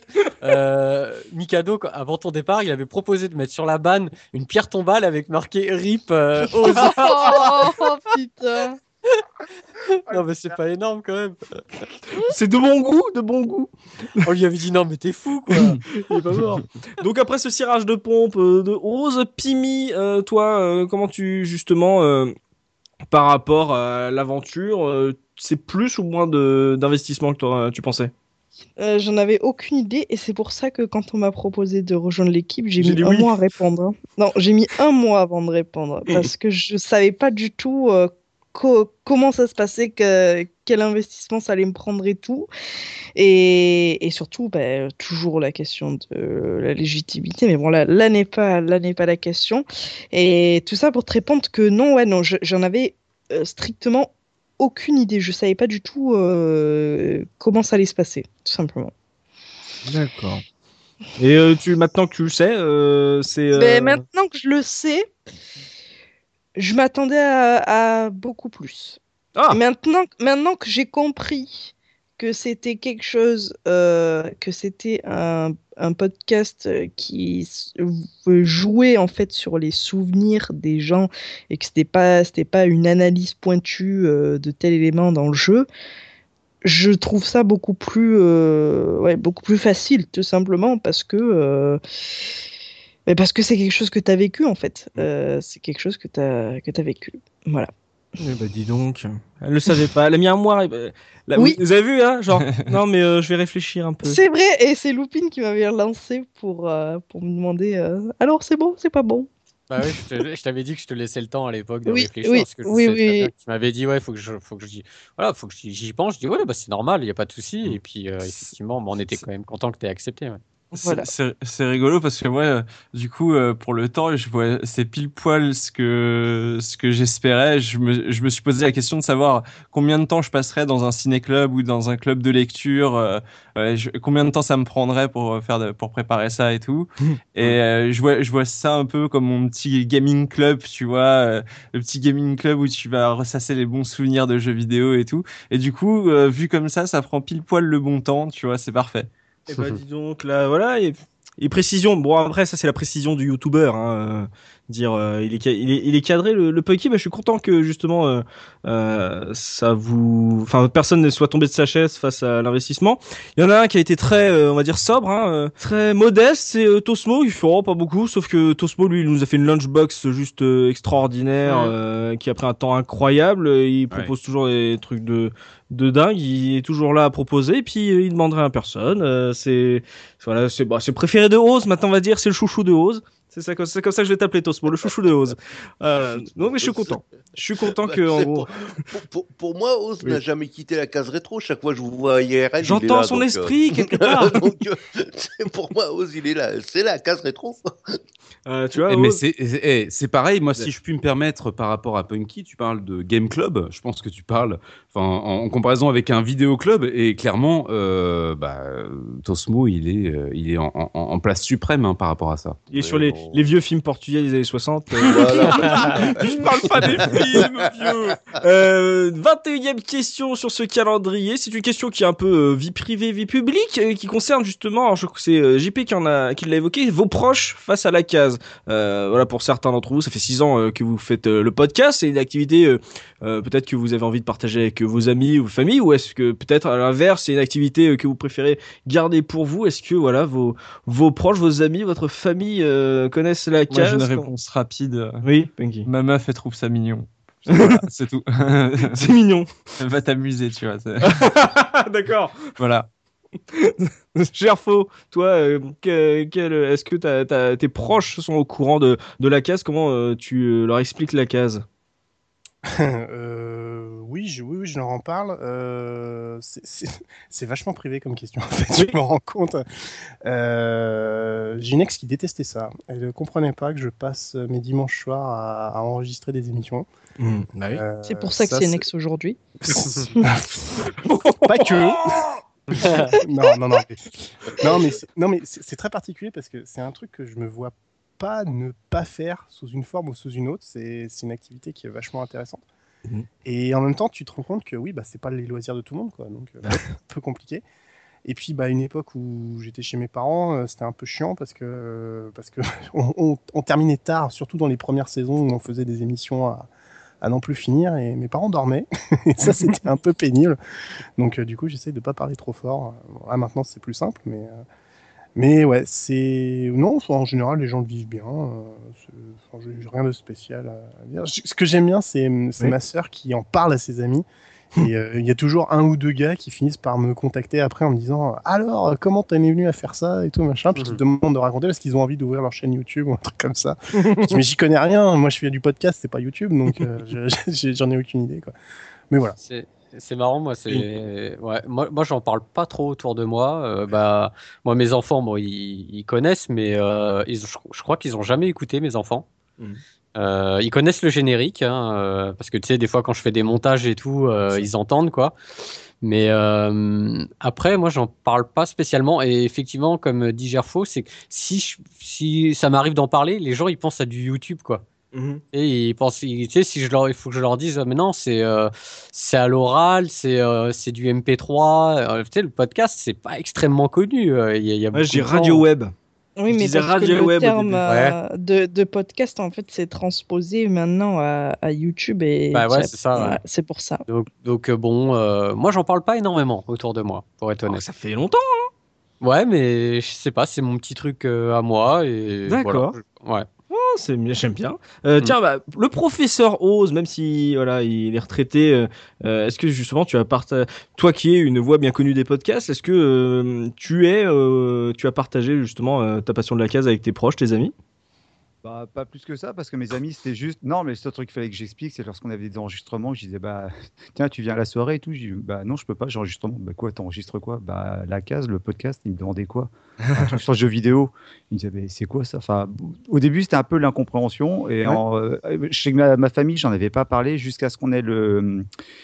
Mikado, avant ton départ, il avait proposé de mettre sur la banne une pierre tombale avec marqué RIP Oz. Oh putain. Non mais c'est pas énorme quand même. C'est de bon goût. On lui avait dit non mais t'es fou quoi. Il est pas mort. Donc après ce cirage de pompe de Oz, Pimi, toi, comment tu justement par rapport à l'aventure, c'est plus ou moins d'investissement que tu pensais? J'en avais aucune idée, et c'est pour ça que quand on m'a proposé de rejoindre l'équipe, j'ai mis un mois à répondre. Non, j'ai mis un mois avant de répondre parce que je savais pas du tout comment ça se passait, quel investissement ça allait me prendre et tout. Et surtout, toujours la question de la légitimité. Mais bon, là n'est pas la question. Et tout ça pour te répondre que non, j'en avais strictement aucune idée. Je savais pas du tout comment ça allait se passer, tout simplement. D'accord. Et maintenant que tu le sais, c'est... Maintenant que je le sais, je m'attendais à beaucoup plus. Maintenant que j'ai compris que c'était quelque chose, que c'était un podcast qui jouait en fait sur les souvenirs des gens et que c'était pas une analyse pointue de tel élément dans le jeu, je trouve ça beaucoup plus facile, tout simplement parce que c'est quelque chose que tu as vécu en fait. C'est quelque chose que tu as vécu. Voilà. Dis donc, elle le savait pas. Elle a mis un mois. Oui. Vous avez vu, hein, genre. Non, mais je vais réfléchir un peu. C'est vrai, et c'est Loupine qui m'avait relancé pour me demander. Alors c'est bon, c'est pas bon. Bah oui, je t'avais dit que je te laissais le temps à l'époque de réfléchir. Parce que tu m'avais dit faut que j'y pense. Je dis c'est normal, il y a pas de souci. Et puis effectivement, on était quand même content que tu aies accepté. Ouais. Voilà. C'est rigolo parce que moi, du coup, pour le temps, c'est pile poil ce que j'espérais. Je me suis posé la question de savoir combien de temps je passerais dans un ciné-club ou dans un club de lecture, combien de temps ça me prendrait pour préparer ça et tout. Et je vois ça un peu comme mon petit gaming club, tu vois, le petit gaming club où tu vas ressasser les bons souvenirs de jeux vidéo et tout. Et du coup, vu comme ça prend pile poil le bon temps, tu vois, c'est parfait. Et dis donc, là, voilà, il Et précision, bon après ça c'est la précision du youtubeur, hein, dire il est cadré le Punky, mais je suis content que justement personne ne soit tombé de sa chaise face à l'investissement. Il y en a un qui a été très on va dire sobre, hein, très modeste, c'est Tosmo. Il fait pas beaucoup, sauf que Tosmo lui il nous a fait une lunchbox juste extraordinaire, qui a pris un temps incroyable. Il propose toujours des trucs de dingue, il est toujours là à proposer, et puis il demanderait à personne. C'est préféré de Oz, maintenant on va dire, c'est le chouchou de Oz. C'est comme ça que je vais t'appeler, Tosmo, le chouchou de Oz. Non, mais je suis content. Je suis content que, en gros. Pour moi, Oz n'a jamais quitté la case rétro. Chaque fois que je vous vois à IRL, j'entends son esprit quelque part. Donc, pour moi, Oz, il est là. C'est la case rétro. Tu vois, mais c'est pareil. Moi, si je puis me permettre, par rapport à Punky, tu parles de Game Club. Je pense que tu parles, en comparaison avec un vidéo club, et clairement, Tosmo, il est en place suprême, hein, par rapport à ça. Il est sur les vieux films portugais des années 60. Je parle pas des films vieux. 21e question sur ce calendrier. C'est une question qui est un peu vie privée, vie publique, qui concerne justement, alors je crois que c'est JP qui l'a évoqué, vos proches face à la case. Voilà, pour certains d'entre vous, ça fait 6 ans que vous faites le podcast. C'est une activité peut-être que vous avez envie de partager avec vos amis ou vos familles, ou est-ce que peut-être à l'inverse, c'est une activité que vous préférez garder pour vous? Est-ce que voilà, vos proches, vos amis, votre famille connaissent la case? Moi, j'ai une réponse rapide. Oui, Punky. Ma meuf, elle trouve ça mignon. Voilà, c'est tout. C'est mignon. Elle va t'amuser, tu vois. D'accord. Voilà. Gerfo, toi, est-ce que tes proches sont au courant de la case? Comment tu leur expliques la case? Oui, je leur en parle. C'est vachement privé comme question, en fait, je me rends compte. J'ai une ex qui détestait ça. Elle ne comprenait pas que je passe mes dimanches soirs à enregistrer des émissions. Bah oui. C'est pour ça que c'est une ex aujourd'hui. Pas que. Non, mais c'est très particulier parce que c'est un truc que je me vois pas ne pas faire sous une forme ou sous une autre. C'est une activité qui est vachement intéressante. Et en même temps, tu te rends compte que oui, c'est pas les loisirs de tout le monde, quoi. Donc un peu compliqué. Et puis une époque où j'étais chez mes parents, c'était un peu chiant parce que on terminait tard, surtout dans les premières saisons où on faisait des émissions à n'en plus finir, et mes parents dormaient. Et ça, c'était un peu pénible. Donc du coup, j'essaie de pas parler trop fort. Là, maintenant, c'est plus simple, mais ouais, non, en général, les gens le vivent bien. J'ai rien de spécial à dire. Ce que j'aime bien, c'est ma sœur qui en parle à ses amis. Et il y a toujours un ou deux gars qui finissent par me contacter après en me disant alors comment t'en es venu à faire ça et tout machin, puis ils me demandent de raconter parce qu'ils ont envie d'ouvrir leur chaîne YouTube ou un truc comme ça. Je dis mais j'y connais rien, moi je fais du podcast, c'est pas YouTube, donc j'en ai aucune idée, quoi. Mais voilà. C'est marrant, moi, moi j'en parle pas trop autour de moi. Moi, mes enfants, ils connaissent, mais je crois qu'ils ont jamais écouté, mes enfants. Ils connaissent le générique, hein, parce que tu sais, des fois quand je fais des montages et tout, ils entendent, quoi. Mais après, moi, j'en parle pas spécialement. Et effectivement, comme dit Gerfo, c'est que si ça m'arrive d'en parler, les gens ils pensent à du YouTube, quoi. Et ils pensent, tu sais, il faut que je leur dise, mais non, c'est à l'oral, c'est du MP3. Tu sais, le podcast, c'est pas extrêmement connu. Je dis radio web. Oui, mais parce que le terme de podcast, en fait, c'est transposé maintenant à YouTube. Et c'est ça. Ouais. C'est pour ça. Donc bon, moi, j'en parle pas énormément autour de moi, pour être honnête. Ça fait longtemps, hein. Ouais, mais je sais pas, c'est mon petit truc à moi. D'accord. Voilà. Ouais. Oh, j'aime bien. Tiens, le professeur Oz, même si voilà, il est retraité, est-ce que justement tu as toi qui es une voix bien connue des podcasts, est-ce que tu as partagé justement ta passion de la case avec tes proches, tes amis? Pas plus que ça, parce que mes amis, c'était juste. Non, mais le seul truc qu'il fallait que j'explique, c'est lorsqu'on avait des enregistrements, je disais, tiens, tu viens à la soirée et tout. Je dis, non, je peux pas, j'ai enregistrement. Quoi, t'enregistres quoi? La case, le podcast, ils me demandaient quoi? Un truc sur le jeu vidéo. Ils me disaient, c'est quoi ça? Enfin, au début, c'était un peu l'incompréhension. Et chez ma famille, j'en avais pas parlé jusqu'à ce qu'on ait le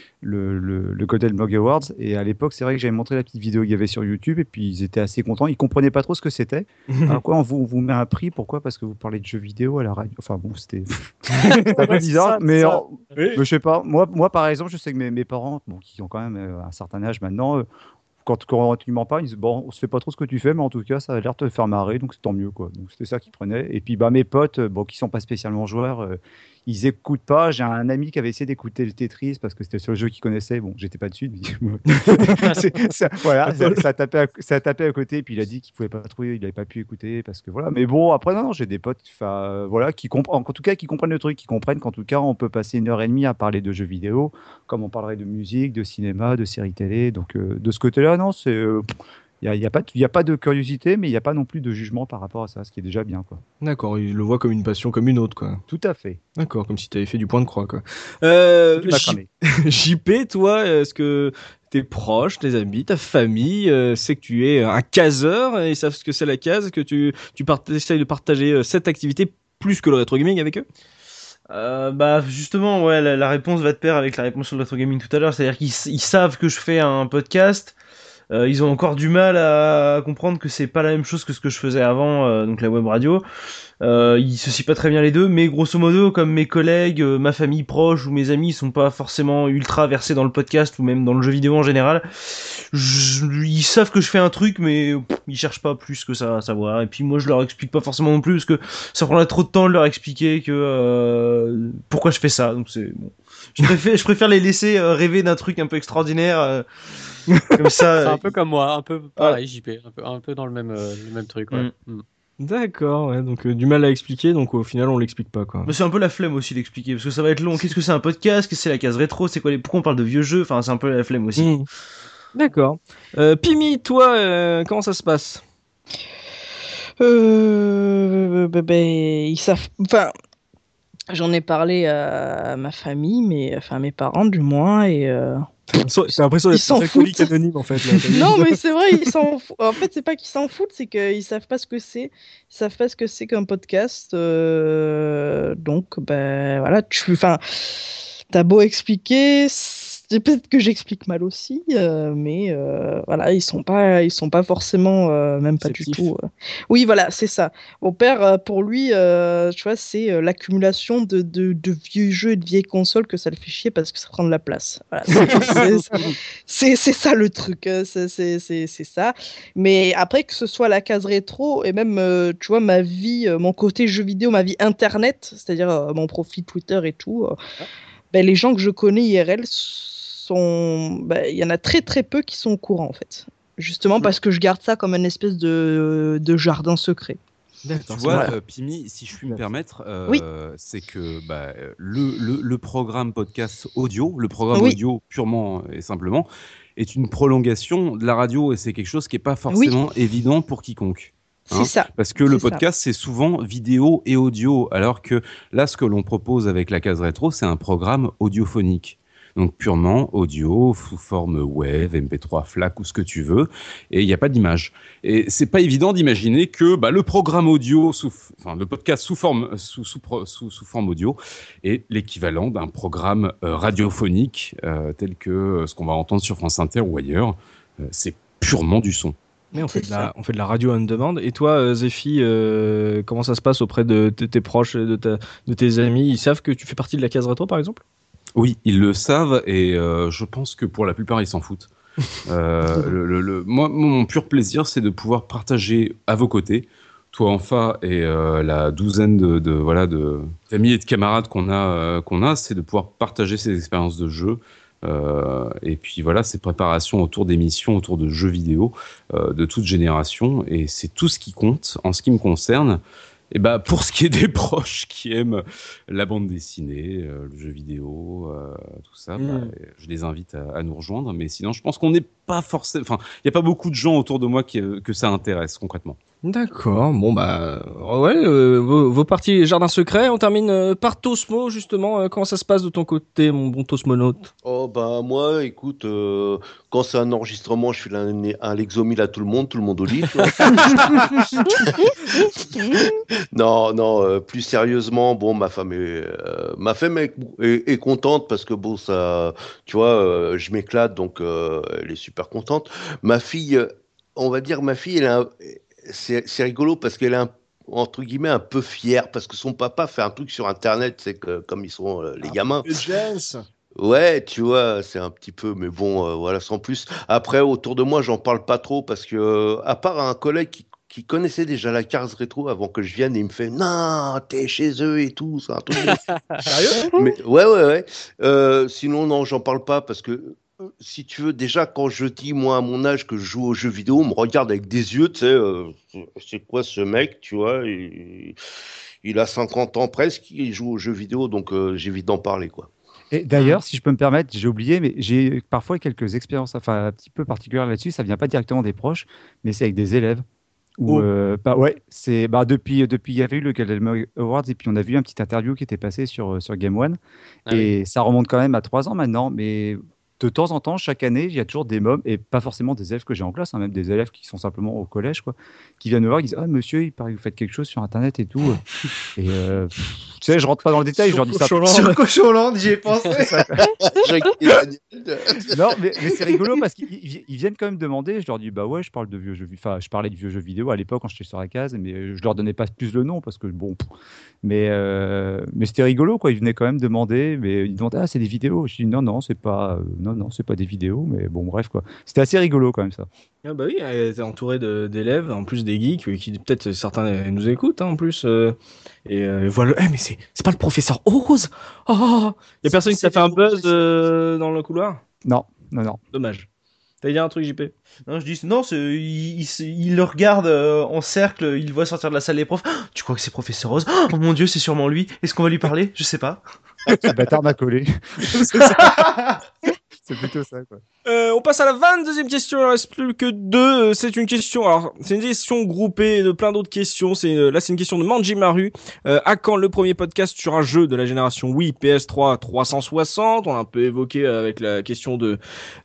Golden Blog Awards, et à l'époque c'est vrai que j'avais montré la petite vidéo qu'il y avait sur YouTube et puis ils étaient assez contents, ils comprenaient pas trop ce que c'était. Alors quoi, on vous met un prix, pourquoi? Parce que vous parlez de jeux vidéo à la radio. Enfin bon, c'était un peu bizarre, mais je sais pas, moi par exemple, je sais que mes parents, qui ont quand même un certain âge maintenant, quand tu m'en parles, ils disent bon, on se fait pas trop ce que tu fais, mais en tout cas, ça a l'air de te faire marrer, donc c'est tant mieux, quoi. Donc c'était ça qu'ils prenaient. Et puis mes potes, qui sont pas spécialement joueurs, ils écoutent pas. J'ai un ami qui avait essayé d'écouter le Tetris parce que c'était le seul jeu qu'il connaissait. Bon, j'étais pas dessus. Voilà, ça a tapé à côté. Puis il a dit qu'il pouvait pas trouver, il avait pas pu écouter parce que voilà. Mais bon, après non, j'ai des potes, voilà, qui comprennent, en tout cas, qui comprennent le truc, qui comprennent qu'en tout cas, on peut passer 1h30 à parler de jeux vidéo, comme on parlerait de musique, de cinéma, de séries télé. Donc de ce côté-là, non, c'est il n'y a pas de curiosité, mais il n'y a pas non plus de jugement par rapport à ça, ce qui est déjà bien, quoi. D'accord, il le voit comme une passion, comme une autre, quoi. Tout à fait. D'accord, comme si tu avais fait du point de croix, quoi. Tu m'as cramé. JP, toi, est-ce que tes proches, tes amis, ta famille, sait que tu es un caseur et ils savent ce que c'est la case, que tu essayes de partager cette activité plus que le rétro gaming avec eux? Justement, ouais, la réponse va de pair avec la réponse sur le retro gaming tout à l'heure, c'est-à-dire qu'ils savent que je fais un podcast. Ils ont encore du mal à comprendre que c'est pas la même chose que ce que je faisais avant, donc la web radio. Ils se cient pas très bien les deux, mais grosso modo, comme mes collègues, ma famille proche ou mes amis sont pas forcément ultra versés dans le podcast ou même dans le jeu vidéo en général, ils savent que je fais un truc, mais ils cherchent pas plus que ça à savoir. Et puis moi, je leur explique pas forcément non plus parce que ça prendrait trop de temps de leur expliquer que pourquoi je fais ça. Donc c'est bon. Je préfère les laisser rêver d'un truc un peu extraordinaire. Comme ça, c'est un peu comme moi, un peu pareil, JP, un peu dans le même truc. Ouais. D'accord, ouais, donc du mal à expliquer, donc au final on l'explique pas, quoi. Mais c'est un peu la flemme aussi d'expliquer, parce que ça va être long. Qu'est-ce que c'est un podcast? Qu'est-ce que c'est la case rétro? C'est quoi pourquoi on parle de vieux jeux? Enfin, c'est un peu la flemme aussi. D'accord. Pimi, toi, comment ça se passe? Ils savent. Enfin, j'en ai parlé à ma famille, enfin mes parents du moins, et. J'ai l'impression d'être un alcoolique anonyme en fait. Là. Non, mais c'est vrai, ils s'en foutent. En fait, c'est pas qu'ils s'en foutent, c'est qu'ils savent pas ce que c'est. Ils savent pas ce que c'est qu'un podcast. Donc, voilà, t'as beau expliquer, c'est peut-être que j'explique mal aussi, mais voilà, ils sont pas forcément, même pas du tout. Oui, voilà, c'est ça. Mon père, pour lui, tu vois, c'est l'accumulation de vieux jeux et de vieilles consoles que ça le fait chier parce que ça prend de la place. Voilà, c'est ça le truc, c'est ça. Mais après, que ce soit la case rétro et même, tu vois, ma vie, mon côté jeux vidéo, ma vie internet, c'est-à-dire mon profil Twitter et tout, les gens que je connais IRL il y en a très très peu qui sont au courant en fait. Justement parce que je garde ça comme une espèce de jardin secret. Tu vois, Pimi, si je puis me permettre, c'est que le programme podcast audio, le programme audio purement et simplement, est une prolongation de la radio et c'est quelque chose qui n'est pas forcément évident pour quiconque. C'est ça. Parce que le podcast, c'est souvent vidéo et audio, alors que là, ce que l'on propose avec la case rétro, c'est un programme audiophonique. Donc purement audio, sous forme web, MP3, FLAC ou ce que tu veux, et il n'y a pas d'image. Et c'est pas évident d'imaginer que le programme audio, le podcast sous forme audio, est l'équivalent d'un programme radiophonique tel que ce qu'on va entendre sur France Inter ou ailleurs. C'est purement du son. Mais on fait de la radio on demand. Et toi, Zéphie, comment ça se passe auprès de tes proches, de tes amis? Ils savent que tu fais partie de la case rétro, par exemple? Oui, ils le savent et je pense que pour la plupart, ils s'en foutent. Moi, mon pur plaisir, c'est de pouvoir partager à vos côtés, toi Enfa et la douzaine de familles et de camarades qu'on a, c'est de pouvoir partager ces expériences de jeu. Et puis voilà, ces préparations autour d'émissions, autour de jeux vidéo de toute génération. Et c'est tout ce qui compte en ce qui me concerne. Et pour ce qui est des proches qui aiment la bande dessinée, le jeu vidéo, tout ça, je les invite à nous rejoindre. Mais sinon, je pense qu'on n'est pas forcément. Enfin, il n'y a pas beaucoup de gens autour de moi que ça intéresse concrètement. D'accord. Bon vos parties jardin secret. On termine par Tosmo justement. Comment ça se passe de ton côté, mon bon Tosmonaute? Oh moi, écoute, quand c'est un enregistrement, je file un Lexomil à tout le monde au lit. Non, plus sérieusement, bon, ma femme est contente parce que bon, ça, tu vois, je m'éclate, donc elle est super contente. Ma fille, c'est rigolo parce qu'elle est entre guillemets un peu fière parce que son papa fait un truc sur internet, c'est que comme ils sont les gamins. Ouais, tu vois, c'est un petit peu, mais bon, voilà, sans plus. Après, autour de moi, j'en parle pas trop parce que, à part un collègue qui connaissait déjà la carte rétro avant que je vienne, il me fait, non, t'es chez eux et tout, c'est un truc de Sérieux? Mais ouais. Sinon, non, j'en parle pas parce que, si tu veux, déjà, quand je dis, moi, à mon âge, que je joue aux jeux vidéo, on me regarde avec des yeux, tu sais, c'est quoi ce mec, tu vois, il a 50 ans presque, il joue aux jeux vidéo, donc j'évite d'en parler, quoi. Et d'ailleurs, si je peux me permettre, j'ai oublié, mais j'ai parfois quelques expériences, enfin un petit peu particulières là-dessus. Ça vient pas directement des proches, mais c'est avec des élèves. Ou ouais, c'est depuis il y avait eu le Game Awards et puis on a vu un petit interview qui était passé sur Game One et ça remonte quand même à 3 ans maintenant, mais de temps en temps, chaque année, il y a toujours des mômes et pas forcément des élèves que j'ai en classe, hein, même des élèves qui sont simplement au collège, quoi, qui viennent me voir, qui disent ah monsieur, il paraît que vous faites quelque chose sur internet et tout. Et tu sais, je rentre pas dans le détail, je leur dis ça. Sur Cochonland, j'y ai pensé. Non, mais c'est rigolo parce qu'ils viennent quand même demander. Je leur dis bah ouais, je parle de vieux jeux, enfin je parlais de vieux jeux vidéo à l'époque quand j'étais sur la case, mais je leur donnais pas plus le nom parce que bon, mais c'était rigolo quoi. Ils venaient quand même demander, mais ils demandaient ah c'est des vidéos. Je dis non c'est pas c'est pas des vidéos, mais bon bref quoi. C'était assez rigolo quand même ça. Ah bah oui, t'es entouré d'élèves, en plus des geeks, qui peut-être certains nous écoutent hein, en plus. Et voilà, mais c'est pas le professeur Oz. Oh, y a personne qui t'a fait un buzz dans le couloir? Non. Dommage. T'as dit un truc, JP? Non, je dis non, il le regarde en cercle, il le voit sortir de la salle des profs. Ah, tu crois que c'est professeur Oz? Oh mon dieu, c'est sûrement lui. Est-ce qu'on va lui parler? Je sais pas. Ce bâtard m'a collé. C'est plutôt ça, quoi. On passe à la 22e question, il ne reste plus que 2. C'est une question, alors c'est une question groupée de plein d'autres questions. Là, c'est une question de Manji Maru. À quand le premier podcast sur un jeu de la génération Wii, PS3, 360? On l'a un peu évoqué avec la question de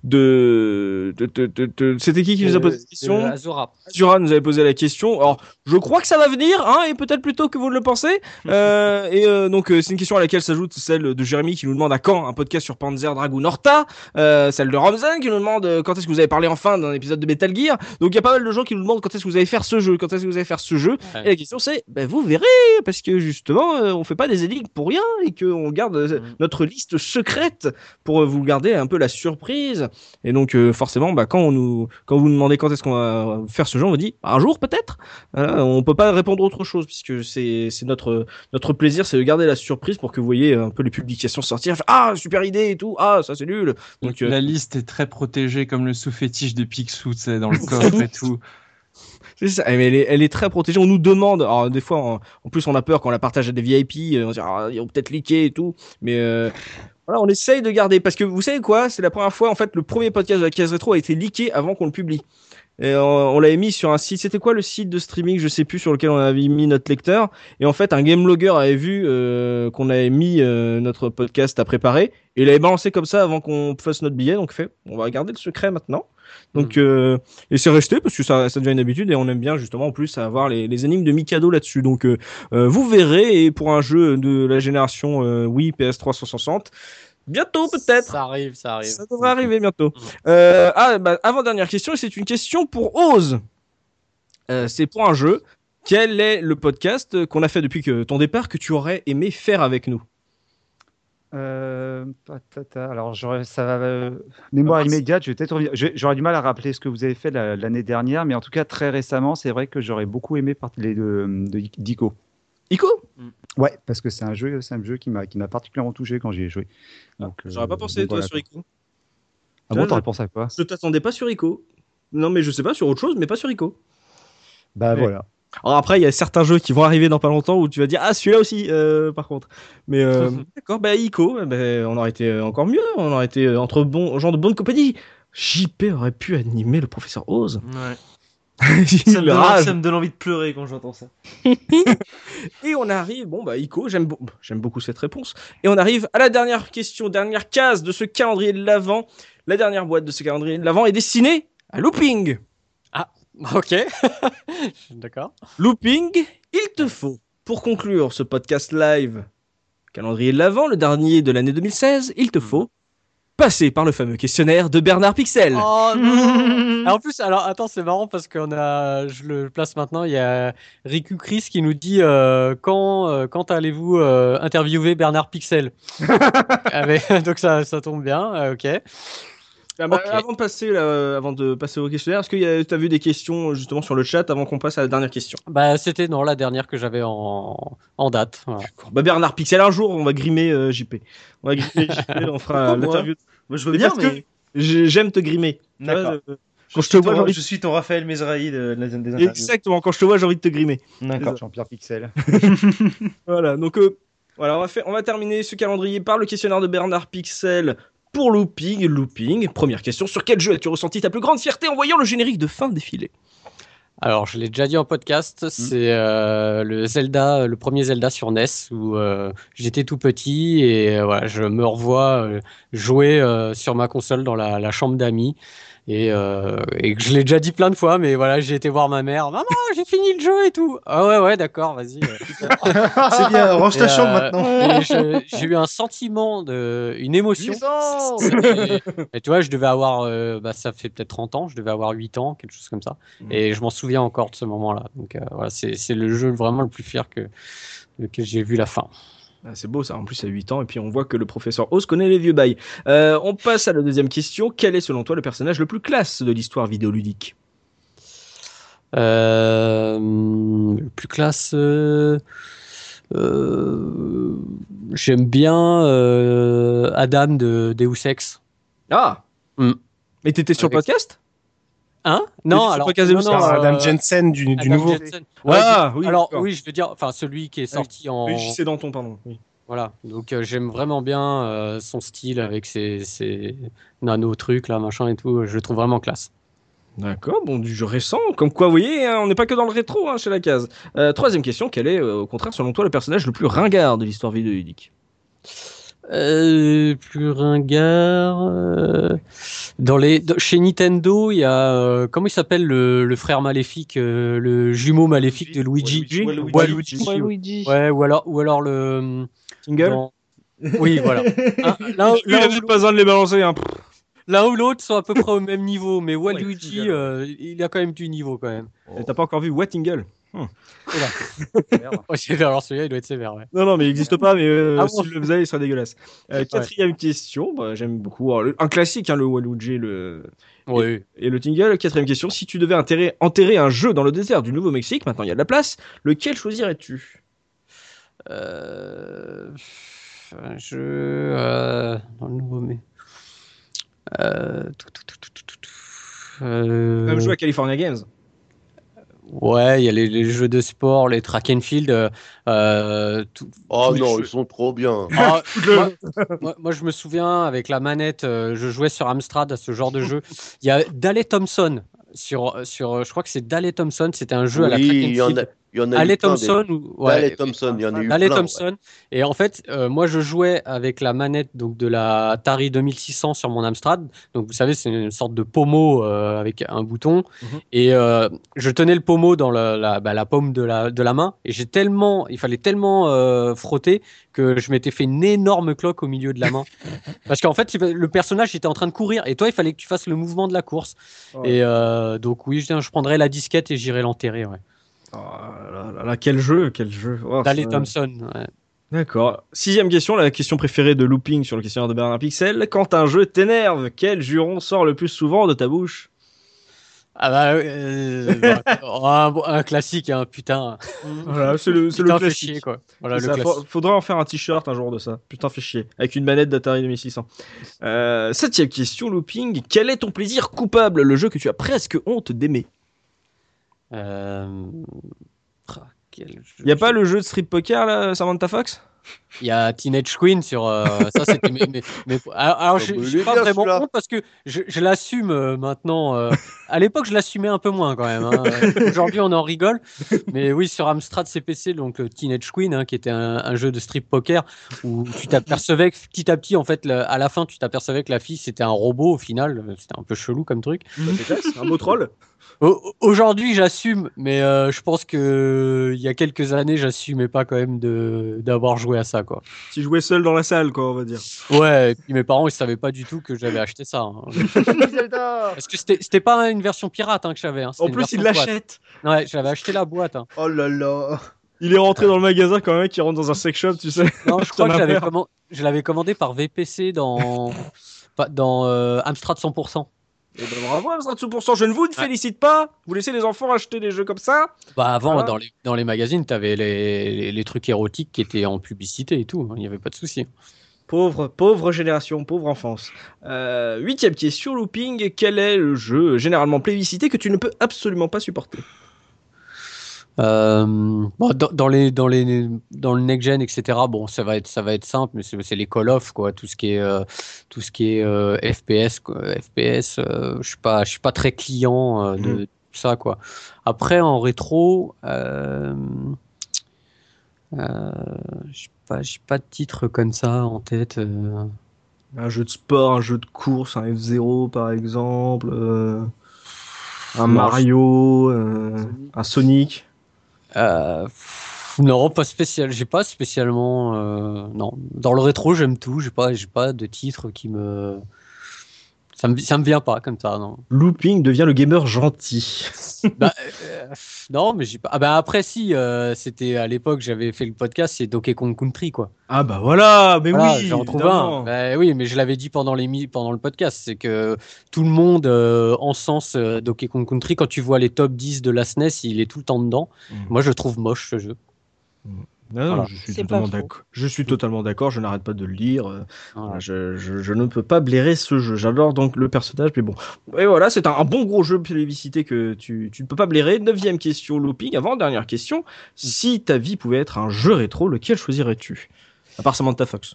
c'était qui nous a posé cette question? Azura. Azura nous avait posé la question. Alors, je crois que ça va venir, hein, et peut-être plus tôt que vous ne le pensez. Donc, c'est une question à laquelle s'ajoute celle de Jérémy qui nous demande à quand un podcast sur Panzer Dragoon Horta. Celle de Ramzan qui nous demande quand est-ce que vous avez parlé enfin d'un épisode de Metal Gear. Donc il y a pas mal de gens qui nous demandent quand est-ce que vous allez faire ce jeu, Ouais. Et la question c'est vous verrez, parce que justement on fait pas des énigmes pour rien et qu'on garde notre liste secrète pour vous garder un peu la surprise. Et donc forcément quand vous nous demandez quand est-ce qu'on va faire ce jeu, on vous dit un jour peut-être. On peut pas répondre autre chose puisque c'est notre plaisir, c'est de garder la surprise pour que vous voyez un peu les publications sortir. Ah super idée et tout, ah ça c'est nul. Donc la liste est très protégée comme le sous-fétiche de Picsou, tu sais, dans le coffre et tout. C'est ça, mais elle est très protégée. On nous demande, alors des fois, en plus, on a peur quand on la partage à des VIP, on se dit, ils vont peut-être leaker et tout, mais voilà, on essaye de garder, parce que vous savez quoi, c'est la première fois, en fait, le premier podcast de la case rétro a été leaké avant qu'on le publie. Et on l'avait mis sur un site, c'était quoi le site de streaming, je sais plus, sur lequel on avait mis notre lecteur. Et en fait, un game logger avait vu qu'on avait mis notre podcast à préparer, et il avait balancé comme ça avant qu'on fasse notre billet. Donc on va garder le secret maintenant. Donc et c'est resté parce que ça devient une habitude et on aime bien justement en plus avoir les énigmes de Mikado là-dessus. Donc vous verrez, et pour un jeu de la génération Wii, PS3 360. Bientôt peut-être. Ça arrive. Ça devrait arriver bientôt. Avant-dernière question, et c'est une question pour Oz. C'est pour un jeu. Quel est le podcast qu'on a fait depuis ton départ que tu aurais aimé faire avec nous? Alors, mémoire immédiate, j'aurais du mal à rappeler ce que vous avez fait l'année dernière, mais en tout cas, très récemment, c'est vrai que j'aurais beaucoup aimé parler d'Ico. Ico? Ouais, parce que c'est un jeu qui m'a particulièrement touché quand j'y ai joué. J'aurais pas pensé toi sur Ico. Ah bon, t'aurais pensé à quoi? Je t'attendais pas sur Ico. Non, mais je sais pas, sur autre chose, mais pas sur Ico. Bah ouais. Voilà. Alors après, il y a certains jeux qui vont arriver dans pas longtemps où tu vas dire ah celui-là aussi par contre. Mais d'accord, Ico, on aurait été encore mieux, on aurait été entre genre de bonne compagnie. JP aurait pu animer le professeur Oz. Ouais. Ça me donne envie de pleurer quand j'entends ça. Et on arrive, Ico, j'aime beaucoup cette réponse. Et on arrive à la dernière question, dernière case de ce calendrier de l'Avent. La dernière boîte de ce calendrier de l'Avent est destinée à Looping. Ok, d'accord. Looping, il te faut, pour conclure ce podcast live, calendrier de l'Avent, le dernier de l'année 2016, il te faut passer par le fameux questionnaire de Bernard Pixel. Oh non. En plus, alors attends, c'est marrant parce je le place maintenant. Il y a Riku Chris qui nous dit quand allez-vous interviewer Bernard Pixel. Donc ça tombe bien. Ok. Okay. Avant de passer au questionnaire, est-ce que tu as vu des questions justement sur le chat avant qu'on passe à la dernière question? C'était la dernière que j'avais en date. Voilà. Bernard Pixel, un jour on va grimer JP. On va grimer JP, on fera l'interview. Moi je veux bien, mais j'aime te grimer. D'accord. Quand je suis ton Raphaël Mesrahi des interviews. Exactement, quand je te vois j'ai envie de te grimer. D'accord. Jean-Pierre Pixel. Voilà, donc on va terminer ce calendrier par le questionnaire de Bernard Pixel. Pour Looping, première question, sur quel jeu as-tu ressenti ta plus grande fierté en voyant le générique de fin défiler? Alors, je l'ai déjà dit en podcast, c'est le premier Zelda sur NES où j'étais tout petit et voilà, je me revois jouer sur ma console dans la chambre d'amis. Et que je l'ai déjà dit plein de fois, mais voilà, j'ai été voir ma mère. Maman, j'ai fini le jeu et tout. Ah ouais, d'accord, vas-y. C'est bien, range ta chambre maintenant. J'ai eu un sentiment, une émotion. Et tu vois, je devais avoir, ça fait peut-être 30 ans, je devais avoir 8 ans, quelque chose comme ça. Et je m'en souviens encore de ce moment-là. Donc voilà, c'est le jeu vraiment le plus fier que j'ai vu la fin. Ah, c'est beau ça, en plus à 8 ans, et puis on voit que le professeur Oz connaît les vieux bails. On passe à la deuxième question. Quel est selon toi le personnage le plus classe de l'histoire vidéoludique? Le plus classe... j'aime bien Adam de Deus Ex. Ah Mais t'étais sur le podcast? Hein? Non, alors Adam Jensen du nouveau. Jensen. Ouais, oui. Alors oui, je veux dire, enfin celui qui est sorti en. Oui, c'est dans ton pardon. Oui. Voilà, donc j'aime vraiment bien son style avec ses nano trucs là, machin et tout. Je le trouve vraiment classe. D'accord, bon, du jeu récent, comme quoi, vous voyez, on n'est pas que dans le rétro chez la case. Troisième question, quel est, au contraire, selon toi, le personnage le plus ringard de l'histoire vidéoludique? Plus ringard. Chez Nintendo, il y a comment il s'appelle le frère maléfique, le jumeau maléfique de Luigi. Waluigi. Ouais, ou alors le Tingle. Oui, voilà. Là, il a pas besoin de les balancer. Hein. L'un ou l'autre sont à peu près au même niveau, mais Waluigi, il a quand même du niveau quand même. Et t'as pas encore vu Wattingle? Alors celui-là, il doit être sévère. Ouais. Non, mais il n'existe pas, mais s'il le faisait, il serait dégueulasse. Quatrième question, j'aime beaucoup. Alors, un classique, le Waluigi et le Tingle. Quatrième question, si tu devais enterrer un jeu dans le désert du Nouveau-Mexique, maintenant il y a de la place, lequel choisirais-tu? Un jeu dans le Nouveau-Mexique. Même jouer à California Games. Ouais, il y a les jeux de sport, les track and field. Ils sont trop bien. Moi, je me souviens, avec la manette, je jouais sur Amstrad à ce genre de jeu. Il y a Daley Thompson. Je crois que c'est Daley Thompson. C'était un jeu à la track and field. Il y en a Daley Thompson, il y en a eu Daley plein. Thompson. Et en fait, moi, je jouais avec la manette donc de la Atari 2600 sur mon Amstrad. Donc, vous savez, c'est une sorte de pommeau avec un bouton. Et je tenais le pommeau dans la paume de la main. Et il fallait tellement frotter que je m'étais fait une énorme cloque au milieu de la main. Parce qu'en fait, le personnage était en train de courir. Et toi, il fallait que tu fasses le mouvement de la course. Et donc, oui, je prendrais la disquette et j'irais l'enterrer. Ouais. Oh là, quel jeu. Daley Thompson. Ouais. D'accord. Sixième question, la question préférée de Looping sur le questionnaire de Bernard Pixel. Quand un jeu t'énerve, quel juron sort le plus souvent de ta bouche? Un classique, hein, putain. Voilà, c'est le classique. Chier, quoi. Voilà, Faudra en faire un t-shirt un jour de ça. Putain, fait chier. Avec une manette d'Atari 2600. Septième question, Looping. Quel est ton plaisir coupable, le jeu que tu as presque honte d'aimer? Il n'y a pas le jeu de Street Poker, là, Samantha Fox? Il y a Teenage Queen sur ça, c'était alors je suis pas vraiment honte parce que je l'assume maintenant. À l'époque, je l'assumais un peu moins quand même. Hein. Aujourd'hui, on en rigole. Mais oui, sur Amstrad CPC, donc Teenage Queen, qui était un jeu de Street Poker où tu t'apercevais que petit à petit, en fait, à la fin, tu t'apercevais que la fille c'était un robot. Au final, c'était un peu chelou comme truc. C'est un beau troll. Aujourd'hui, j'assume, mais je pense que il y a quelques années, j'assumais pas quand même d'avoir joué jouer à ça, quoi. Tu jouais seul dans la salle, quoi, on va dire. Ouais, et puis mes parents, ils savaient pas du tout que j'avais acheté ça. Hein. Parce que c'était pas une version pirate que j'avais. Hein. En plus, il l'achète. Ouais, j'avais acheté la boîte. Hein. Oh là là. Il est rentré dans le magasin quand même, qui rentre dans un sex shop, tu sais. Non, je crois que je l'avais commandé par VPC dans Amstrad 100%. Et ben bravo, Amstrad 100%. Je ne vous félicite pas. Vous laissez les enfants acheter des jeux comme ça. Bah avant, voilà. dans les magazines, t'avais les trucs érotiques qui étaient en publicité et tout. Il n'y avait pas de souci. Pauvre génération, pauvre enfance. 8e question, Looping. Quel est le jeu généralement plébiscité que tu ne peux absolument pas supporter? Bon, dans le next gen, etc. Bon, ça va être simple, mais c'est les Call of, quoi. Tout ce qui est FPS, quoi. FPS. Je suis pas très client de tout ça, quoi. Après, en rétro, j'ai pas de titre comme ça en tête. Un jeu de sport, un jeu de course, un F0 par exemple, un Mario, un Sonic. Non, pas spécial. J'ai pas spécialement. Non, dans le rétro, j'aime tout. J'ai pas de titre qui me. Ça me vient pas comme ça, non. Looping devient le gamer gentil. Non, mais j'ai pas. Ah bah après si, c'était à l'époque j'avais fait le podcast, c'est Donkey Kong Country, quoi. Ah bah voilà, mais voilà, oui. J'en trouve un. Bah, oui, mais je l'avais dit pendant le podcast, c'est que tout le monde encense Donkey Kong Country. Quand tu vois les top 10 de la SNES, il est tout le temps dedans. Moi, je le trouve moche ce jeu. Non, voilà. Je suis totalement d'accord, je n'arrête pas de le lire. Voilà. Je ne peux pas blairer ce jeu. J'adore donc le personnage, mais bon. Et voilà, c'est un bon gros jeu plébiscité que tu ne peux pas blairer. 9e question, Looping. Avant-dernière question. Si ta vie pouvait être un jeu rétro, lequel choisirais-tu? À part Samantha Fox.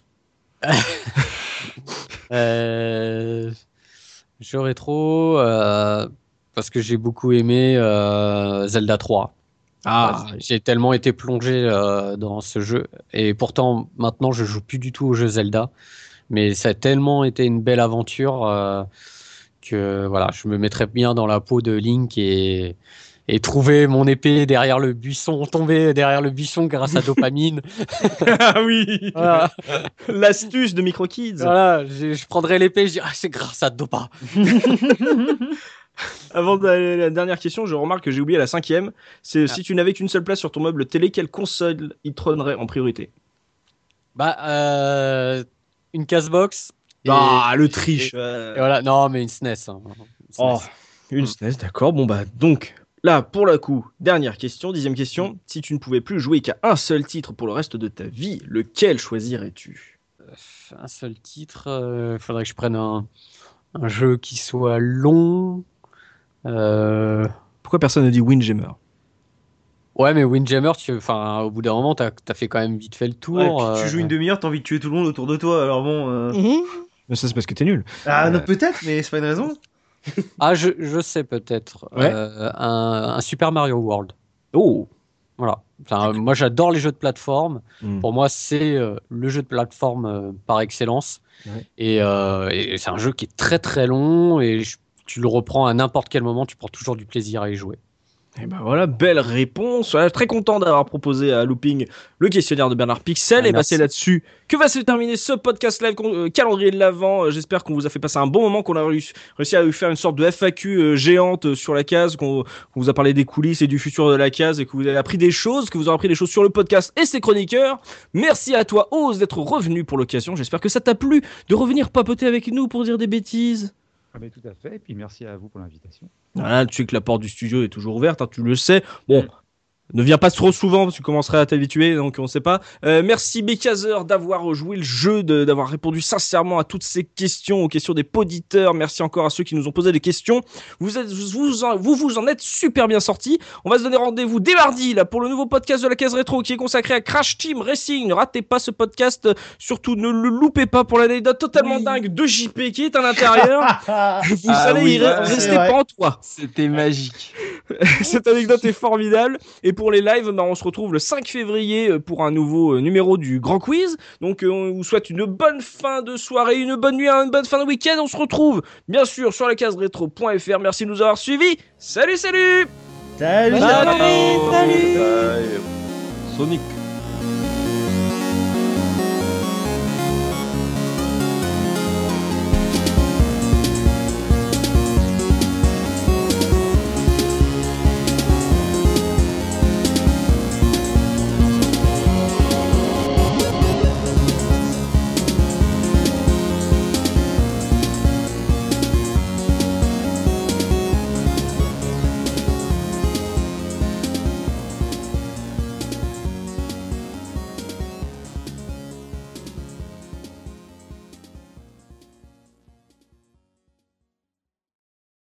Jeu rétro, parce que j'ai beaucoup aimé Zelda 3. J'ai tellement été plongé dans ce jeu, et pourtant maintenant je joue plus du tout au jeu Zelda, mais ça a tellement été une belle aventure que voilà, je me mettrais bien dans la peau de Link et trouver mon épée derrière le buisson, tomber derrière le buisson grâce à Dopamine. Ah oui, voilà. L'astuce de MicroKids. Voilà, je prendrais l'épée et je dirais c'est grâce à Dopa. Avant la dernière question, je remarque que j'ai oublié la 5e. C'est si tu n'avais qu'une seule place sur ton meuble télé, quelle console il trônerait en priorité? Une Castbox. Le triche. Et voilà, non, mais une SNES. Hein. Une SNES, d'accord. Bon donc là, pour le coup, dernière question, 10e question. Si tu ne pouvais plus jouer qu'à un seul titre pour le reste de ta vie, lequel choisirais-tu? Un seul titre, faudrait que je prenne un jeu qui soit long. Pourquoi personne ne dit Windjammer? Ouais, mais Windjammer, au bout d'un moment, t'as fait quand même vite fait le tour. Ouais, tu joues une demi-heure, t'as envie de tuer tout le monde autour de toi, alors bon. Mais ça, c'est parce que t'es nul. Non, peut-être, mais c'est pas une raison. Je sais peut-être. Ouais. Un Super Mario World. Oh. Voilà. Moi, j'adore les jeux de plateforme. Pour moi, c'est le jeu de plateforme par excellence. Ouais. Et c'est un jeu qui est très très long et tu le reprends à n'importe quel moment, tu prends toujours du plaisir à y jouer. Et ben voilà, belle réponse. Voilà, très content d'avoir proposé à Looping le questionnaire de Bernard Pixel. Et c'est là-dessus que va se terminer ce podcast live calendrier de l'Avent. J'espère qu'on vous a fait passer un bon moment, qu'on a réussi à faire une sorte de FAQ géante sur la case, qu'on vous a parlé des coulisses et du futur de la case, et que vous avez appris des choses, que vous aurez appris des choses sur le podcast et ses chroniqueurs. Merci à toi, Oz, d'être revenu pour l'occasion. J'espère que ça t'a plu de revenir papoter avec nous pour dire des bêtises. Mais tout à fait, et puis merci à vous pour l'invitation. Voilà, tu sais que la porte du studio est toujours ouverte, tu le sais. Bon, ne viens pas trop souvent parce que tu commencerais à t'habituer, donc on sait pas. Merci Bécazer d'avoir joué le jeu, d'avoir répondu sincèrement à toutes ces questions, aux questions des poditeurs. Merci encore à ceux qui nous ont posé des questions. Vous en êtes super bien sortis. On va se donner rendez-vous dès mardi là pour le nouveau podcast de la case rétro qui est consacré à Crash Team Racing. Ne ratez pas ce podcast, surtout ne le loupez pas pour l'anecdote totalement dingue de JP qui est à l'intérieur. Vous allez y rester pantois. C'était magique. Cette anecdote est formidable. Et pour les lives, on se retrouve le 5 février pour un nouveau numéro du Grand Quiz. Donc on vous souhaite une bonne fin de soirée, une bonne nuit, une bonne fin de week-end. On se retrouve bien sûr sur la case rétro.fr. Merci de nous avoir suivis. Salut. Salut. Sonic.